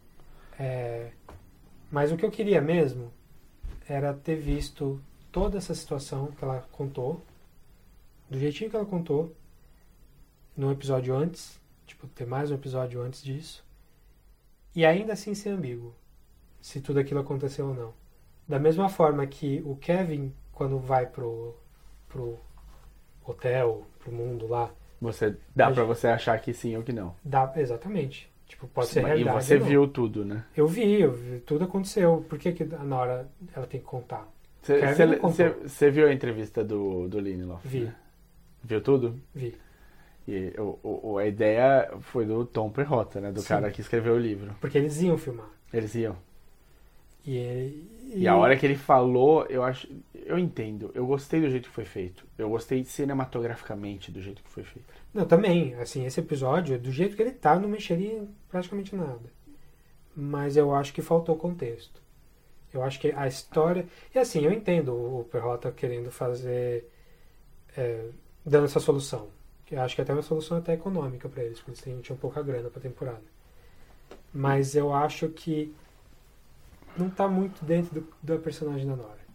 É, mas o que eu queria mesmo era ter visto toda essa situação que ela contou, do jeitinho que ela contou, no episódio antes, tipo, ter mais um episódio antes disso, e ainda assim ser ambíguo, se tudo aquilo aconteceu ou não. Da mesma forma que o Kevin, quando vai pro, pro hotel, pro mundo lá, Você, dá A pra gente- você achar que sim ou que não. dá, exatamente. Tipo, pode ser E realidade. você ou não. viu tudo, né? Eu vi, eu vi, tudo aconteceu. Por que, que a Nora ela tem que contar? Kevin não contou. Você viu a entrevista do, do Lindelof? Vi. Né? Viu tudo? Vi. E o, o, a ideia foi do Tom Perrotta, né? Do Sim. cara que escreveu o livro. Porque eles iam filmar. Eles iam. E, ele- E a hora que ele falou, eu acho... Eu entendo. Eu gostei do jeito que foi feito. Eu gostei cinematograficamente do jeito que foi feito. Não, também. Assim, esse episódio, do jeito que ele tá, não mexeria em praticamente nada. Mas eu acho que faltou contexto. Eu acho que a história... E assim, eu entendo o Perrotta querendo fazer... é, dando essa solução. Que eu acho que até uma solução até econômica pra eles, porque eles têm- tinham pouca grana pra temporada. Mas eu acho que não tá muito dentro do, da personagem da Nora.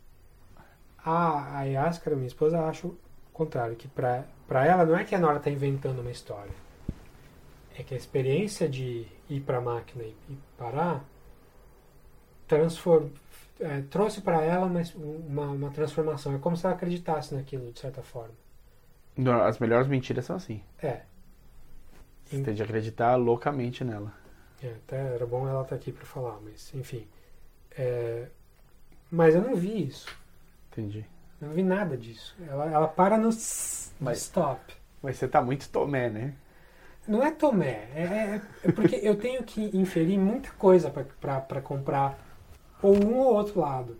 A, a Yaskara, minha esposa, acha o contrário, que pra, pra ela não é que a Nora tá inventando uma história. É que a experiência de ir pra máquina e, e parar transform, é, trouxe pra ela uma, uma, uma transformação. É como se ela acreditasse naquilo, de certa forma. Não, as melhores mentiras são assim. É. Você tem de acreditar loucamente nela. É, até era bom ela estar aqui pra falar, mas enfim. É, mas eu não vi isso. Entendi. Eu não vi nada disso. Ela, ela para no, s- no Mas- stop. Mas você tá muito Tomé, né? Não é Tomé. É, é- é porque eu tenho que inferir muita coisa pra- pra pra comprar ou um ou outro lado.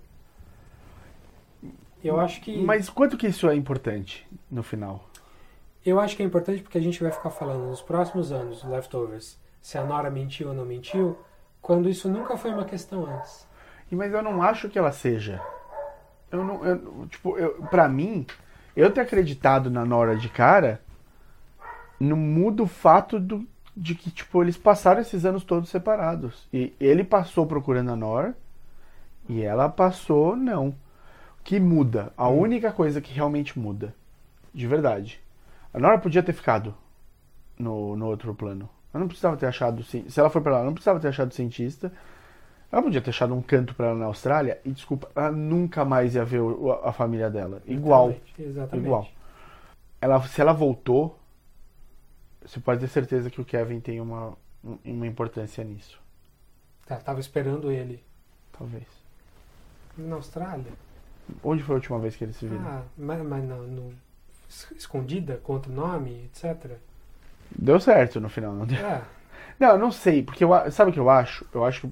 Eu acho que... Mas quanto que isso é importante no final? Eu acho que é importante porque a gente vai ficar falando nos próximos anos, Leftovers, se a Nora mentiu ou não mentiu, quando isso nunca foi uma questão antes. E, mas eu não acho que ela seja. Eu não, eu, tipo, eu, pra mim, eu ter acreditado na Nora de cara não muda o fato do, de que, tipo, eles passaram esses anos todos separados. E ele passou procurando a Nora e ela passou não. O que muda? A única coisa que realmente muda, de verdade. A Nora podia ter ficado no, no outro plano. Ela não precisava ter achado... ci- Se ela for pra lá, ela não precisava ter achado cientista. Ela podia ter achado um canto pra ela na Austrália. E, desculpa, ela nunca mais ia ver o- a família dela. Igual. Exatamente, exatamente. Igual. Ela, se ela voltou, você pode ter certeza que o Kevin tem uma, um- uma importância nisso. Tá, tava esperando ele. Talvez. Na Austrália? Onde foi a última vez que eles se viram? Ah, mas, mas não, no, es- escondida, com outro nome, etcétera. Deu certo no final, não deu? É. Não, eu não sei, porque eu, a- sabe o que eu acho? Eu acho que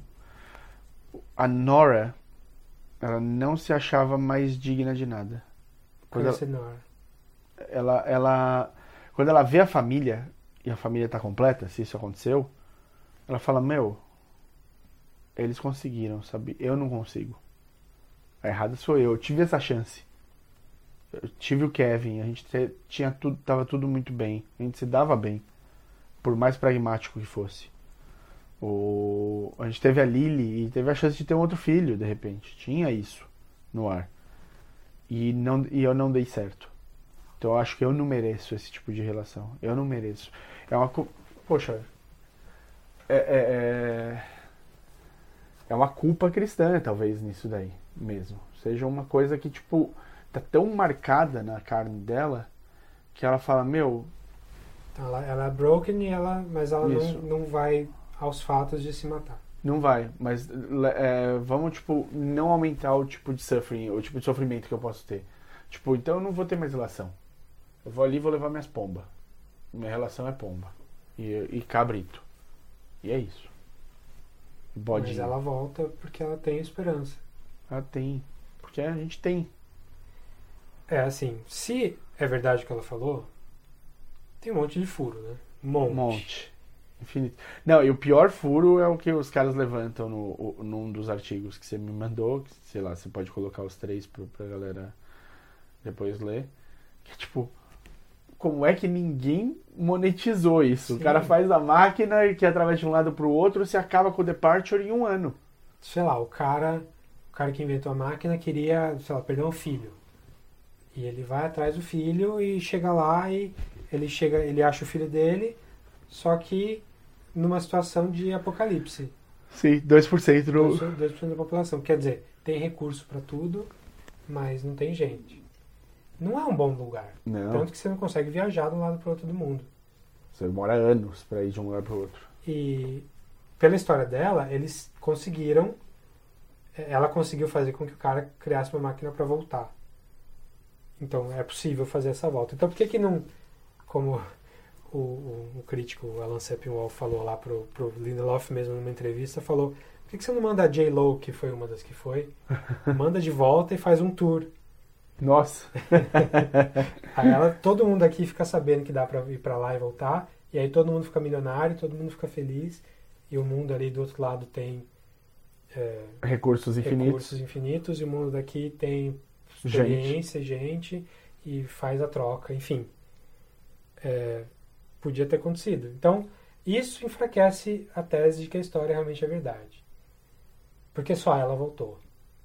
a Nora, ela não se achava mais digna de nada. Quando ela, Conhece Nora. ela, ela, quando ela vê a família, e a família tá completa, se isso aconteceu, ela fala, meu, eles conseguiram, sabe? Eu não consigo. A errada sou eu, eu tive essa chance. Eu tive o Kevin, a gente te- tinha tudo, tava tudo muito bem, a gente se dava bem, por mais pragmático que fosse. O, a gente teve a Lily e teve a chance de ter um outro filho, de repente. Tinha isso no ar. E, não, e eu não dei certo. Então eu acho que eu não mereço esse tipo de relação. Eu não mereço. É uma... cu- Poxa... É, é, é... é uma culpa cristã, talvez, nisso daí mesmo. Seja uma coisa que, tipo, tá tão marcada na carne dela que ela fala, meu... Ela, ela é broken, e ela, mas ela Isso. não, não vai aos fatos de se matar. Não vai, mas é, vamos, tipo, não aumentar o tipo de suffering, o tipo de sofrimento que eu posso ter. Tipo, então eu não vou ter mais relação. Eu vou ali e vou levar minhas pombas. Minha relação é pomba. E, e cabrito. E é isso. Bodinho. Mas ela volta porque ela tem esperança. Ela tem. Porque a gente tem. É, assim, se é verdade o que ela falou, tem um monte de furo, né? Um monte. Um monte. Infinito. Não, e o pior furo é o que os caras levantam no, num dos artigos que você me mandou, que, sei lá, você pode colocar os três pro, pra galera depois ler, que é tipo, como é que ninguém monetizou isso? Sim. O cara faz a máquina e que através de um lado pro outro se acaba com o Departure em um ano. Sei lá, o cara, o cara que inventou a máquina queria, sei lá, perder um filho. E ele vai atrás do filho e chega lá e ele chega, ele acha o filho dele, só que numa situação de apocalipse. Sim, dois por cento no... dois por cento da população. Quer dizer, tem recurso para tudo, mas não tem gente. Não é um bom lugar. Não. Tanto que você não consegue viajar de um lado para o outro do mundo. Você demora anos para ir de um lugar para o outro. E pela história dela, eles conseguiram... Ela conseguiu fazer com que o cara criasse uma máquina para voltar. Então é possível fazer essa volta. Então por que que não... Como... O, o, o crítico Alan Sepinwall falou lá pro, pro Lindelof mesmo numa entrevista, falou, por que, que você não manda a J-Lo, que foi uma das que foi, manda de volta e faz um tour. Nossa! Aí ela, todo mundo aqui fica sabendo que dá pra ir pra lá e voltar, e aí todo mundo fica milionário, todo mundo fica feliz, e o mundo ali do outro lado tem é, recursos infinitos. recursos infinitos, e o mundo daqui tem experiência, gente, gente e faz a troca, enfim. É, podia ter acontecido. Então, isso enfraquece a tese de que a história realmente é verdade. Porque só ela voltou.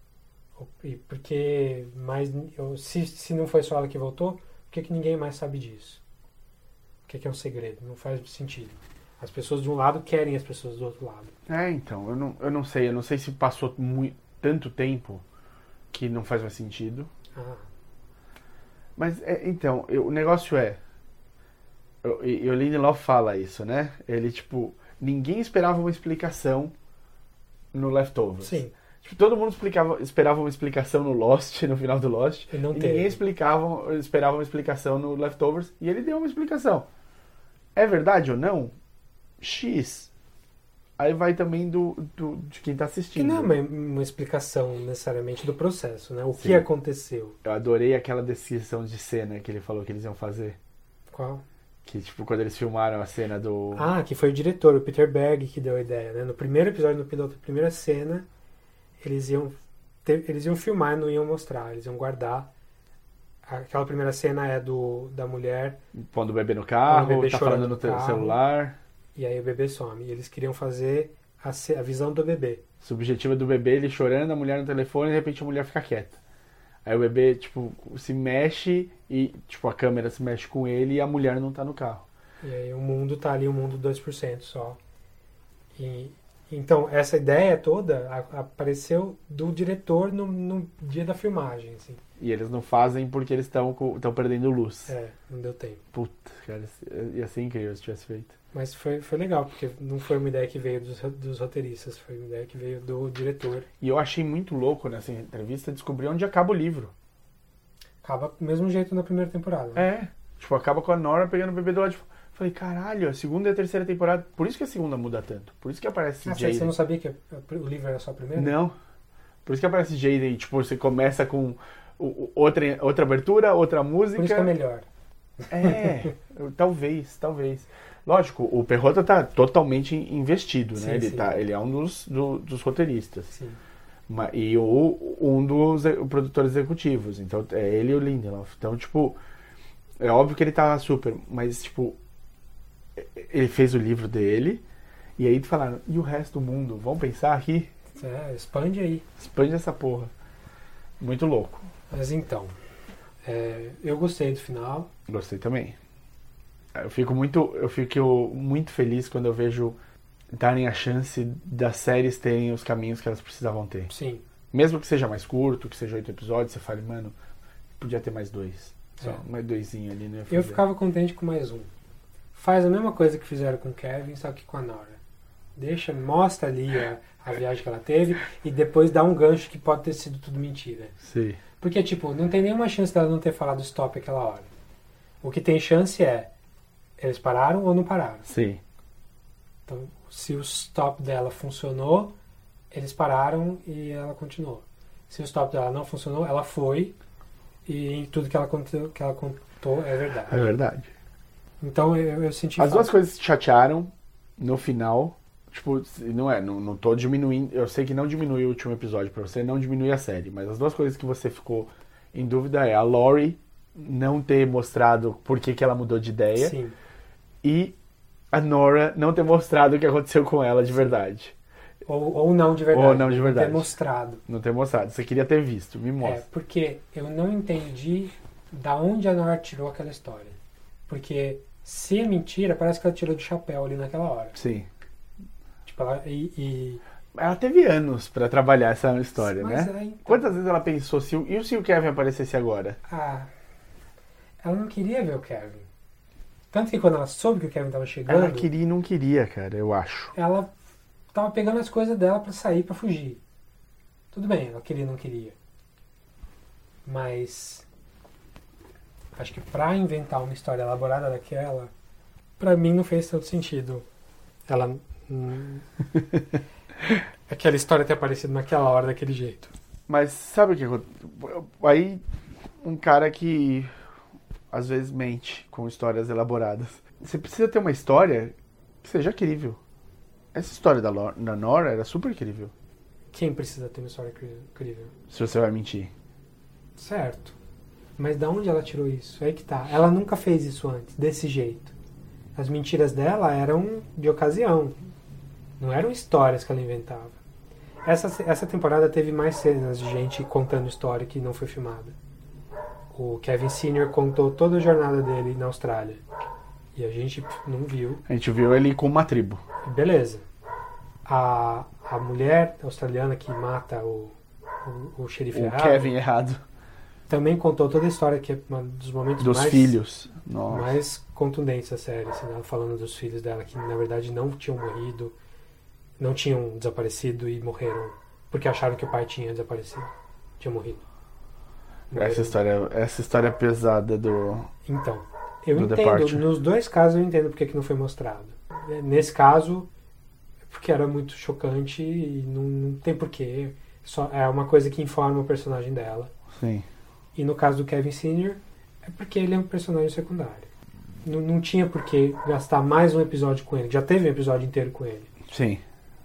E porque mais, se, se não foi só ela que voltou, por que, que ninguém mais sabe disso? Por que, que é um segredo? Não faz sentido. As pessoas de um lado querem as pessoas do outro lado. É, então, eu não, eu não sei. Eu não sei se passou muito, tanto tempo que não faz mais sentido. Ah. Mas, é, então, eu, o negócio é... E o Lindelof fala isso, né? Ele, tipo, ninguém esperava uma explicação no Leftovers. Sim. Tipo, todo mundo explicava, esperava uma explicação no Lost, no final do Lost. E, não e teve. ninguém explicava, esperava uma explicação no Leftovers. E ele deu uma explicação. É verdade ou não? X. Aí vai também do, do, de quem tá assistindo. Que não é uma, uma explicação necessariamente do processo, né? O Sim. que aconteceu. Eu adorei aquela descrição de cena que ele falou que eles iam fazer. Qual? Que, tipo, quando eles filmaram a cena do... Ah, que foi o diretor, o Peter Berg, que deu a ideia, né? No primeiro episódio, no piloto, a primeira cena, eles iam, ter, eles iam filmar, não iam mostrar, eles iam guardar. Aquela primeira cena é do da mulher... Pondo o bebê no carro, o bebê tá falando no, no carro, celular. E aí o bebê some. E eles queriam fazer a, a visão do bebê. Subjetiva do bebê, ele chorando, a mulher no telefone, e de repente a mulher fica quieta. Aí o bebê, tipo, se mexe e, tipo, a câmera se mexe com ele e a mulher não tá no carro. E aí o mundo tá ali, o mundo dois por cento só. E, então, essa ideia toda a, apareceu do diretor no, no dia da filmagem, assim. E eles não fazem porque eles estão perdendo luz. É, não deu tempo. Puta, cara, ia ser incrível se tivesse feito. Mas foi, foi legal, porque não foi uma ideia que veio dos, dos roteiristas, foi uma ideia que veio do diretor. E eu achei muito louco nessa entrevista descobrir onde acaba o livro. Acaba do mesmo jeito na primeira temporada. Né? É, tipo, acaba com a Nora pegando o bebê do lado de... Falei, caralho, a segunda e a terceira temporada... Por isso que a segunda muda tanto. Por isso que aparece ah, Jaden. Você não sabia que o livro era só a primeira? Não. Por isso que aparece Jaden, tipo, você começa com outra, outra abertura, outra música... Por isso que é melhor. É, talvez, talvez. Lógico, o Perrotta tá totalmente investido, né? Sim, ele, sim. Tá, ele é um dos, do, dos roteiristas. Sim. E o, um dos produtores executivos. Então, é ele e o Lindelof. Então, tipo, é óbvio que ele tá super, mas, tipo, ele fez o livro dele, e aí falaram, e o resto do mundo? Vamos pensar aqui? É, expande aí. Expande essa porra. Muito louco. Mas então, é, eu gostei do final. Gostei também. Eu fico muito, eu fico muito feliz quando eu vejo darem a chance das séries terem os caminhos que elas precisavam ter. Sim. Mesmo que seja mais curto, que seja oito episódios, você fale, mano, podia ter mais dois. Só é. mais doisinho ali, né? Eu ficava contente com mais um. Faz a mesma coisa que fizeram com o Kevin, só que com a Nora. Deixa, mostra ali a, a viagem que ela teve e depois dá um gancho que pode ter sido tudo mentira. Sim. Porque, tipo, não tem nenhuma chance dela não ter falado stop aquela hora. O que tem chance é eles pararam ou não pararam. Sim. Então, se o stop dela funcionou, eles pararam e ela continuou. Se o stop dela não funcionou, ela foi e tudo que ela contou, que ela contou é verdade. É verdade. Então eu, eu senti As falta. duas coisas te chatearam no final. Tipo, não é, não, não tô diminuindo. Eu sei que não diminui o último episódio pra você, não diminui a série. Mas as duas coisas que você ficou em dúvida é a Laurie não ter mostrado por que, que ela mudou de ideia. Sim. E a Nora não ter mostrado o que aconteceu com ela de verdade. Ou, ou não de verdade. Ou não de verdade. Não ter mostrado. Não ter mostrado. Você queria ter visto. Me mostra. É, porque eu não entendi da onde a Nora tirou aquela história. Porque se é mentira, parece que ela tirou do chapéu ali naquela hora. Sim. Tipo, ela... E, e... Ela teve anos pra trabalhar essa história, Mas né? é, então... Quantas vezes ela pensou, se o, e se o Kevin aparecesse agora? Ah, ela não queria ver o Kevin. Tanto que quando ela soube que o Kevin tava chegando... Ela queria e não queria, cara, eu acho. Ela tava pegando as coisas dela pra sair, pra fugir. Tudo bem, ela queria e não queria. Mas... acho que pra inventar uma história elaborada daquela, pra mim não fez tanto sentido. Ela... Hum, aquela história ter aparecido naquela hora, daquele jeito. Mas sabe o que aconteceu? Aí, um cara que às vezes mente com histórias elaboradas. Você precisa ter uma história que seja crível. Essa história da, Lor- da Nora era super crível. Quem precisa ter uma história crível? Se você vai mentir. Certo. Mas da onde ela tirou isso? É aí que tá. Ela nunca fez isso antes, desse jeito. As mentiras dela eram de ocasião. Não eram histórias que ela inventava. Essa, essa temporada teve mais cenas de gente contando história que não foi filmada. O Kevin Senior contou toda a jornada dele na Austrália. E a gente não viu. A gente viu ele com uma tribo. Beleza. A, a mulher australiana que mata o, o, o xerife O errado, Kevin errado. também contou toda a história, que é um dos momentos Dos mais, filhos. Nossa. mais contundentes da série. Assim, ela falando dos filhos dela, que na verdade não tinham morrido, não tinham desaparecido e morreram porque acharam que o pai tinha desaparecido, tinha morrido. Morreram. Essa história, essa história pesada do... Então, eu do entendo, Departure. nos dois casos eu entendo porque que não foi mostrado. Nesse caso, porque era muito chocante e não, não tem porquê. Só, é uma coisa que informa o personagem dela. Sim. E no caso do Kevin Senior, é porque ele é um personagem secundário. Não, não tinha por que gastar mais um episódio com ele. Já teve um episódio inteiro com ele. Sim.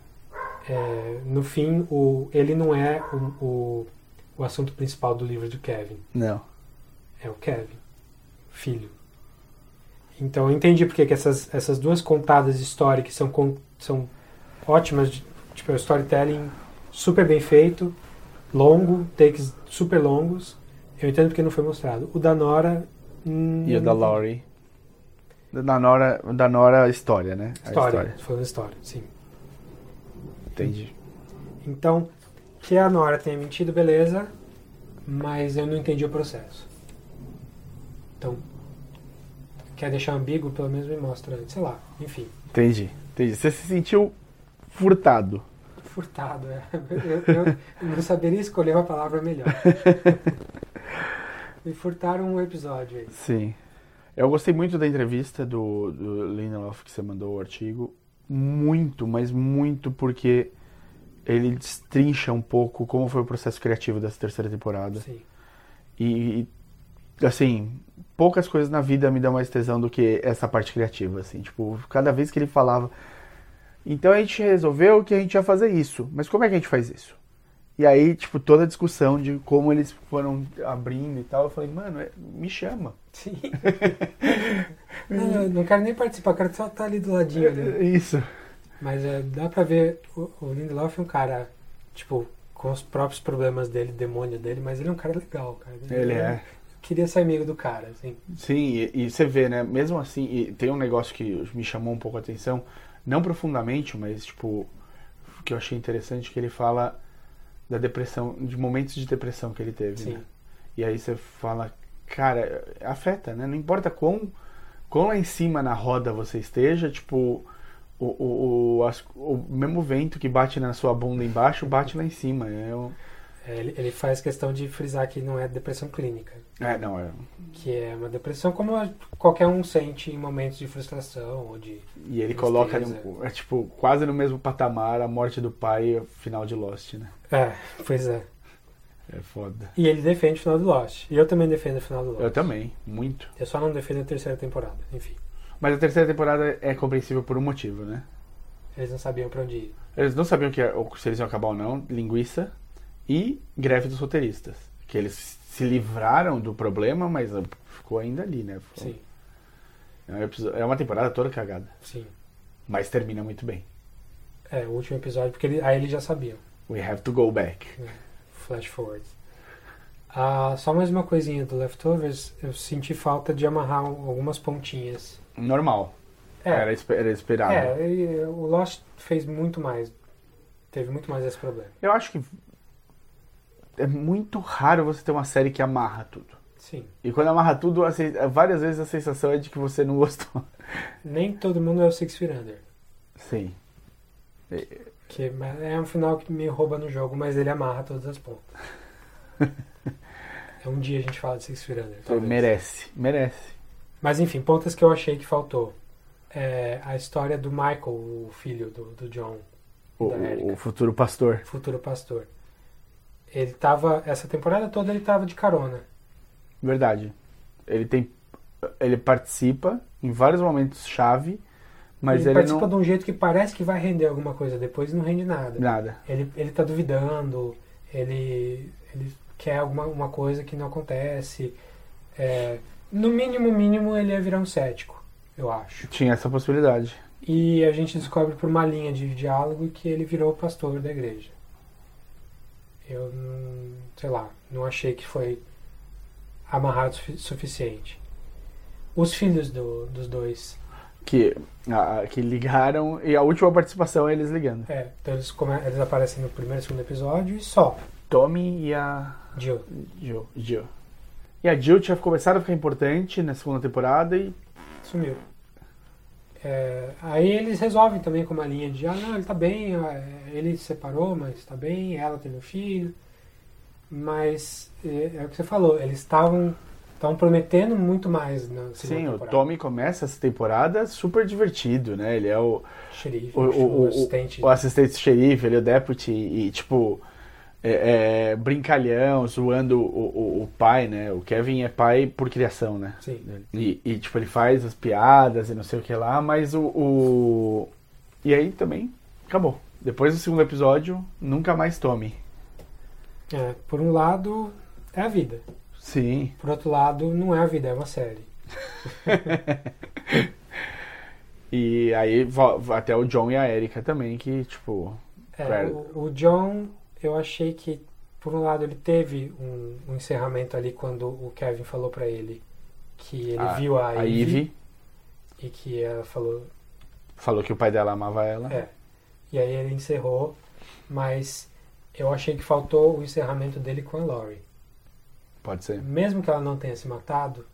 É, no fim, o, ele não é o, o, o assunto principal do livro do Kevin. Não. É o Kevin, filho. Então eu entendi porque que essas, essas duas contadas de história que são, con- são ótimas, de, tipo, é um storytelling super bem feito, longo, takes super longos. Eu entendo porque não foi mostrado. O da Nora... Hum, E o da Laurie. Da Nora, da Nora, a história, né? A História, história. falando história, sim. Entendi. Então, que a Nora tenha mentido, beleza, mas eu não entendi o processo. Então, quer deixar ambíguo, pelo menos me mostra, sei lá, enfim. Entendi. Entendi. Você se sentiu furtado. Furtado, é. Eu, eu, eu não saberia escolher uma palavra melhor. Me furtaram um episódio aí. Sim. Eu gostei muito da entrevista do, do Lindelof que você mandou o artigo. Muito, mas muito, porque ele destrincha um pouco como foi o processo criativo dessa terceira temporada. Sim. E, assim, poucas coisas na vida me dão mais tesão do que essa parte criativa, assim. Tipo, cada vez que ele falava... Então a gente resolveu que a gente ia fazer isso. Mas como é que a gente faz isso? E aí, tipo, toda a discussão de como eles foram abrindo e tal, eu falei, mano, é, me chama. Sim. não, não quero nem participar, quero só estar ali do ladinho. Ali. Isso. Mas é, dá pra ver, o, o Lindelof é um cara, tipo, com os próprios problemas dele, demônio dele, mas ele é um cara legal, cara. Ele, ele é. Eu queria ser amigo do cara, assim. Sim, e, e você vê, né, mesmo assim, e tem um negócio que me chamou um pouco a atenção, não profundamente, mas, tipo, que eu achei interessante, que ele fala da depressão, de momentos de depressão que ele teve, Sim. né? E aí você fala, cara, afeta, né? Não importa quão, quão lá em cima na roda você esteja, tipo, O, o, o, as, o mesmo vento que bate na sua bunda embaixo, bate lá em cima. É, um... é, ele, ele faz questão de frisar que não é depressão clínica. É, não, é... Que é uma depressão como qualquer um sente em momentos de frustração ou de... E ele coloca, no, é tipo, quase no mesmo patamar a morte do pai e o final de Lost, né? É, pois é. É foda. E ele defende o final do Lost. E eu também defendo o final do Lost. Eu também, muito. Eu só não defendo a terceira temporada, enfim. Mas a terceira temporada é compreensível por um motivo, né? Eles não sabiam pra onde ir. Eles não sabiam que, se eles iam acabar ou não, linguiça e greve dos roteiristas. Que eles se livraram do problema, mas ficou ainda ali, né? Ficou... Sim. É uma temporada toda cagada. Sim. Mas termina muito bem. É, o último episódio, porque ele, aí eles já sabiam. We have to go back. É, flash forward. Ah, só mais uma coisinha do Leftovers. Eu senti falta de amarrar algumas pontinhas. Normal. É, era, era esperado. É, e o Lost fez muito mais. Teve muito mais esse problema. Eu acho que é muito raro você ter uma série que amarra tudo. Sim. E quando amarra tudo, várias vezes a sensação é de que você não gostou. Nem todo mundo é o Six Feet Under. Sim. Que é um final que me rouba no jogo, mas ele amarra todas as pontas. É um dia a gente fala de Six Feet Under. Talvez. Merece, merece. Mas enfim, pontas que eu achei que faltou. É a história do Michael, o filho do, do John. O, o futuro pastor. Futuro pastor. Ele tava, essa temporada toda ele tava de carona. Verdade. Ele tem, ele participa em vários momentos chave, mas ele, ele participa não... de um jeito que parece que vai render alguma coisa, depois não rende nada. Nada. Ele, ele tá duvidando, ele, ele quer alguma uma coisa que não acontece. É, no mínimo, mínimo, ele ia virar um cético, eu acho. Tinha essa possibilidade. E a gente descobre por uma linha de diálogo que ele virou o pastor da igreja. Eu não, sei lá, não achei que foi amarrado o suficiente. Os filhos do, dos dois. Que, a, que ligaram, e a última participação é eles ligando. É, então eles, come, eles aparecem no primeiro e segundo episódio e só. Tommy e a... Jill. Jill. Jill. E a Jill tinha começado a ficar importante na segunda temporada e... Sumiu. É, aí eles resolvem também com uma linha de ah, não, ele tá bem, ele se separou, mas tá bem, ela teve um filho. Mas é, é o que você falou, eles estavam estavam prometendo muito mais na segunda Sim, temporada. O Tommy começa essa temporada super divertido, né? Ele é o xerife, o, o, o assistente, o, o assistente xerife, ele é o deputy e tipo é, é, brincalhão, zoando o, o, o pai, né? O Kevin é pai por criação, né? Sim. E, e tipo ele faz as piadas e não sei o que lá, mas o, o... e aí também acabou. Depois do segundo episódio, nunca mais Tommy. É, por um lado, é a vida. Sim. Por outro lado, não é a vida, é uma série. E aí, até o John e a Erika também, que, tipo... É, pra... o, o John, eu achei que, por um lado, ele teve um, um encerramento ali quando o Kevin falou pra ele que ele a, viu a, a Ivy, Ivy. E que ela falou... Falou que o pai dela amava ela. É. E aí ele encerrou, mas... Eu achei que faltou o encerramento dele com a Laurie. Pode ser. Mesmo que ela não tenha se matado,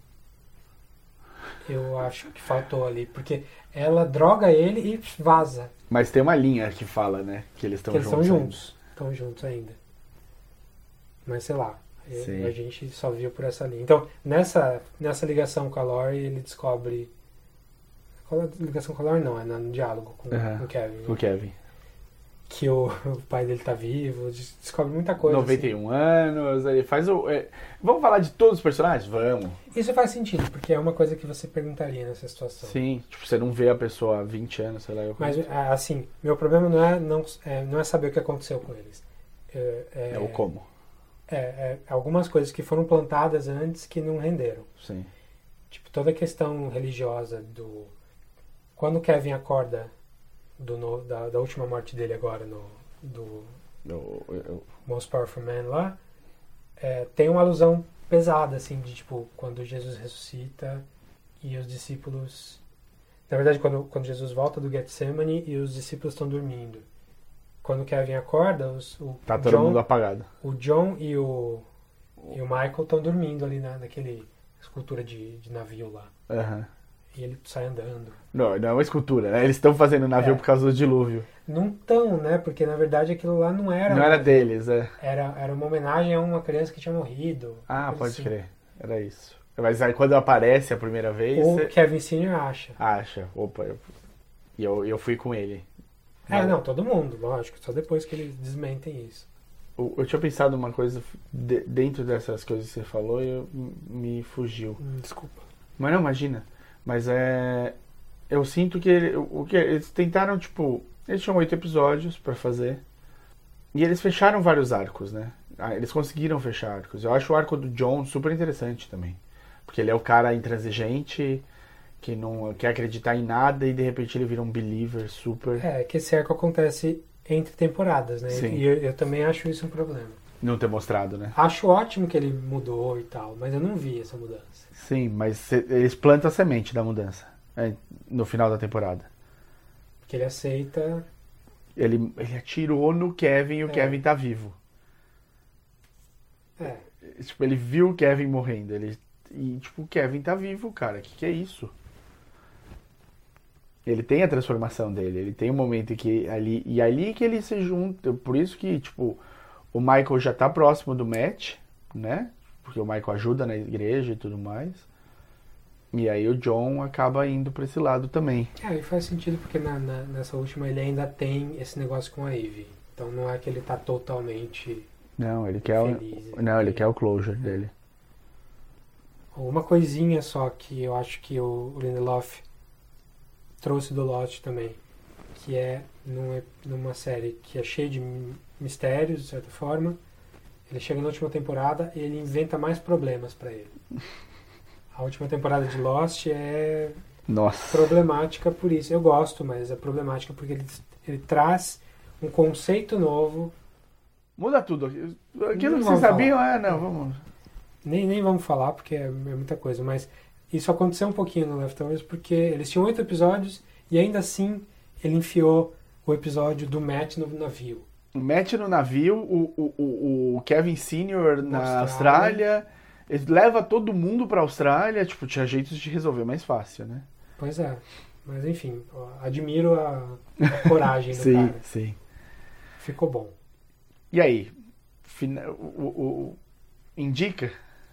eu acho que faltou ali. Porque ela droga ele e vaza. Mas tem uma linha que fala, né? Que eles estão juntos. Eles estão juntos. Estão juntos ainda. Mas sei lá. Sim. A gente só viu por essa linha. Então, nessa, nessa ligação com a Laurie, ele descobre... Qual é a ligação com a Laurie? Não, é no diálogo com, uhum. com o Kevin. Com o Kevin. Que o, o pai dele tá vivo, descobre muita coisa. noventa e um assim. anos, ele faz o... É... Vamos falar de todos os personagens? Vamos. Isso faz sentido, porque é uma coisa que você perguntaria nessa situação. Sim, tipo, você não vê a pessoa há vinte anos, sei lá. Eu Mas, assim, meu problema não é, não, é, não é saber o que aconteceu com eles. É, é, é o como. É, é algumas coisas que foram plantadas antes que não renderam. Sim. Tipo, toda a questão religiosa do... Quando o Kevin acorda... Do, no, da, da última morte dele agora no do eu, eu... Most Powerful Man lá, é, tem uma alusão pesada assim de tipo quando Jesus ressuscita e os discípulos, na verdade quando, quando Jesus volta do Getsemane e os discípulos estão dormindo, quando Kevin acorda os, o tá todo John, mundo apagado, o John e o e o Michael estão dormindo ali na, naquele escultura de, de navio lá. uhum. e ele sai andando. Não, não é uma escultura, né? Eles estão fazendo navio É. por causa do dilúvio. Não tão, né? Porque na verdade aquilo lá não era... Não era deles, é. Era, era uma homenagem a uma criança que tinha morrido. Ah, coisa pode assim. crer. Era isso. Mas aí quando aparece a primeira vez... O você Kevin Senior acha. acha. Opa, eu... e eu, eu fui com ele. É, não, todo mundo, lógico. Só depois que eles desmentem isso. Eu, eu tinha pensado uma coisa de- dentro dessas coisas que você falou e eu, me fugiu. Hum, Desculpa. Mas não, imagina. Mas é... Eu sinto que, ele, o que eles tentaram, tipo... Eles tinham oito episódios pra fazer. E eles fecharam vários arcos, né? Ah, eles conseguiram fechar arcos. Eu acho o arco do John super interessante também. Porque ele é o cara intransigente, que não quer acreditar em nada e de repente ele vira um believer super... É, que esse arco acontece entre temporadas, né? Sim. E eu, eu também acho isso um problema. Não ter mostrado, né? Acho ótimo que ele mudou e tal, mas eu não vi essa mudança. Sim, mas cê- eles plantam a semente da mudança. É, no final da temporada. Porque ele aceita... Ele, ele atirou no Kevin e o É. Kevin tá vivo. É, Tipo, ele viu o Kevin morrendo. Ele, e, tipo, o Kevin tá vivo, cara. Que que é isso? Ele tem a transformação dele. Ele tem um momento que ali... E ali que ele se junta. Por isso que, tipo, o Michael já tá próximo do Matt, né? Porque o Michael ajuda na igreja e tudo mais. E aí o John acaba indo pra esse lado também. é, e faz sentido porque na, na- nessa última ele ainda tem esse negócio com a Ivy. Então não é que ele tá totalmente... Não, ele quer Feliz, o, não, ele quer o closure dele. Uma coisinha só que eu acho que o Lindelof trouxe do Lost também, que é num, numa série que é cheia de mi- mistérios, de certa forma. Ele chega na última temporada e ele inventa mais problemas pra ele. A última temporada de Lost é Nossa. problemática por isso. Eu gosto, mas é problemática porque ele, ele traz um conceito novo. Muda tudo. Aquilo Não que vocês vamos sabiam, falar. é, não, vamos... Nem, nem vamos falar porque é, é muita coisa, mas isso aconteceu um pouquinho no Leftovers porque eles tinham oito episódios e ainda assim ele enfiou o episódio do Matt no navio. O Matt no navio, o, o, o, o Kevin Senior na Austrália. Austrália. Ele leva todo mundo pra Austrália. Tipo, tinha jeitos de resolver mais fácil, né? Pois é, mas enfim, ó, admiro a, a coragem do Sim, cara. sim. Ficou bom. E aí? Fina- o, o- o- indica?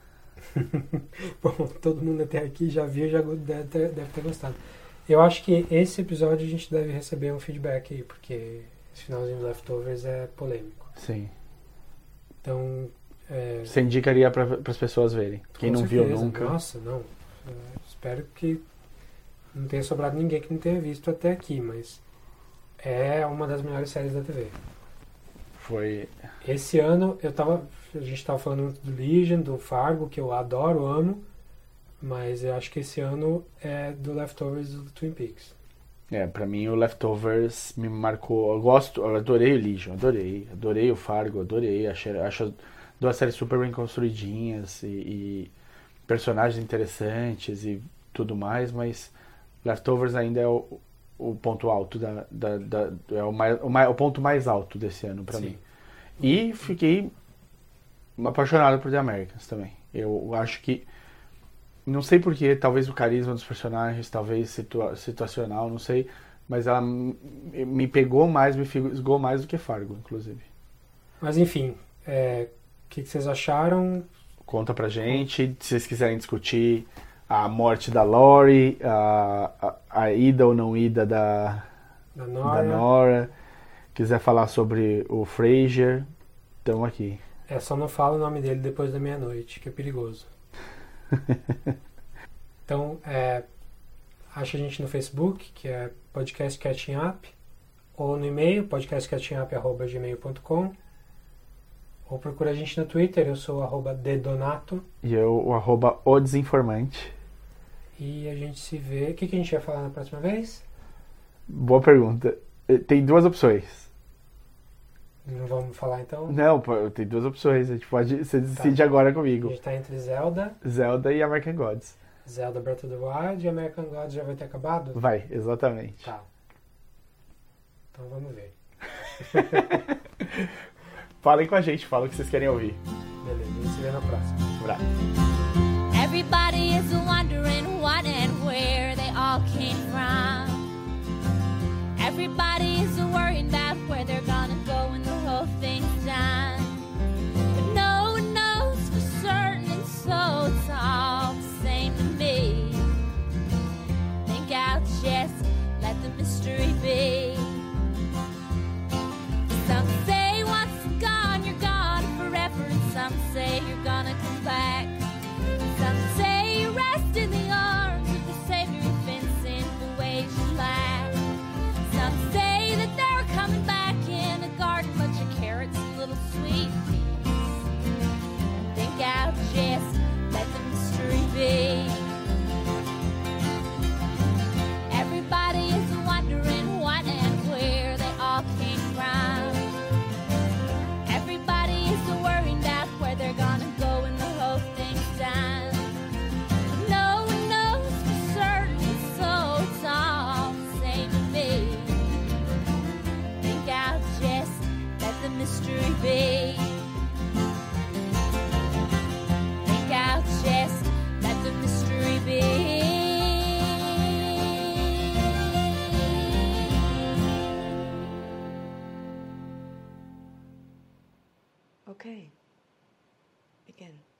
Bom, todo mundo até aqui já viu, já go- deve ter, deve ter gostado. Eu acho que esse episódio a gente deve receber um feedback aí, porque esse finalzinho do Leftovers é polêmico. Sim. Então, é, Você indicaria para as pessoas verem. Quem com não viu certeza. nunca. Nossa, não. É, espero que não tenha sobrado ninguém que não tenha visto até aqui, mas é uma das melhores séries da T V. Foi. Esse ano eu tava. A gente tava falando muito do Legion, do Fargo, que eu adoro, amo. Mas eu acho que esse ano é do Leftovers do Twin Peaks. É, pra mim o Leftovers me marcou. Eu gosto, eu adorei o Legion, adorei. Adorei o Fargo, adorei. Achei, acho duas séries super bem construidinhas e, e personagens interessantes e tudo mais, mas Leftovers ainda é o, o ponto alto da, da, da é o, mais, o, mais, o ponto mais alto desse ano pra Sim. mim. E fiquei apaixonado por The Americans também. Eu acho que não sei porquê, talvez o carisma dos personagens, talvez situa situacional, não sei, mas ela me pegou mais, me fisgou mais do que Fargo, inclusive. Mas enfim, é, o que, que vocês acharam? Conta pra gente, se vocês quiserem discutir a morte da Lori, a, a, a ida ou não ida da, Da Nora. da Nora, quiser falar sobre o Frasier, estamos aqui. É, só não fala o nome dele depois da meia-noite, que é perigoso. Então, é, acha a gente no Facebook, que é Podcast Catching Up, ou no e-mail, podcast catching up arroba gmail ponto com, ou procura a gente no Twitter, eu sou arroba dedonato, E eu, o arroba o desinformante. e a gente se vê. O que, que a gente vai falar na próxima vez? Boa pergunta. Tem duas opções. Não vamos falar então? Não, pô, tem duas opções. A gente pode. Você decide agora A comigo. gente tá entre Zelda, Zelda e American Gods. Zelda Breath of the Wild e American Gods já vai ter acabado? Vai, exatamente. Tá. Então vamos ver. Falem com a gente, falem o que vocês querem ouvir. Beleza, a gente se vê na próxima. Abraço. Everybody is wondering what and where they are. all came from. Everybody's worrying about where they're gonna go when the whole thing's done. But no one knows for certain, and so it's all the same to me. Think I'll just let the mystery be. Some say once you're gone, you're gone forever, and some say you're gonna come back. Some say you rest in the arms of the Savior who fence in the ways you lack. Some say that they're coming back in a garden, bunch of carrots and little sweet peas. Think I'll just let the mystery be. Everybody is wondering what and where they all came from. Everybody is worrying about where they're gonna go when the whole thing's done. No one knows for certain, so it's all the same to me. Think I'll just let the mystery be. Think I'll just let the mystery be. Okay. Begin.